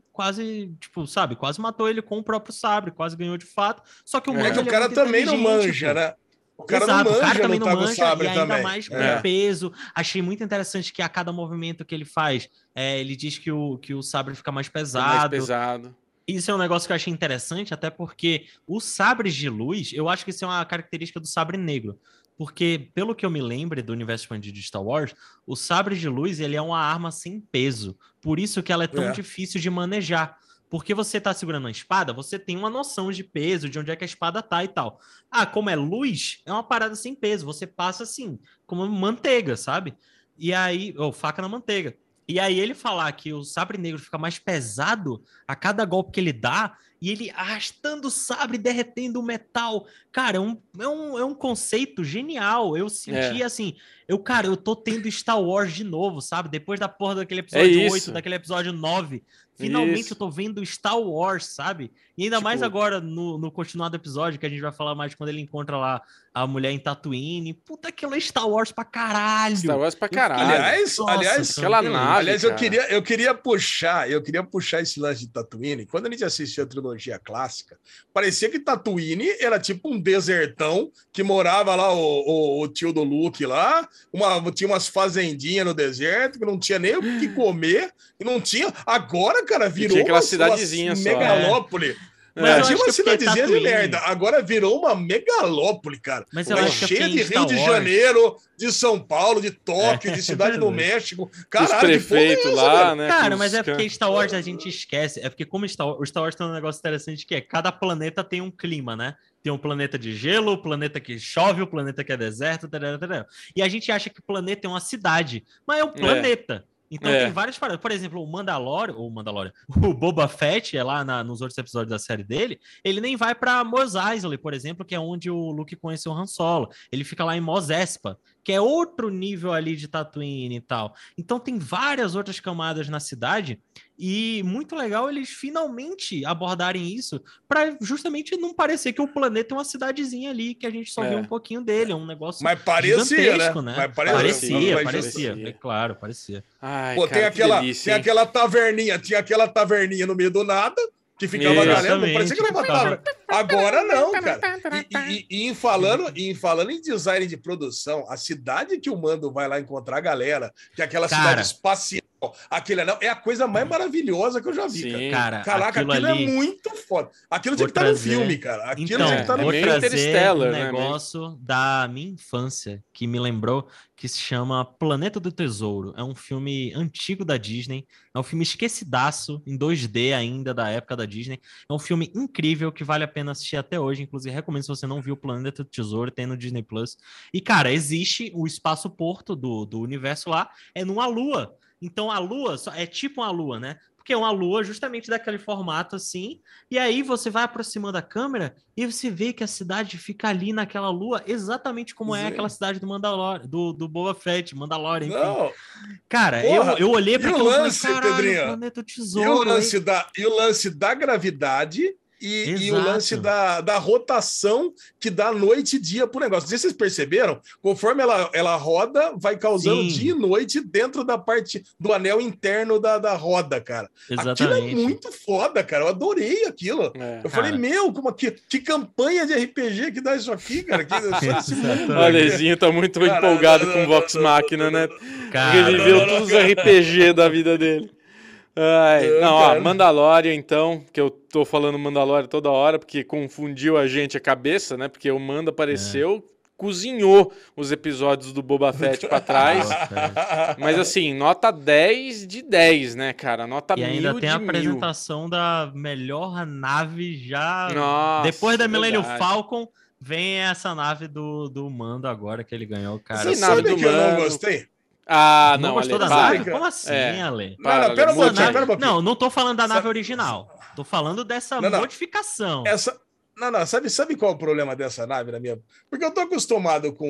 quase matou ele com o próprio sabre, quase ganhou de fato. Só que o Mando, o cara também não manja, né? O cara também não manja e ainda mais com peso. Achei muito interessante que a cada movimento que ele faz, ele diz que o sabre fica mais pesado. Isso é um negócio que eu achei interessante, até porque os sabres de luz, eu acho que isso é uma característica do sabre negro. Porque, pelo que eu me lembro do universo expandido de Star Wars, o sabre de luz ele é uma arma sem peso. Por isso que ela é tão difícil de manejar. Porque você tá segurando uma espada, você tem uma noção de peso, de onde é que a espada tá e tal. Como é luz, é uma parada sem peso. Você passa assim, como manteiga, sabe? E aí, faca na manteiga. E aí ele falar que o sabre negro fica mais pesado a cada golpe que ele dá, e ele arrastando o sabre, derretendo o metal. Cara, é um conceito genial. Eu senti assim, eu tô tendo Star Wars de novo, sabe? Depois da porra daquele episódio 8, daquele episódio 9. Finalmente eu tô vendo Star Wars, sabe? E ainda mais agora no continuado episódio, que a gente vai falar mais quando ele encontra lá a mulher em Tatooine. Puta, aquilo é Star Wars pra caralho. Star Wars pra caralho. Aliás, aquela nave, aliás, eu queria puxar esse lance de Tatooine. Quando a gente assistiu a trilogia clássica, parecia que Tatooine era tipo um desertão que morava lá o tio do Luke lá, tinha umas fazendinhas no deserto que não tinha nem o que comer e não tinha. Agora, cara, virou aquela cidadezinha só. Megalópole. Tinha uma cidadezinha de merda. Agora virou uma megalópole, cara. Mas eu acho cheia de Rio de Janeiro, de São Paulo, de Tóquio, de Cidade do México. Caralho, os prefeitos lá, né? Cara, mas é porque Star Wars a gente esquece. É porque como o Star Wars tem um negócio interessante que é cada planeta tem um clima, né? Tem um planeta de gelo, o planeta que chove, o planeta que é deserto, e a gente acha que o planeta é uma cidade, mas é um planeta. Então tem várias paradas. Por exemplo, o Mandalorian, o Boba Fett, lá nos outros episódios da série dele, ele nem vai pra Mos Eisley, por exemplo, que é onde o Luke conheceu o Han Solo. Ele fica lá em Mos Espa, que é outro nível ali de Tatooine e tal. Então tem várias outras camadas na cidade e muito legal eles finalmente abordarem isso para justamente não parecer que o planeta é uma cidadezinha ali, que a gente só vê um pouquinho dele, é um negócio gigantesco, né? Mas parecia. É claro, parecia. Ai, pô, cara, tem aquela taverninha no meio do nada, que ficava galera, parecia que não matava. Agora não, cara. E falando em design de produção, a cidade que o Mando vai lá encontrar a galera, que é aquela cidade espacial Aquele anel é a coisa mais maravilhosa que eu já vi, Sim. cara. Caraca, aquilo ali... é muito foda. Aquilo tinha que estar no filme, cara. Aquilo então, tinha que estar no vou filme. trazer Interstellar, um né, negócio da minha infância que me lembrou, que se chama Planeta do Tesouro. É um filme antigo da Disney, é um filme esquecidaço, em 2D ainda, da época da Disney. É um filme incrível que vale a pena assistir até hoje, inclusive recomendo se você não viu o Planeta do Tesouro, tem no Disney Plus. E, cara, existe o espaço-porto do universo lá, é numa lua. Então a lua é tipo uma lua, né? Porque é uma lua justamente daquele formato assim, e aí você vai aproximando a câmera e você vê que a cidade fica ali naquela lua, exatamente como é aquela cidade do Mandalorian, do Boba Fett, Mandalorian, enfim. Não. Cara, Porra, eu olhei para aquilo e falei, caralho, Pedrinho, Planeta Tesouro. E o lance da gravidade e o lance Exato. da rotação que dá noite e dia pro negócio. Não sei se vocês perceberam, conforme ela roda, vai causando Sim. dia e noite dentro da parte do anel interno da roda, cara. Exatamente. Aquilo é muito foda, cara. Eu adorei aquilo. Eu falei, meu, que campanha de RPG que dá isso aqui, cara. O Alezinho tá muito empolgado com Vox Machina, né? Reviveu todos os RPG da vida dele. Mandalorian, então, que eu tô falando Mandalorian toda hora, porque confundiu a gente a cabeça, né? Porque o Mando apareceu, cozinhou os episódios do Boba Fett pra trás. Mas assim, nota 10 de 10, né, cara? Nota 1000 de 1000. E ainda tem a apresentação da melhor nave já... Nossa, depois da Millennium Falcon, vem essa nave do Mando agora, que ele ganhou, cara. Você sabe que eu não gostei? Não gostou da nave? Como assim, Ale? Pera um pouquinho. Não tô falando da nave original. Tô falando dessa modificação. Sabe qual é o problema dessa nave na minha? Porque eu tô acostumado com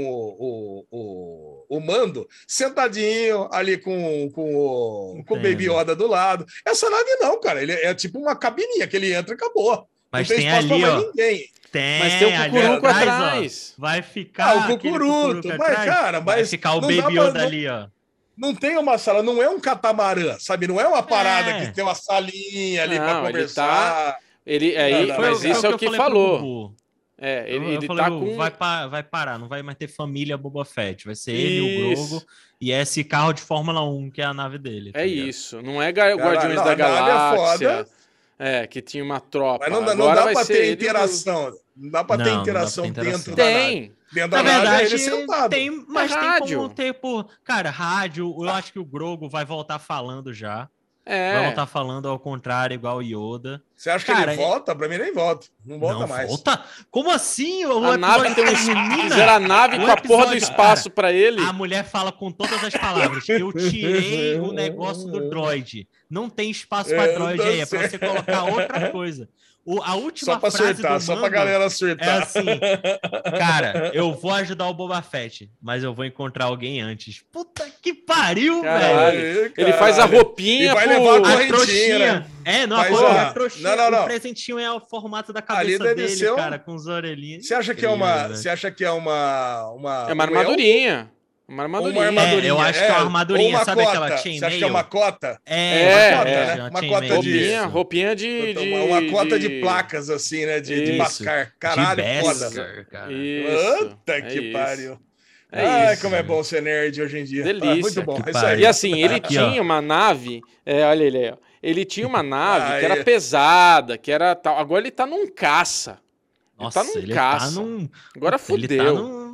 o Mando sentadinho ali com o Baby Yoda do lado. Essa nave não, cara. Ele é tipo uma cabininha que ele entra e acabou. Mas não tem espaço ali, pra mais ninguém. Mas tem o Cucuruco atrás. Ó, vai ficar o Cucuruto. Mas, cara, vai ficar o Baby Yoda ali, ó. Não tem uma sala, não é um catamarã, sabe? Não é uma parada que tem uma salinha ali para conversar. Mas isso é o que falou. Ele falei, tá com... vai parar, não vai mais ter família Boba Fett. Vai ser ele, o Grogu e esse carro de Fórmula 1, que é a nave dele. Tá isso, não é Guardiões da Galáxia. Que tinha uma tropa. Mas não dá pra ter interação. Não dá pra ter interação dentro da nave. Na verdade, tem, mas tem como ter por... Cara, rádio, eu acho que o Grogu vai voltar falando já. Vai voltar falando ao contrário, igual o Yoda. Você acha que ele volta? Pra mim nem volta. Não volta mais. Volta? Como assim? A nave tem fizeram a nave com a porra do espaço pra ele. A mulher fala com todas as palavras. Eu tirei o negócio do droid. Não tem espaço pra droid aí. É pra você colocar outra coisa. A última só pra frase acertar, do Mando só pra galera acertar. É assim, cara, eu vou ajudar o Boba Fett, mas eu vou encontrar alguém antes. Puta que pariu, velho. Ele faz a roupinha, vai levar a trouxinha. A trouxinha. Não. O presentinho é o formato da cabeça dele, cara, com os orelhinhos. Você acha que é uma... É uma armadurinha. Uma armadurinha. Eu acho que é uma armadurinha. Sabe cota. aquela chainmail? Você acha que é uma cota? Uma cota, né? Roupinha de... Uma cota de placas, assim, né? De mascar. Caralho, foda. Cara. Puta que pariu. Ai, como é bom ser nerd hoje em dia. Delícia. Muito bom. É isso aí. E assim, ele tinha uma nave... olha ele aí, ó. Ele tinha uma nave que era pesada, que era tal. Agora ele tá num caça. Nossa, ele tá num... Agora fudeu.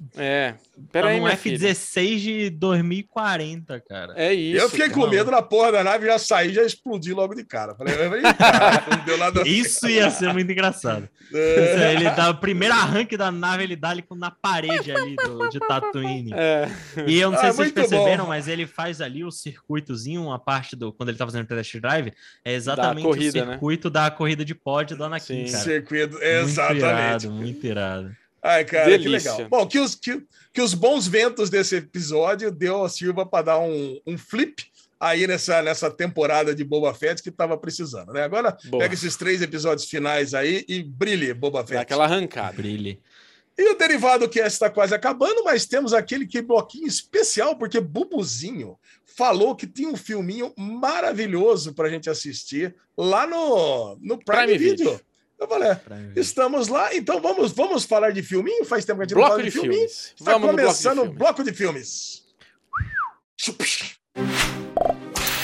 Pera aí, minha filha. F-16 de 2040, cara. É isso. Eu fiquei com medo da porra da nave, já saí, já explodi logo de cara. Falei, cara, não deu nada. Isso ia ser muito engraçado. Ele dá o primeiro arranque da nave, ele dá ali na parede ali de Tatooine. E eu não sei se vocês perceberam, mas ele faz ali o circuitozinho, uma parte quando ele tá fazendo o test drive, é exatamente o circuito da corrida de pod do Anakin, cara. Circuito, exatamente. Muito irado. Ai, cara, delícia. Que legal. Bom, que os bons ventos desse episódio sirva para dar um flip aí nessa temporada de Boba Fett que tava precisando, né? Agora, pega esses 3 episódios finais aí e brilhe, Boba Fett. Dá aquela arrancada. Brilhe. E o Derivado Cast está quase acabando, mas temos aquele bloquinho especial, porque Bubuzinho falou que tinha um filminho maravilhoso pra gente assistir lá no Prime Video. Eu falei, estamos lá, então vamos falar de filminho? Faz tempo que a gente não fala de filminho. Está começando o bloco de filmes.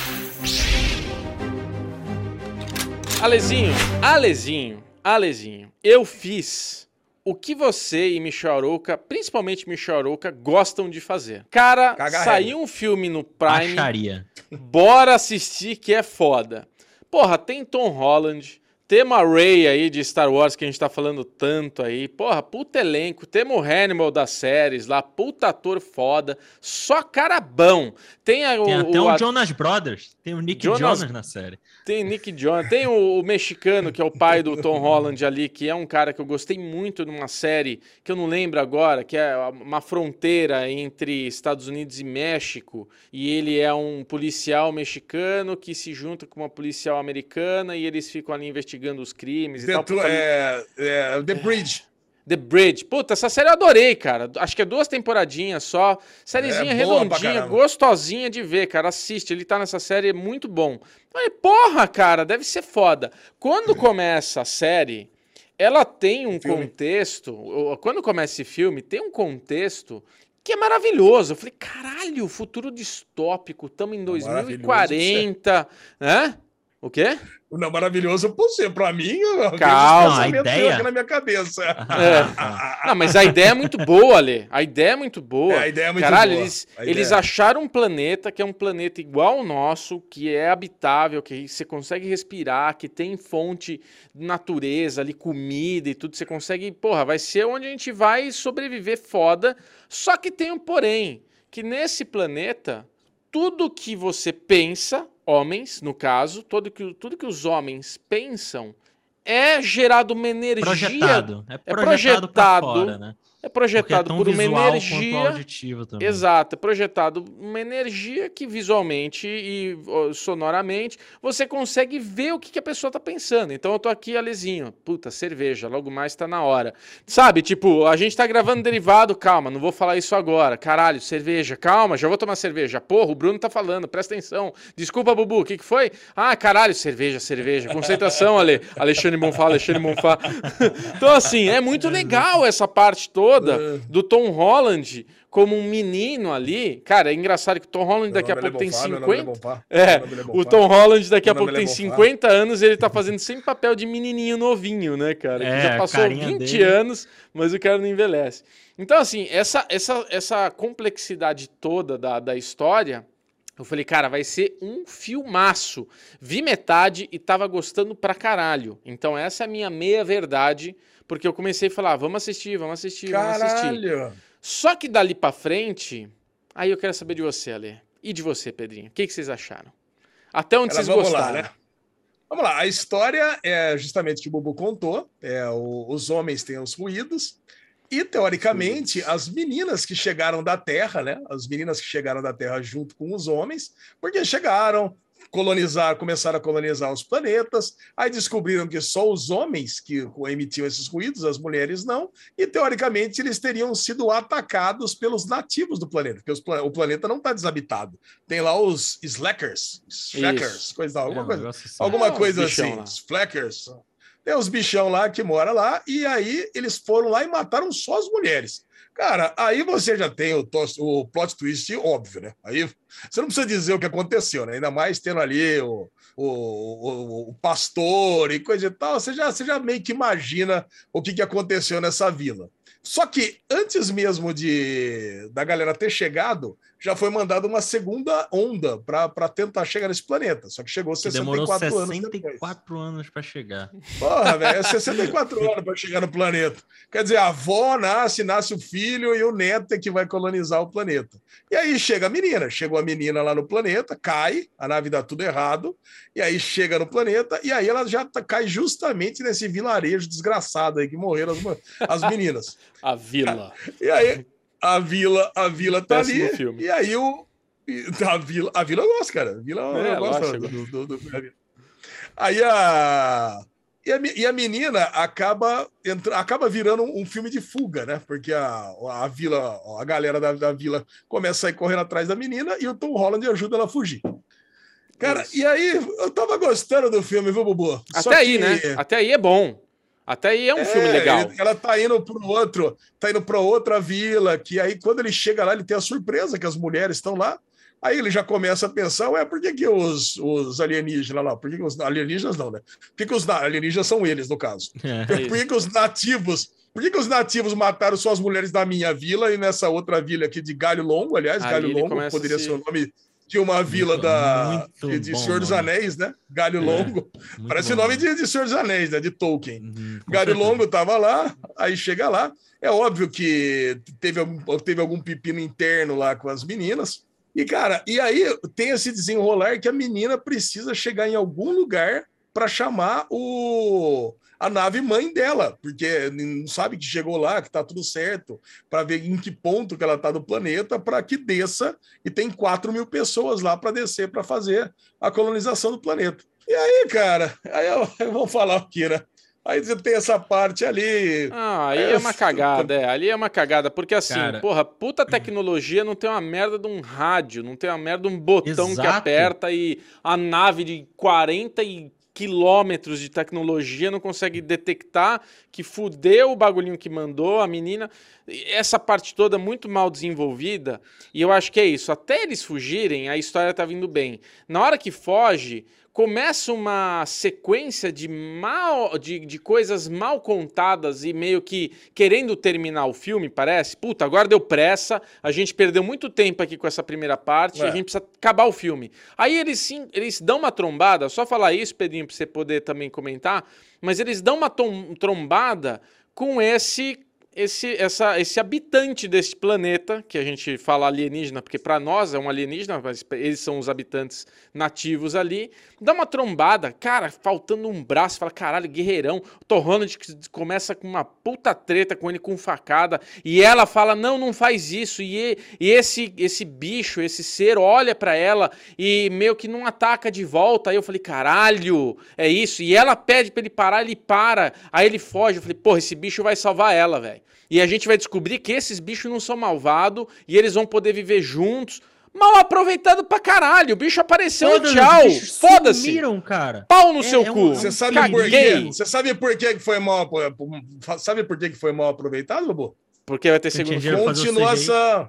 Alezinho, eu fiz o que você e Michel Arouca, principalmente Michel Arouca, gostam de fazer. Cara, saiu um filme no Prime, Acharia. bora assistir que é foda. Porra, tem Tom Holland, temos a Rey aí de Star Wars que a gente tá falando tanto aí. Porra, puta elenco, temos o Hannibal das séries lá, puta ator foda, só cara bom. Tem até o Jonas Brothers, tem o Nick Jonas na série. Tem Nick Jonas, tem o mexicano, que é o pai do Tom Holland ali, que é um cara que eu gostei muito numa série, que eu não lembro agora, que é uma fronteira entre Estados Unidos e México, e ele é um policial mexicano que se junta com uma policial americana e eles ficam ali investigando os crimes e tal. The Bridge. The Bridge. Puta, essa série eu adorei, cara. Acho que é 2 temporadinhas só. Sériezinha redondinha, gostosinha de ver, cara. Assiste, ele tá nessa série, é muito bom. Falei, porra, cara, deve ser foda. Quando começa a série, ela tem um contexto... Quando começa esse filme, tem um contexto que é maravilhoso. Eu falei, caralho, futuro distópico, estamos em 2040, né? O quê? Não, maravilhoso pra mim, calma, a ideia aqui na minha cabeça. Não, mas a ideia é muito boa, Ale. A ideia é muito boa. A ideia é muito Caralho, boa. Eles acharam um planeta que é um planeta igual ao nosso, que é habitável, que você consegue respirar, que tem fonte de natureza ali, comida e tudo. Você consegue... Porra, vai ser onde a gente vai sobreviver foda. Só que tem um porém, que nesse planeta, tudo que você pensa... Homens, no caso, tudo que os homens pensam é gerado uma energia... Projetado. É projetado pra fora, né? É projetado por uma energia... auditivo também. Exato, é projetado uma energia que visualmente e sonoramente você consegue ver o que a pessoa tá pensando. Então eu tô aqui, Alezinho, puta, cerveja, logo mais tá na hora. Sabe, tipo, a gente tá gravando derivado, calma, não vou falar isso agora. Caralho, cerveja, calma, já vou tomar cerveja. Porra, o Bruno tá falando, presta atenção. Desculpa, Bubu, o que foi? Ah, caralho, cerveja. Concentração, Ale. Alexandre Bonfá. Então, assim, é muito legal essa parte toda do Tom Holland como um menino ali. Cara, é engraçado que o Tom Holland daqui a pouco tem 50... o Tom Holland daqui a pouco tem 50 anos e ele tá fazendo sempre papel de menininho novinho, né, cara? Que já passou 20 anos, mas o cara não envelhece. Então, assim, essa complexidade toda da história... Eu falei, cara, vai ser um filmaço. Vi metade e tava gostando pra caralho. Então essa é a minha meia-verdade, porque eu comecei a falar, vamos assistir. Só que dali pra frente, aí eu quero saber de você, Ale. E de você, Pedrinho. O que vocês acharam? Até onde vocês gostaram? Lá, né? Vamos lá, a história é justamente o que o Bubu contou. Os homens têm os ruídos. E, teoricamente, as meninas que chegaram da Terra, né? As meninas que chegaram da Terra junto com os homens, porque chegaram, começaram a colonizar os planetas, aí descobriram que só os homens que emitiam esses ruídos, as mulheres não, e, teoricamente, eles teriam sido atacados pelos nativos do planeta, porque o planeta não está desabitado. Tem lá os Slackers, alguma coisa assim, Flackers. Tem uns bichão lá que moram lá, e aí eles foram lá e mataram só as mulheres. Cara, aí você já tem o plot twist óbvio, né? Aí você não precisa dizer o que aconteceu, né? Ainda mais tendo ali o pastor e coisa e tal, você já meio que imagina o que aconteceu nessa vila. Só que antes mesmo da galera ter chegado, já foi mandada uma segunda onda para tentar chegar nesse planeta. Só que chegou 64 anos depois. 64 anos para chegar. Porra, velho, é 64 anos para chegar no planeta. Quer dizer, a avó nasce o filho e o neto é que vai colonizar o planeta. E aí chega a menina. Chegou a menina lá no planeta, cai, a nave dá tudo errado, e aí chega no planeta, e aí ela já cai justamente nesse vilarejo desgraçado aí que morreram as meninas. A vila. E aí a vila tá ali. Filme. E aí a vila eu gosto, cara. A vila eu gosto do Aí a menina acaba virando um filme de fuga, né? Porque a galera da vila começa a sair correndo atrás da menina e o Tom Holland ajuda ela a fugir. Cara, e aí eu tava gostando do filme, viu, Bubu? Aí, né? Até aí é bom. Até aí é um filme legal. Ela tá indo para outra vila, que aí quando ele chega lá, ele tem a surpresa que as mulheres estão lá Aí ele já começa a pensar, ué, por que os alienígenas lá? Por que os alienígenas não, né? Por que os alienígenas são eles, no caso? Por que os nativos... Por que os nativos mataram só as mulheres da minha vila e nessa outra vila aqui de Galho Longo? Aliás, Galho Longo poderia ser o nome de uma vila de Senhor dos Anéis, né? Galho Longo. Parece o nome de Senhor dos Anéis, né? De Tolkien. Galho Longo estava lá, aí chega lá. É óbvio que teve algum pepino interno lá com as meninas. E, cara, e aí tem esse desenrolar que a menina precisa chegar em algum lugar para chamar a nave mãe dela, porque não sabe que chegou lá, que tá tudo certo, para ver em que ponto que ela tá do planeta, para que desça, e tem 4.000 pessoas lá para descer para fazer a colonização do planeta. E aí, cara, aí eu vou falar aqui, né? Aí você tem essa parte ali. Aí é uma cagada, ali é uma cagada, porque assim, cara, porra, puta tecnologia não tem uma merda de um rádio, não tem uma merda de um botão que Exato. aperta e a nave de 40 quilômetros de tecnologia não consegue detectar que fudeu o bagulhinho que mandou a menina. Essa parte toda muito mal desenvolvida, e eu acho que é isso. Até eles fugirem, a história tá vindo bem. Na hora que foge, começa uma sequência de coisas mal contadas e meio que querendo terminar o filme, parece. Puta, agora deu pressa, a gente perdeu muito tempo aqui com essa primeira parte, a gente precisa acabar o filme. Aí eles dão uma trombada, só falar isso, Pedrinho, pra você poder também comentar, mas eles dão uma trombada com esse habitante desse planeta, que a gente fala alienígena, porque para nós é um alienígena, mas eles são os habitantes nativos ali, dá uma trombada, cara, faltando um braço, fala, caralho, guerreirão, o Tom Holland começa com uma puta treta com ele com facada, e ela fala, não faz isso, e esse bicho, esse ser olha pra ela e meio que não ataca de volta, aí eu falei, caralho, é isso, e ela pede pra ele parar, ele para, aí ele foge, eu falei, porra, esse bicho vai salvar ela, velho. E a gente vai descobrir que esses bichos não são malvados e eles vão poder viver juntos. Mal aproveitado pra caralho. O bicho apareceu e tchau. Foda-se. Sumiram, cara. Pau no seu cu. Você sabe por quê? Você sabe por que foi mal? Sabe por que foi mal aproveitado, Lobo? Porque vai ter segundo filme. Continuação.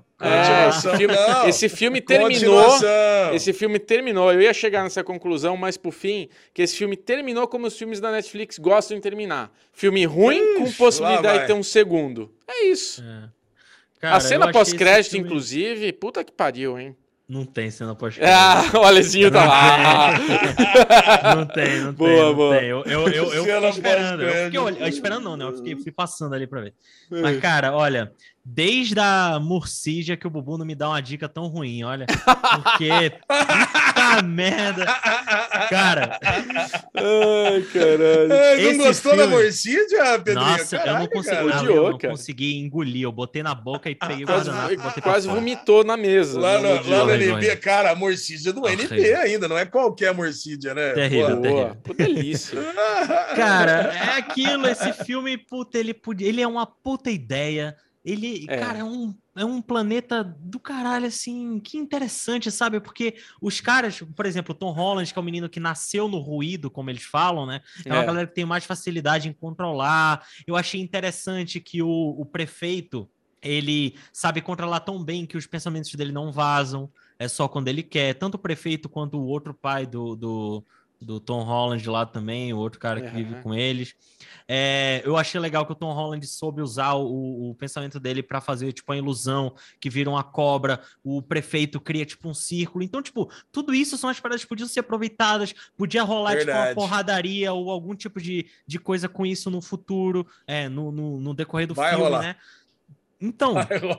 Esse filme terminou. Esse filme terminou. Eu ia chegar nessa conclusão, mas por fim, que esse filme terminou como os filmes da Netflix gostam de terminar. Filme ruim com possibilidade de ter um segundo. É isso. Cara, a cena pós-crédito, inclusive, puta que pariu, hein? Não tem cena pós-crédito. O Alezinho tá lá. Não tem. Boa. Eu fiquei esperando. Esperando não, né? Eu fui passando ali pra ver. Mas, cara, olha, desde a Morcígia que o Bubu não me dá uma dica tão ruim, olha. Porque, puta merda. Cara. Ai, caralho. Não gostou da Morcígia, Pedrinho? Nossa, eu não consegui. Eu não consegui engolir. Eu botei na boca e peguei o guardanapo. Quase vomitou na mesa. Lá no NB, cara, a Morcígia do NB ainda, não é qualquer Morcígia, né? Terrível. Que delícia. Cara, é aquilo, esse filme, puta, ele é uma puta ideia. Cara, é um planeta do caralho, assim, que interessante, sabe? Porque os caras, por exemplo, o Tom Holland, que é um menino que nasceu no ruído, como eles falam, né? É uma galera que tem mais facilidade em controlar. Eu achei interessante que o prefeito, ele sabe controlar tão bem que os pensamentos dele não vazam, é só quando ele quer. Tanto o prefeito quanto o outro pai do Tom Holland lá também, o outro cara que vive com eles. Eu achei legal que o Tom Holland soube usar o pensamento dele para fazer tipo a ilusão, que vira uma cobra, o prefeito cria tipo um círculo. Então, tipo, tudo isso são as paradas que podiam ser aproveitadas, podia rolar tipo uma porradaria ou algum tipo de coisa com isso no futuro, no decorrer do filme, rolar. Né? Então,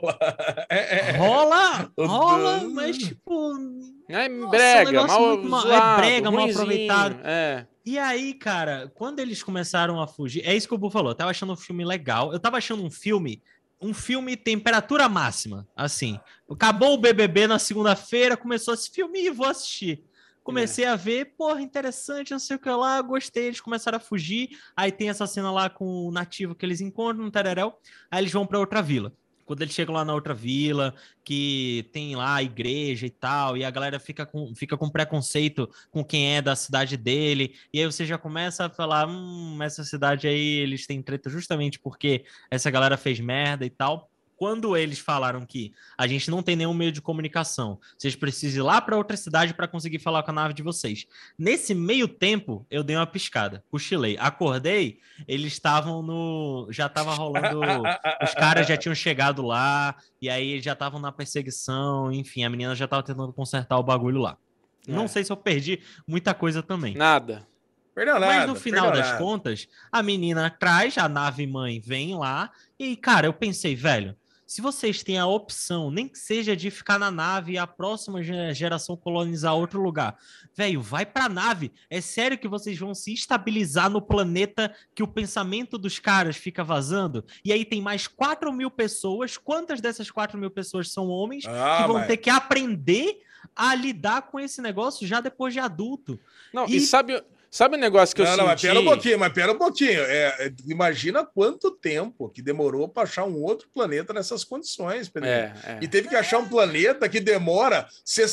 rola, mas tipo... É brega, mal aproveitado. E aí, cara, quando eles começaram a fugir... É isso que o Bu falou, eu tava achando um filme legal. Eu tava achando um filme temperatura máxima, assim. Acabou o BBB na segunda-feira, começou esse filme e vou assistir. Comecei a ver, porra, interessante, não sei o que lá, gostei, eles começaram a fugir, aí tem essa cena lá com o nativo que eles encontram no Tereréu, aí eles vão pra outra vila. Quando eles chegam lá na outra vila, que tem lá a igreja e tal, e a galera fica com preconceito com quem é da cidade dele, e aí você já começa a falar, essa cidade aí, eles têm treta justamente porque essa galera fez merda e tal. quando eles falaram que a gente não tem nenhum meio de comunicação, vocês precisam ir lá para outra cidade para conseguir falar com a nave de vocês. Nesse meio tempo, eu dei uma piscada, cochilei. Acordei, eles estavam no... Já estava rolando... Os caras já tinham chegado lá, e aí já estavam na perseguição, enfim, a menina já estava tentando consertar o bagulho lá. Não sei se eu perdi muita coisa também. Nada. Perdeu nada. Mas no final das contas, a menina traz, a nave-mãe vem lá, e, cara, eu pensei, velho, se vocês têm a opção, nem que seja de ficar na nave e a próxima geração colonizar outro lugar, velho, vai pra nave. É sério que vocês vão se estabilizar no planeta que o pensamento dos caras fica vazando? E aí tem mais 4.000 pessoas. Quantas dessas 4.000 pessoas são homens que vão ter que aprender a lidar com esse negócio já depois de adulto? Não, e sabe o negócio que eu senti? Mas pera um pouquinho. Imagina quanto tempo que demorou para achar um outro planeta nessas condições, Pedro. E teve que achar um planeta que demora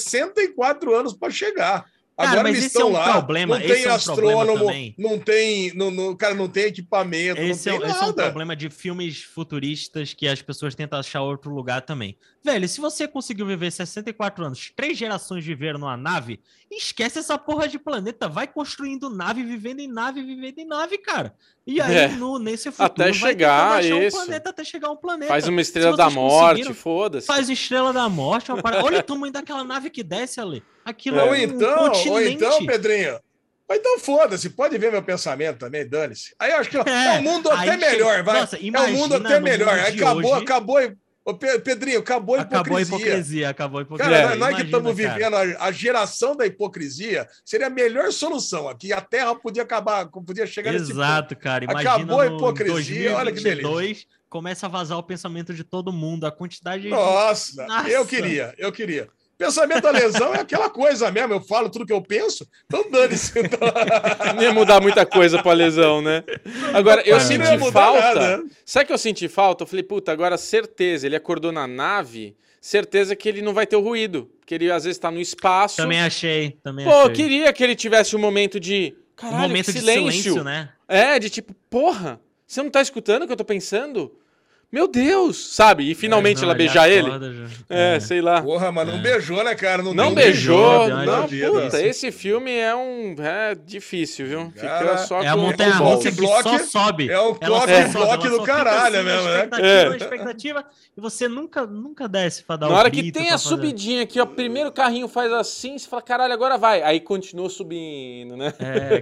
64 anos para chegar. Cara, agora mas eles esse estão é um lá, problema, não tem astrônomo, também. não tem, cara, não tem equipamento, esse não tem nada. Esse é um problema de filmes futuristas que as pessoas tentam achar outro lugar também. Velho, se você conseguiu viver 64 anos, 3 gerações viveram numa nave, esquece essa porra de planeta, vai construindo nave, vivendo em nave, cara. E aí, nesse futuro, até chegar até chegar um planeta. Faz uma Estrela da Morte, foda-se. Faz Estrela da Morte, olha o tamanho daquela nave que desce ali. Aquilo ou então, Pedrinho, ou então foda-se, pode ver meu pensamento também, dane-se. Aí eu acho que é um mundo até melhor, vai. Nossa, é um mundo até melhor. Aí acabou. Ô, Pedrinho, acabou a hipocrisia. Acabou a hipocrisia. Cara, nós que estamos vivendo a geração da hipocrisia, seria a melhor solução aqui. A Terra podia acabar, podia chegar nesse ponto. Exato, cara. Imagina acabou a hipocrisia, olha que beleza. Começa a vazar o pensamento de todo mundo, a quantidade de... Nossa. Eu queria. Pensamento da lesão é aquela coisa mesmo, eu falo tudo que eu penso, então dane-se. Não ia mudar muita coisa pra lesão, né? Agora, eu senti falta... Sabe que eu senti falta? Eu falei, puta, agora certeza, ele acordou na nave, certeza que ele não vai ter o ruído, porque ele às vezes tá no espaço. Também achei. Eu queria que ele tivesse um momento de... Caralho, um momento de silêncio, né? De tipo, porra, você não tá escutando o que eu tô pensando? Meu Deus, sabe? E finalmente ela beijar ele. Sei lá. Porra, mas não beijou, né, cara? Não beijou. Não, puta, esse filme é difícil, viu? Fica só a montanha-russa que só sobe. É o bloco do caralho assim, mesmo, né? Expectativa, e você nunca desce pra dar Na hora que tem a subidinha aqui, ó, primeiro o carrinho faz assim, você fala, caralho, agora vai. Aí continua subindo, né?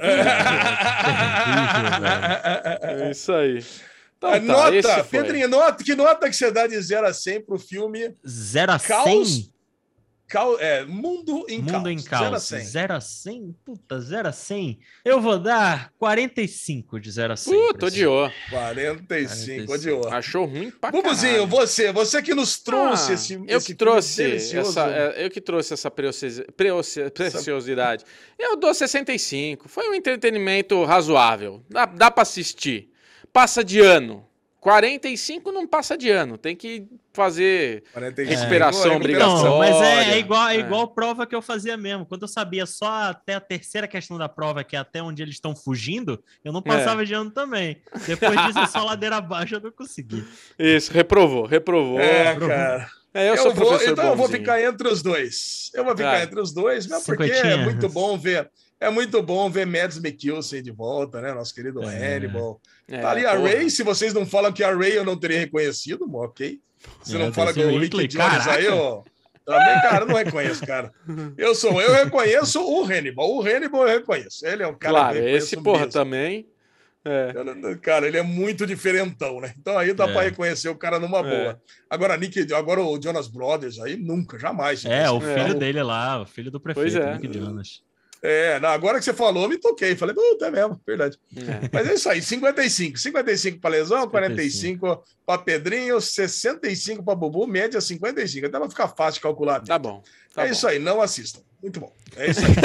É isso aí. Então, nota, Pedrinho, que nota que você dá de 0 a 100 pro filme 0 a 100? Mundo em Caos. 0 a 100? Puta, 0 a 100? Eu vou dar 45 de 0 a 100. Odiou. 45, odiou. Achou ruim pra caralho. Bubuzinho, você que nos trouxe eu que trouxe essa preciosidade. Eu dou 65. Foi um entretenimento razoável. Dá pra assistir. Passa de ano. 45 não passa de ano. Tem que fazer recuperação obrigatória. Não, mas é igual prova que eu fazia mesmo. Quando eu sabia só até a terceira questão da prova, que é até onde eles estão fugindo, eu não passava de ano também. Depois disso, é só ladeira abaixo, eu não consegui. Isso, reprovou. Cara. Eu sou professor bonzinho. Eu vou ficar entre os dois. Mesmo porque é muito bom ver... É muito bom ver Mads Mikkelsen de volta, né? Nosso querido Hannibal. Tá ali a Ray. Se vocês não falam que a Ray eu não teria reconhecido, ok. Você não fala que o Rick Jones aí, ó. Também, cara, eu não reconheço, cara. Eu reconheço o Hannibal. O Hannibal eu reconheço. Ele é um cara que eu reconheço esse porra mesmo. Também. Cara, ele é muito diferentão, né? Então aí dá pra reconhecer o cara numa boa. Agora o Jonas Brothers aí, nunca, jamais. O filho dele lá, o filho do prefeito, Nick Jonas. Agora que você falou, eu me toquei. Falei, é mesmo, verdade. Mas é isso aí, 55. 55 para Lesão, 45 para Pedrinho, 65 para Bubu, média 55. Até vai ficar fácil de calcular. Tá bom. Isso aí, não assistam. Muito bom. É isso aí.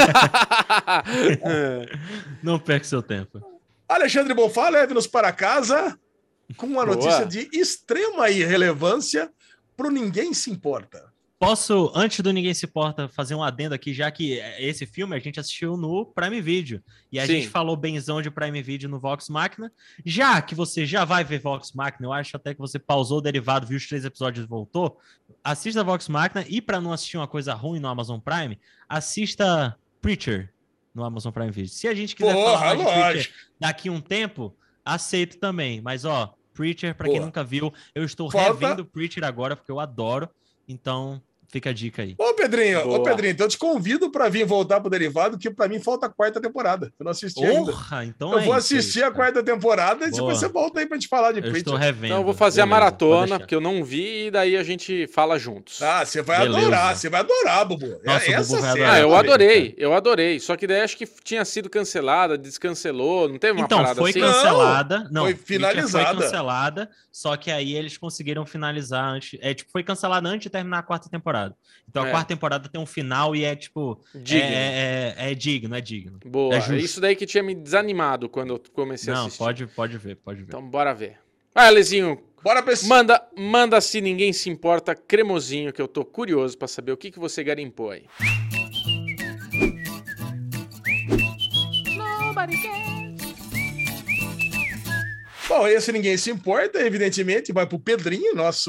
Não perca seu tempo. Alexandre Bonfá, leve-nos para casa com uma notícia de extrema irrelevância pro Ninguém Se Importa. Posso, antes do Ninguém Se Importa, fazer um adendo aqui, já que esse filme a gente assistiu no Prime Video. E a Sim. gente falou benzão de Prime Video no Vox Machina. Já que você já vai ver Vox Machina, eu acho até que você pausou o derivado, viu os 3 episódios e voltou. Assista Vox Machina e para não assistir uma coisa ruim no Amazon Prime, assista Preacher no Amazon Prime Video. Se a gente quiser falar mais de Preacher daqui a um tempo, aceito também. Mas, ó, Preacher, para quem nunca viu, eu estou revendo Preacher agora, porque eu adoro. Então, fica a dica aí. Ô, Pedrinho, então eu te convido para vir voltar pro Derivado, que para mim falta a 4ª temporada. Eu não assisti ainda. Então eu vou assistir a 4ª temporada e depois você volta aí pra gente falar de Preacher. Estou revendo. Então eu vou fazer a maratona, porque eu não vi, e daí a gente fala juntos. Ah, você vai adorar, Bubu. Nossa, essa Bubu série. Eu adorei. Só que daí acho que tinha sido cancelada, descancelou, não teve uma parada foi assim? cancelada. Não, foi finalizada. Foi cancelada, só que aí eles conseguiram finalizar antes. Foi cancelada antes de terminar a 4ª temporada. Então a 4ª temporada tem um final e é tipo... Digno. É digno. Boa, é isso daí que tinha me desanimado quando eu comecei a assistir. Não, pode ver. Então bora ver. Vai, Alezinho. Bora pra esse... Manda se ninguém se importa, cremosinho, que eu tô curioso pra saber o que você garimpou aí. Bom, esse Ninguém Se Importa, evidentemente, vai pro Pedrinho, o nosso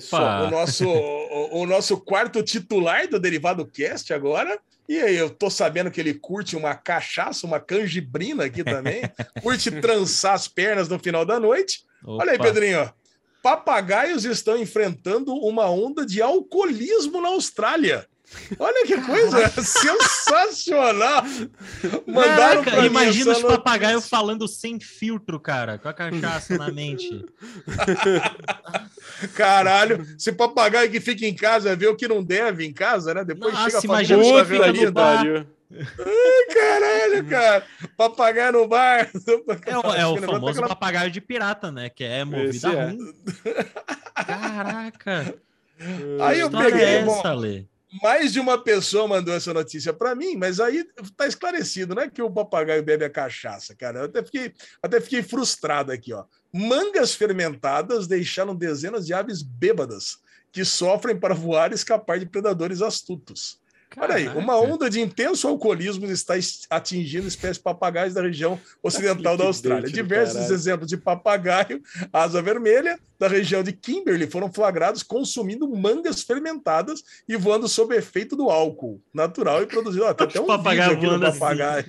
4º titular do Derivado Cast agora. E aí, eu tô sabendo que ele curte uma cachaça, uma canjibrina aqui também. Curte trançar as pernas no final da noite. Opa. Olha aí, Pedrinho. Papagaios estão enfrentando uma onda de alcoolismo na Austrália. Olha que coisa sensacional. Mandaram pra mim. Imagina os papagaios falando sem filtro, cara, com a cachaça na mente. Caralho, esse papagaio que fica em casa vê o que não deve em casa, né? Depois chega a imagina família no bar. Ai, caralho, cara. Papagaio no bar. É o famoso papagaio de pirata, né? Que é movido a rum. Caraca. Aí eu peguei, Lê? Mais de uma pessoa mandou essa notícia para mim, mas aí tá esclarecido, né? Que o papagaio bebe a cachaça, cara. Eu até fiquei frustrado aqui, ó. Mangas fermentadas deixaram dezenas de aves bêbadas que sofrem para voar e escapar de predadores astutos. Olha aí, uma onda de intenso alcoolismo está atingindo espécies de papagaios da região ocidental da Austrália. Diversos exemplos de papagaio asa vermelha da região de Kimberley foram flagrados consumindo mangas fermentadas e voando sob efeito do álcool natural e produzido. Tem até um vídeo aqui do papagaio.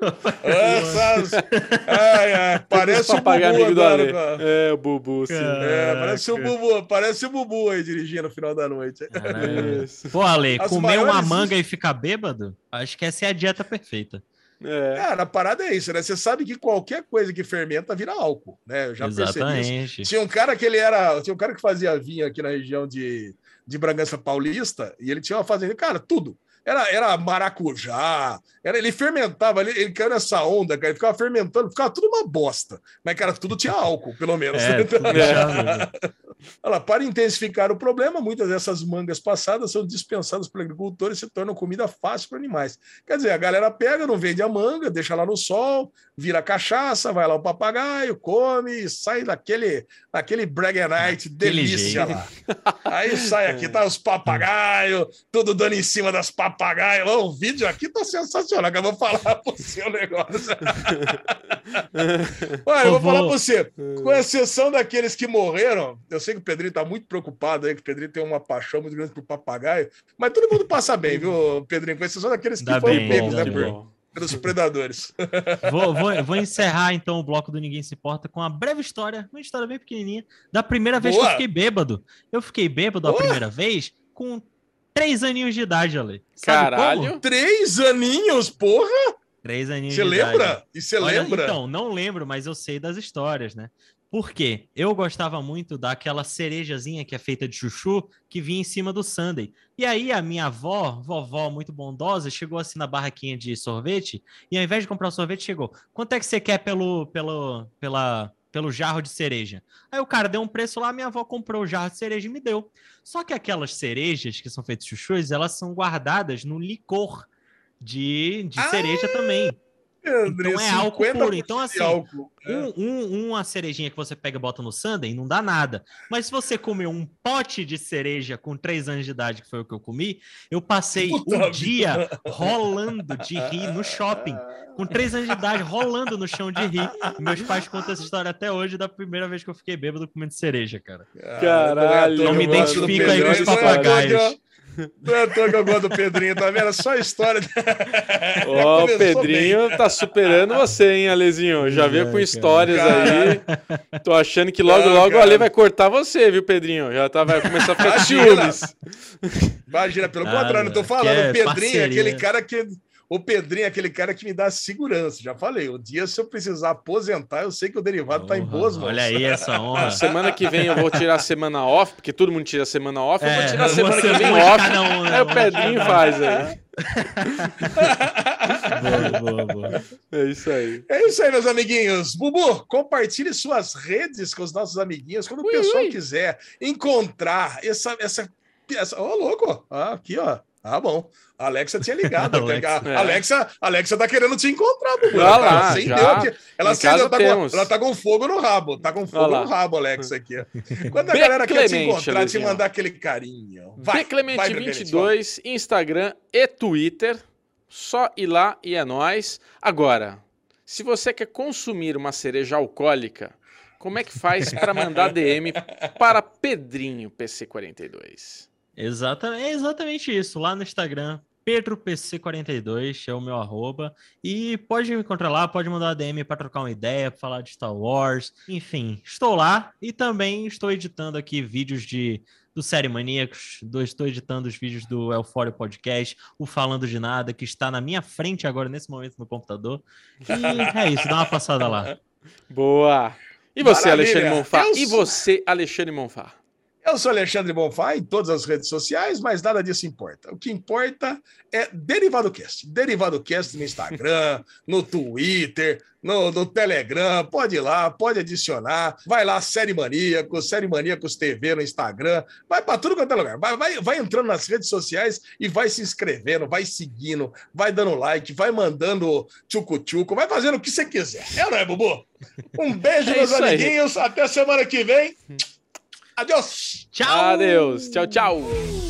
Parece o Bubu andando. O Bubu, sim. Parece o Bubu aí dirigindo no final da noite. Pô, Ale, comer uma manga e ficar bêbado? Acho que essa é a dieta perfeita. Cara, a parada é isso, né? Você sabe que qualquer coisa que fermenta vira álcool, né? Eu já percebi isso. Tinha um cara que fazia vinho aqui na região de Bragança Paulista e ele tinha uma fazenda, cara, tudo. Era maracujá, ele fermentava, ele caiu nessa onda, cara, ele ficava fermentando, ficava tudo uma bosta. Mas, cara, tudo tinha álcool, pelo menos. Olha lá, para intensificar o problema, muitas dessas mangas passadas são dispensadas por agricultores e se tornam comida fácil para animais. Quer dizer, a galera pega, não vende a manga, deixa lá no sol, vira cachaça, vai lá o papagaio, come e sai daquele Braganite delícia lá. Aí sai aqui, tá os papagaios, tudo dando em cima das papagaios. O vídeo aqui tá sensacional, que eu vou falar para você o negócio. Olha, eu vou falar para você, com exceção daqueles que morreram, eu sei que o Pedrinho tá muito preocupado aí, que o Pedrinho tem uma paixão muito grande por papagaio, mas todo mundo passa bem, viu, Pedrinho? Com exceção daqueles que foram pegos, né, pelos predadores. Vou encerrar, então, o bloco do Ninguém Se Importa com uma breve história, uma história bem pequenininha, da primeira vez que eu fiquei bêbado. Eu fiquei bêbado a primeira vez com 3 aninhos de idade, Ale. Caralho! Como? 3 aninhos, porra! 3 aninhos de idade. Você lembra? E você lembra? Então, não lembro, mas eu sei das histórias, né? Por quê? Eu gostava muito daquela cerejazinha que é feita de chuchu, que vinha em cima do sundae. E aí a minha vovó muito bondosa, chegou assim na barraquinha de sorvete, e ao invés de comprar o sorvete, chegou: quanto é que você quer pelo jarro de cereja? Aí o cara deu um preço lá, minha avó comprou o jarro de cereja e me deu. Só que aquelas cerejas que são feitas de chuchus, elas são guardadas no licor de cereja também. Então é álcool puro. Então, assim, álcool. uma cerejinha que você pega e bota no sundae não dá nada. Mas se você comer um pote de cereja com 3 anos de idade, que foi o que eu comi, eu passei o dia rolando de rir no shopping. Com 3 anos de idade, rolando no chão de rir. Meus pais contam essa história até hoje, da primeira vez que eu fiquei bêbado comendo cereja, cara. Caralho. Não me identifico aí com os papagaios. Não é à toa que eu gosto do Pedrinho, tá vendo? Só a história. Ó, o Pedrinho tá superando você, hein, Alezinho? Já veio com histórias aí. Tô achando que logo o Ale vai cortar você, viu, Pedrinho? Já vai começar a ficar de ciúmes. Imagina, pelo contrário, não tô falando. O Pedrinho é aquele cara que... O Pedrinho é aquele cara que me dá segurança. Já falei, o dia se eu precisar aposentar, eu sei que o derivado tá em boas mãos. Olha aí essa honra. Semana que vem eu vou tirar a semana off, porque todo mundo tira a semana off. Eu vou tirar a semana que vem off. Aí o Pedrinho faz aí. Boa. É isso aí. É isso aí, meus amiguinhos. Bubu, compartilhe suas redes com os nossos amiguinhos. Quando o pessoal quiser encontrar essa... Ô, louco. Aqui, ó. Ah, bom. A Alexa tinha ligado. Alexa tá querendo te encontrar, Bubu. Ela tá com fogo no rabo. Tá com fogo no rabo, Alexa, aqui. Quando a galera quer te encontrar, te mandar aquele carinho. Bclemente22, Instagram e Twitter. Só ir lá e é nóis. Agora, se você quer consumir uma cereja alcoólica, como é que faz para mandar DM para Pedrinho PC42? Exatamente isso. Lá no Instagram, PedroPC42 é o meu @. E pode me encontrar lá, pode mandar uma DM para trocar uma ideia, pra falar de Star Wars. Enfim, estou lá e também estou editando aqui vídeos do Série Maníacos. Estou editando os vídeos do Eufória Podcast, o Falando de Nada, que está na minha frente agora, nesse momento, no computador. E é isso, dá uma passada lá. Boa! E você, Alexandre Monfá? Eu sou Alexandre Bonfá em todas as redes sociais, mas nada disso importa. O que importa é DerivadoCast. DerivadoCast no Instagram, no Twitter, no Telegram. Pode ir lá, pode adicionar. Vai lá, Série Maníacos TV no Instagram. Vai para tudo quanto é lugar. Vai entrando nas redes sociais e vai se inscrevendo, vai seguindo, vai dando like, vai mandando tchucu-tchucu, vai fazendo o que você quiser. É ou não é, Bubu? Um beijo, meus amiguinhos. Até semana que vem. Adeus. Tchau. Adeus. Tchau, tchau.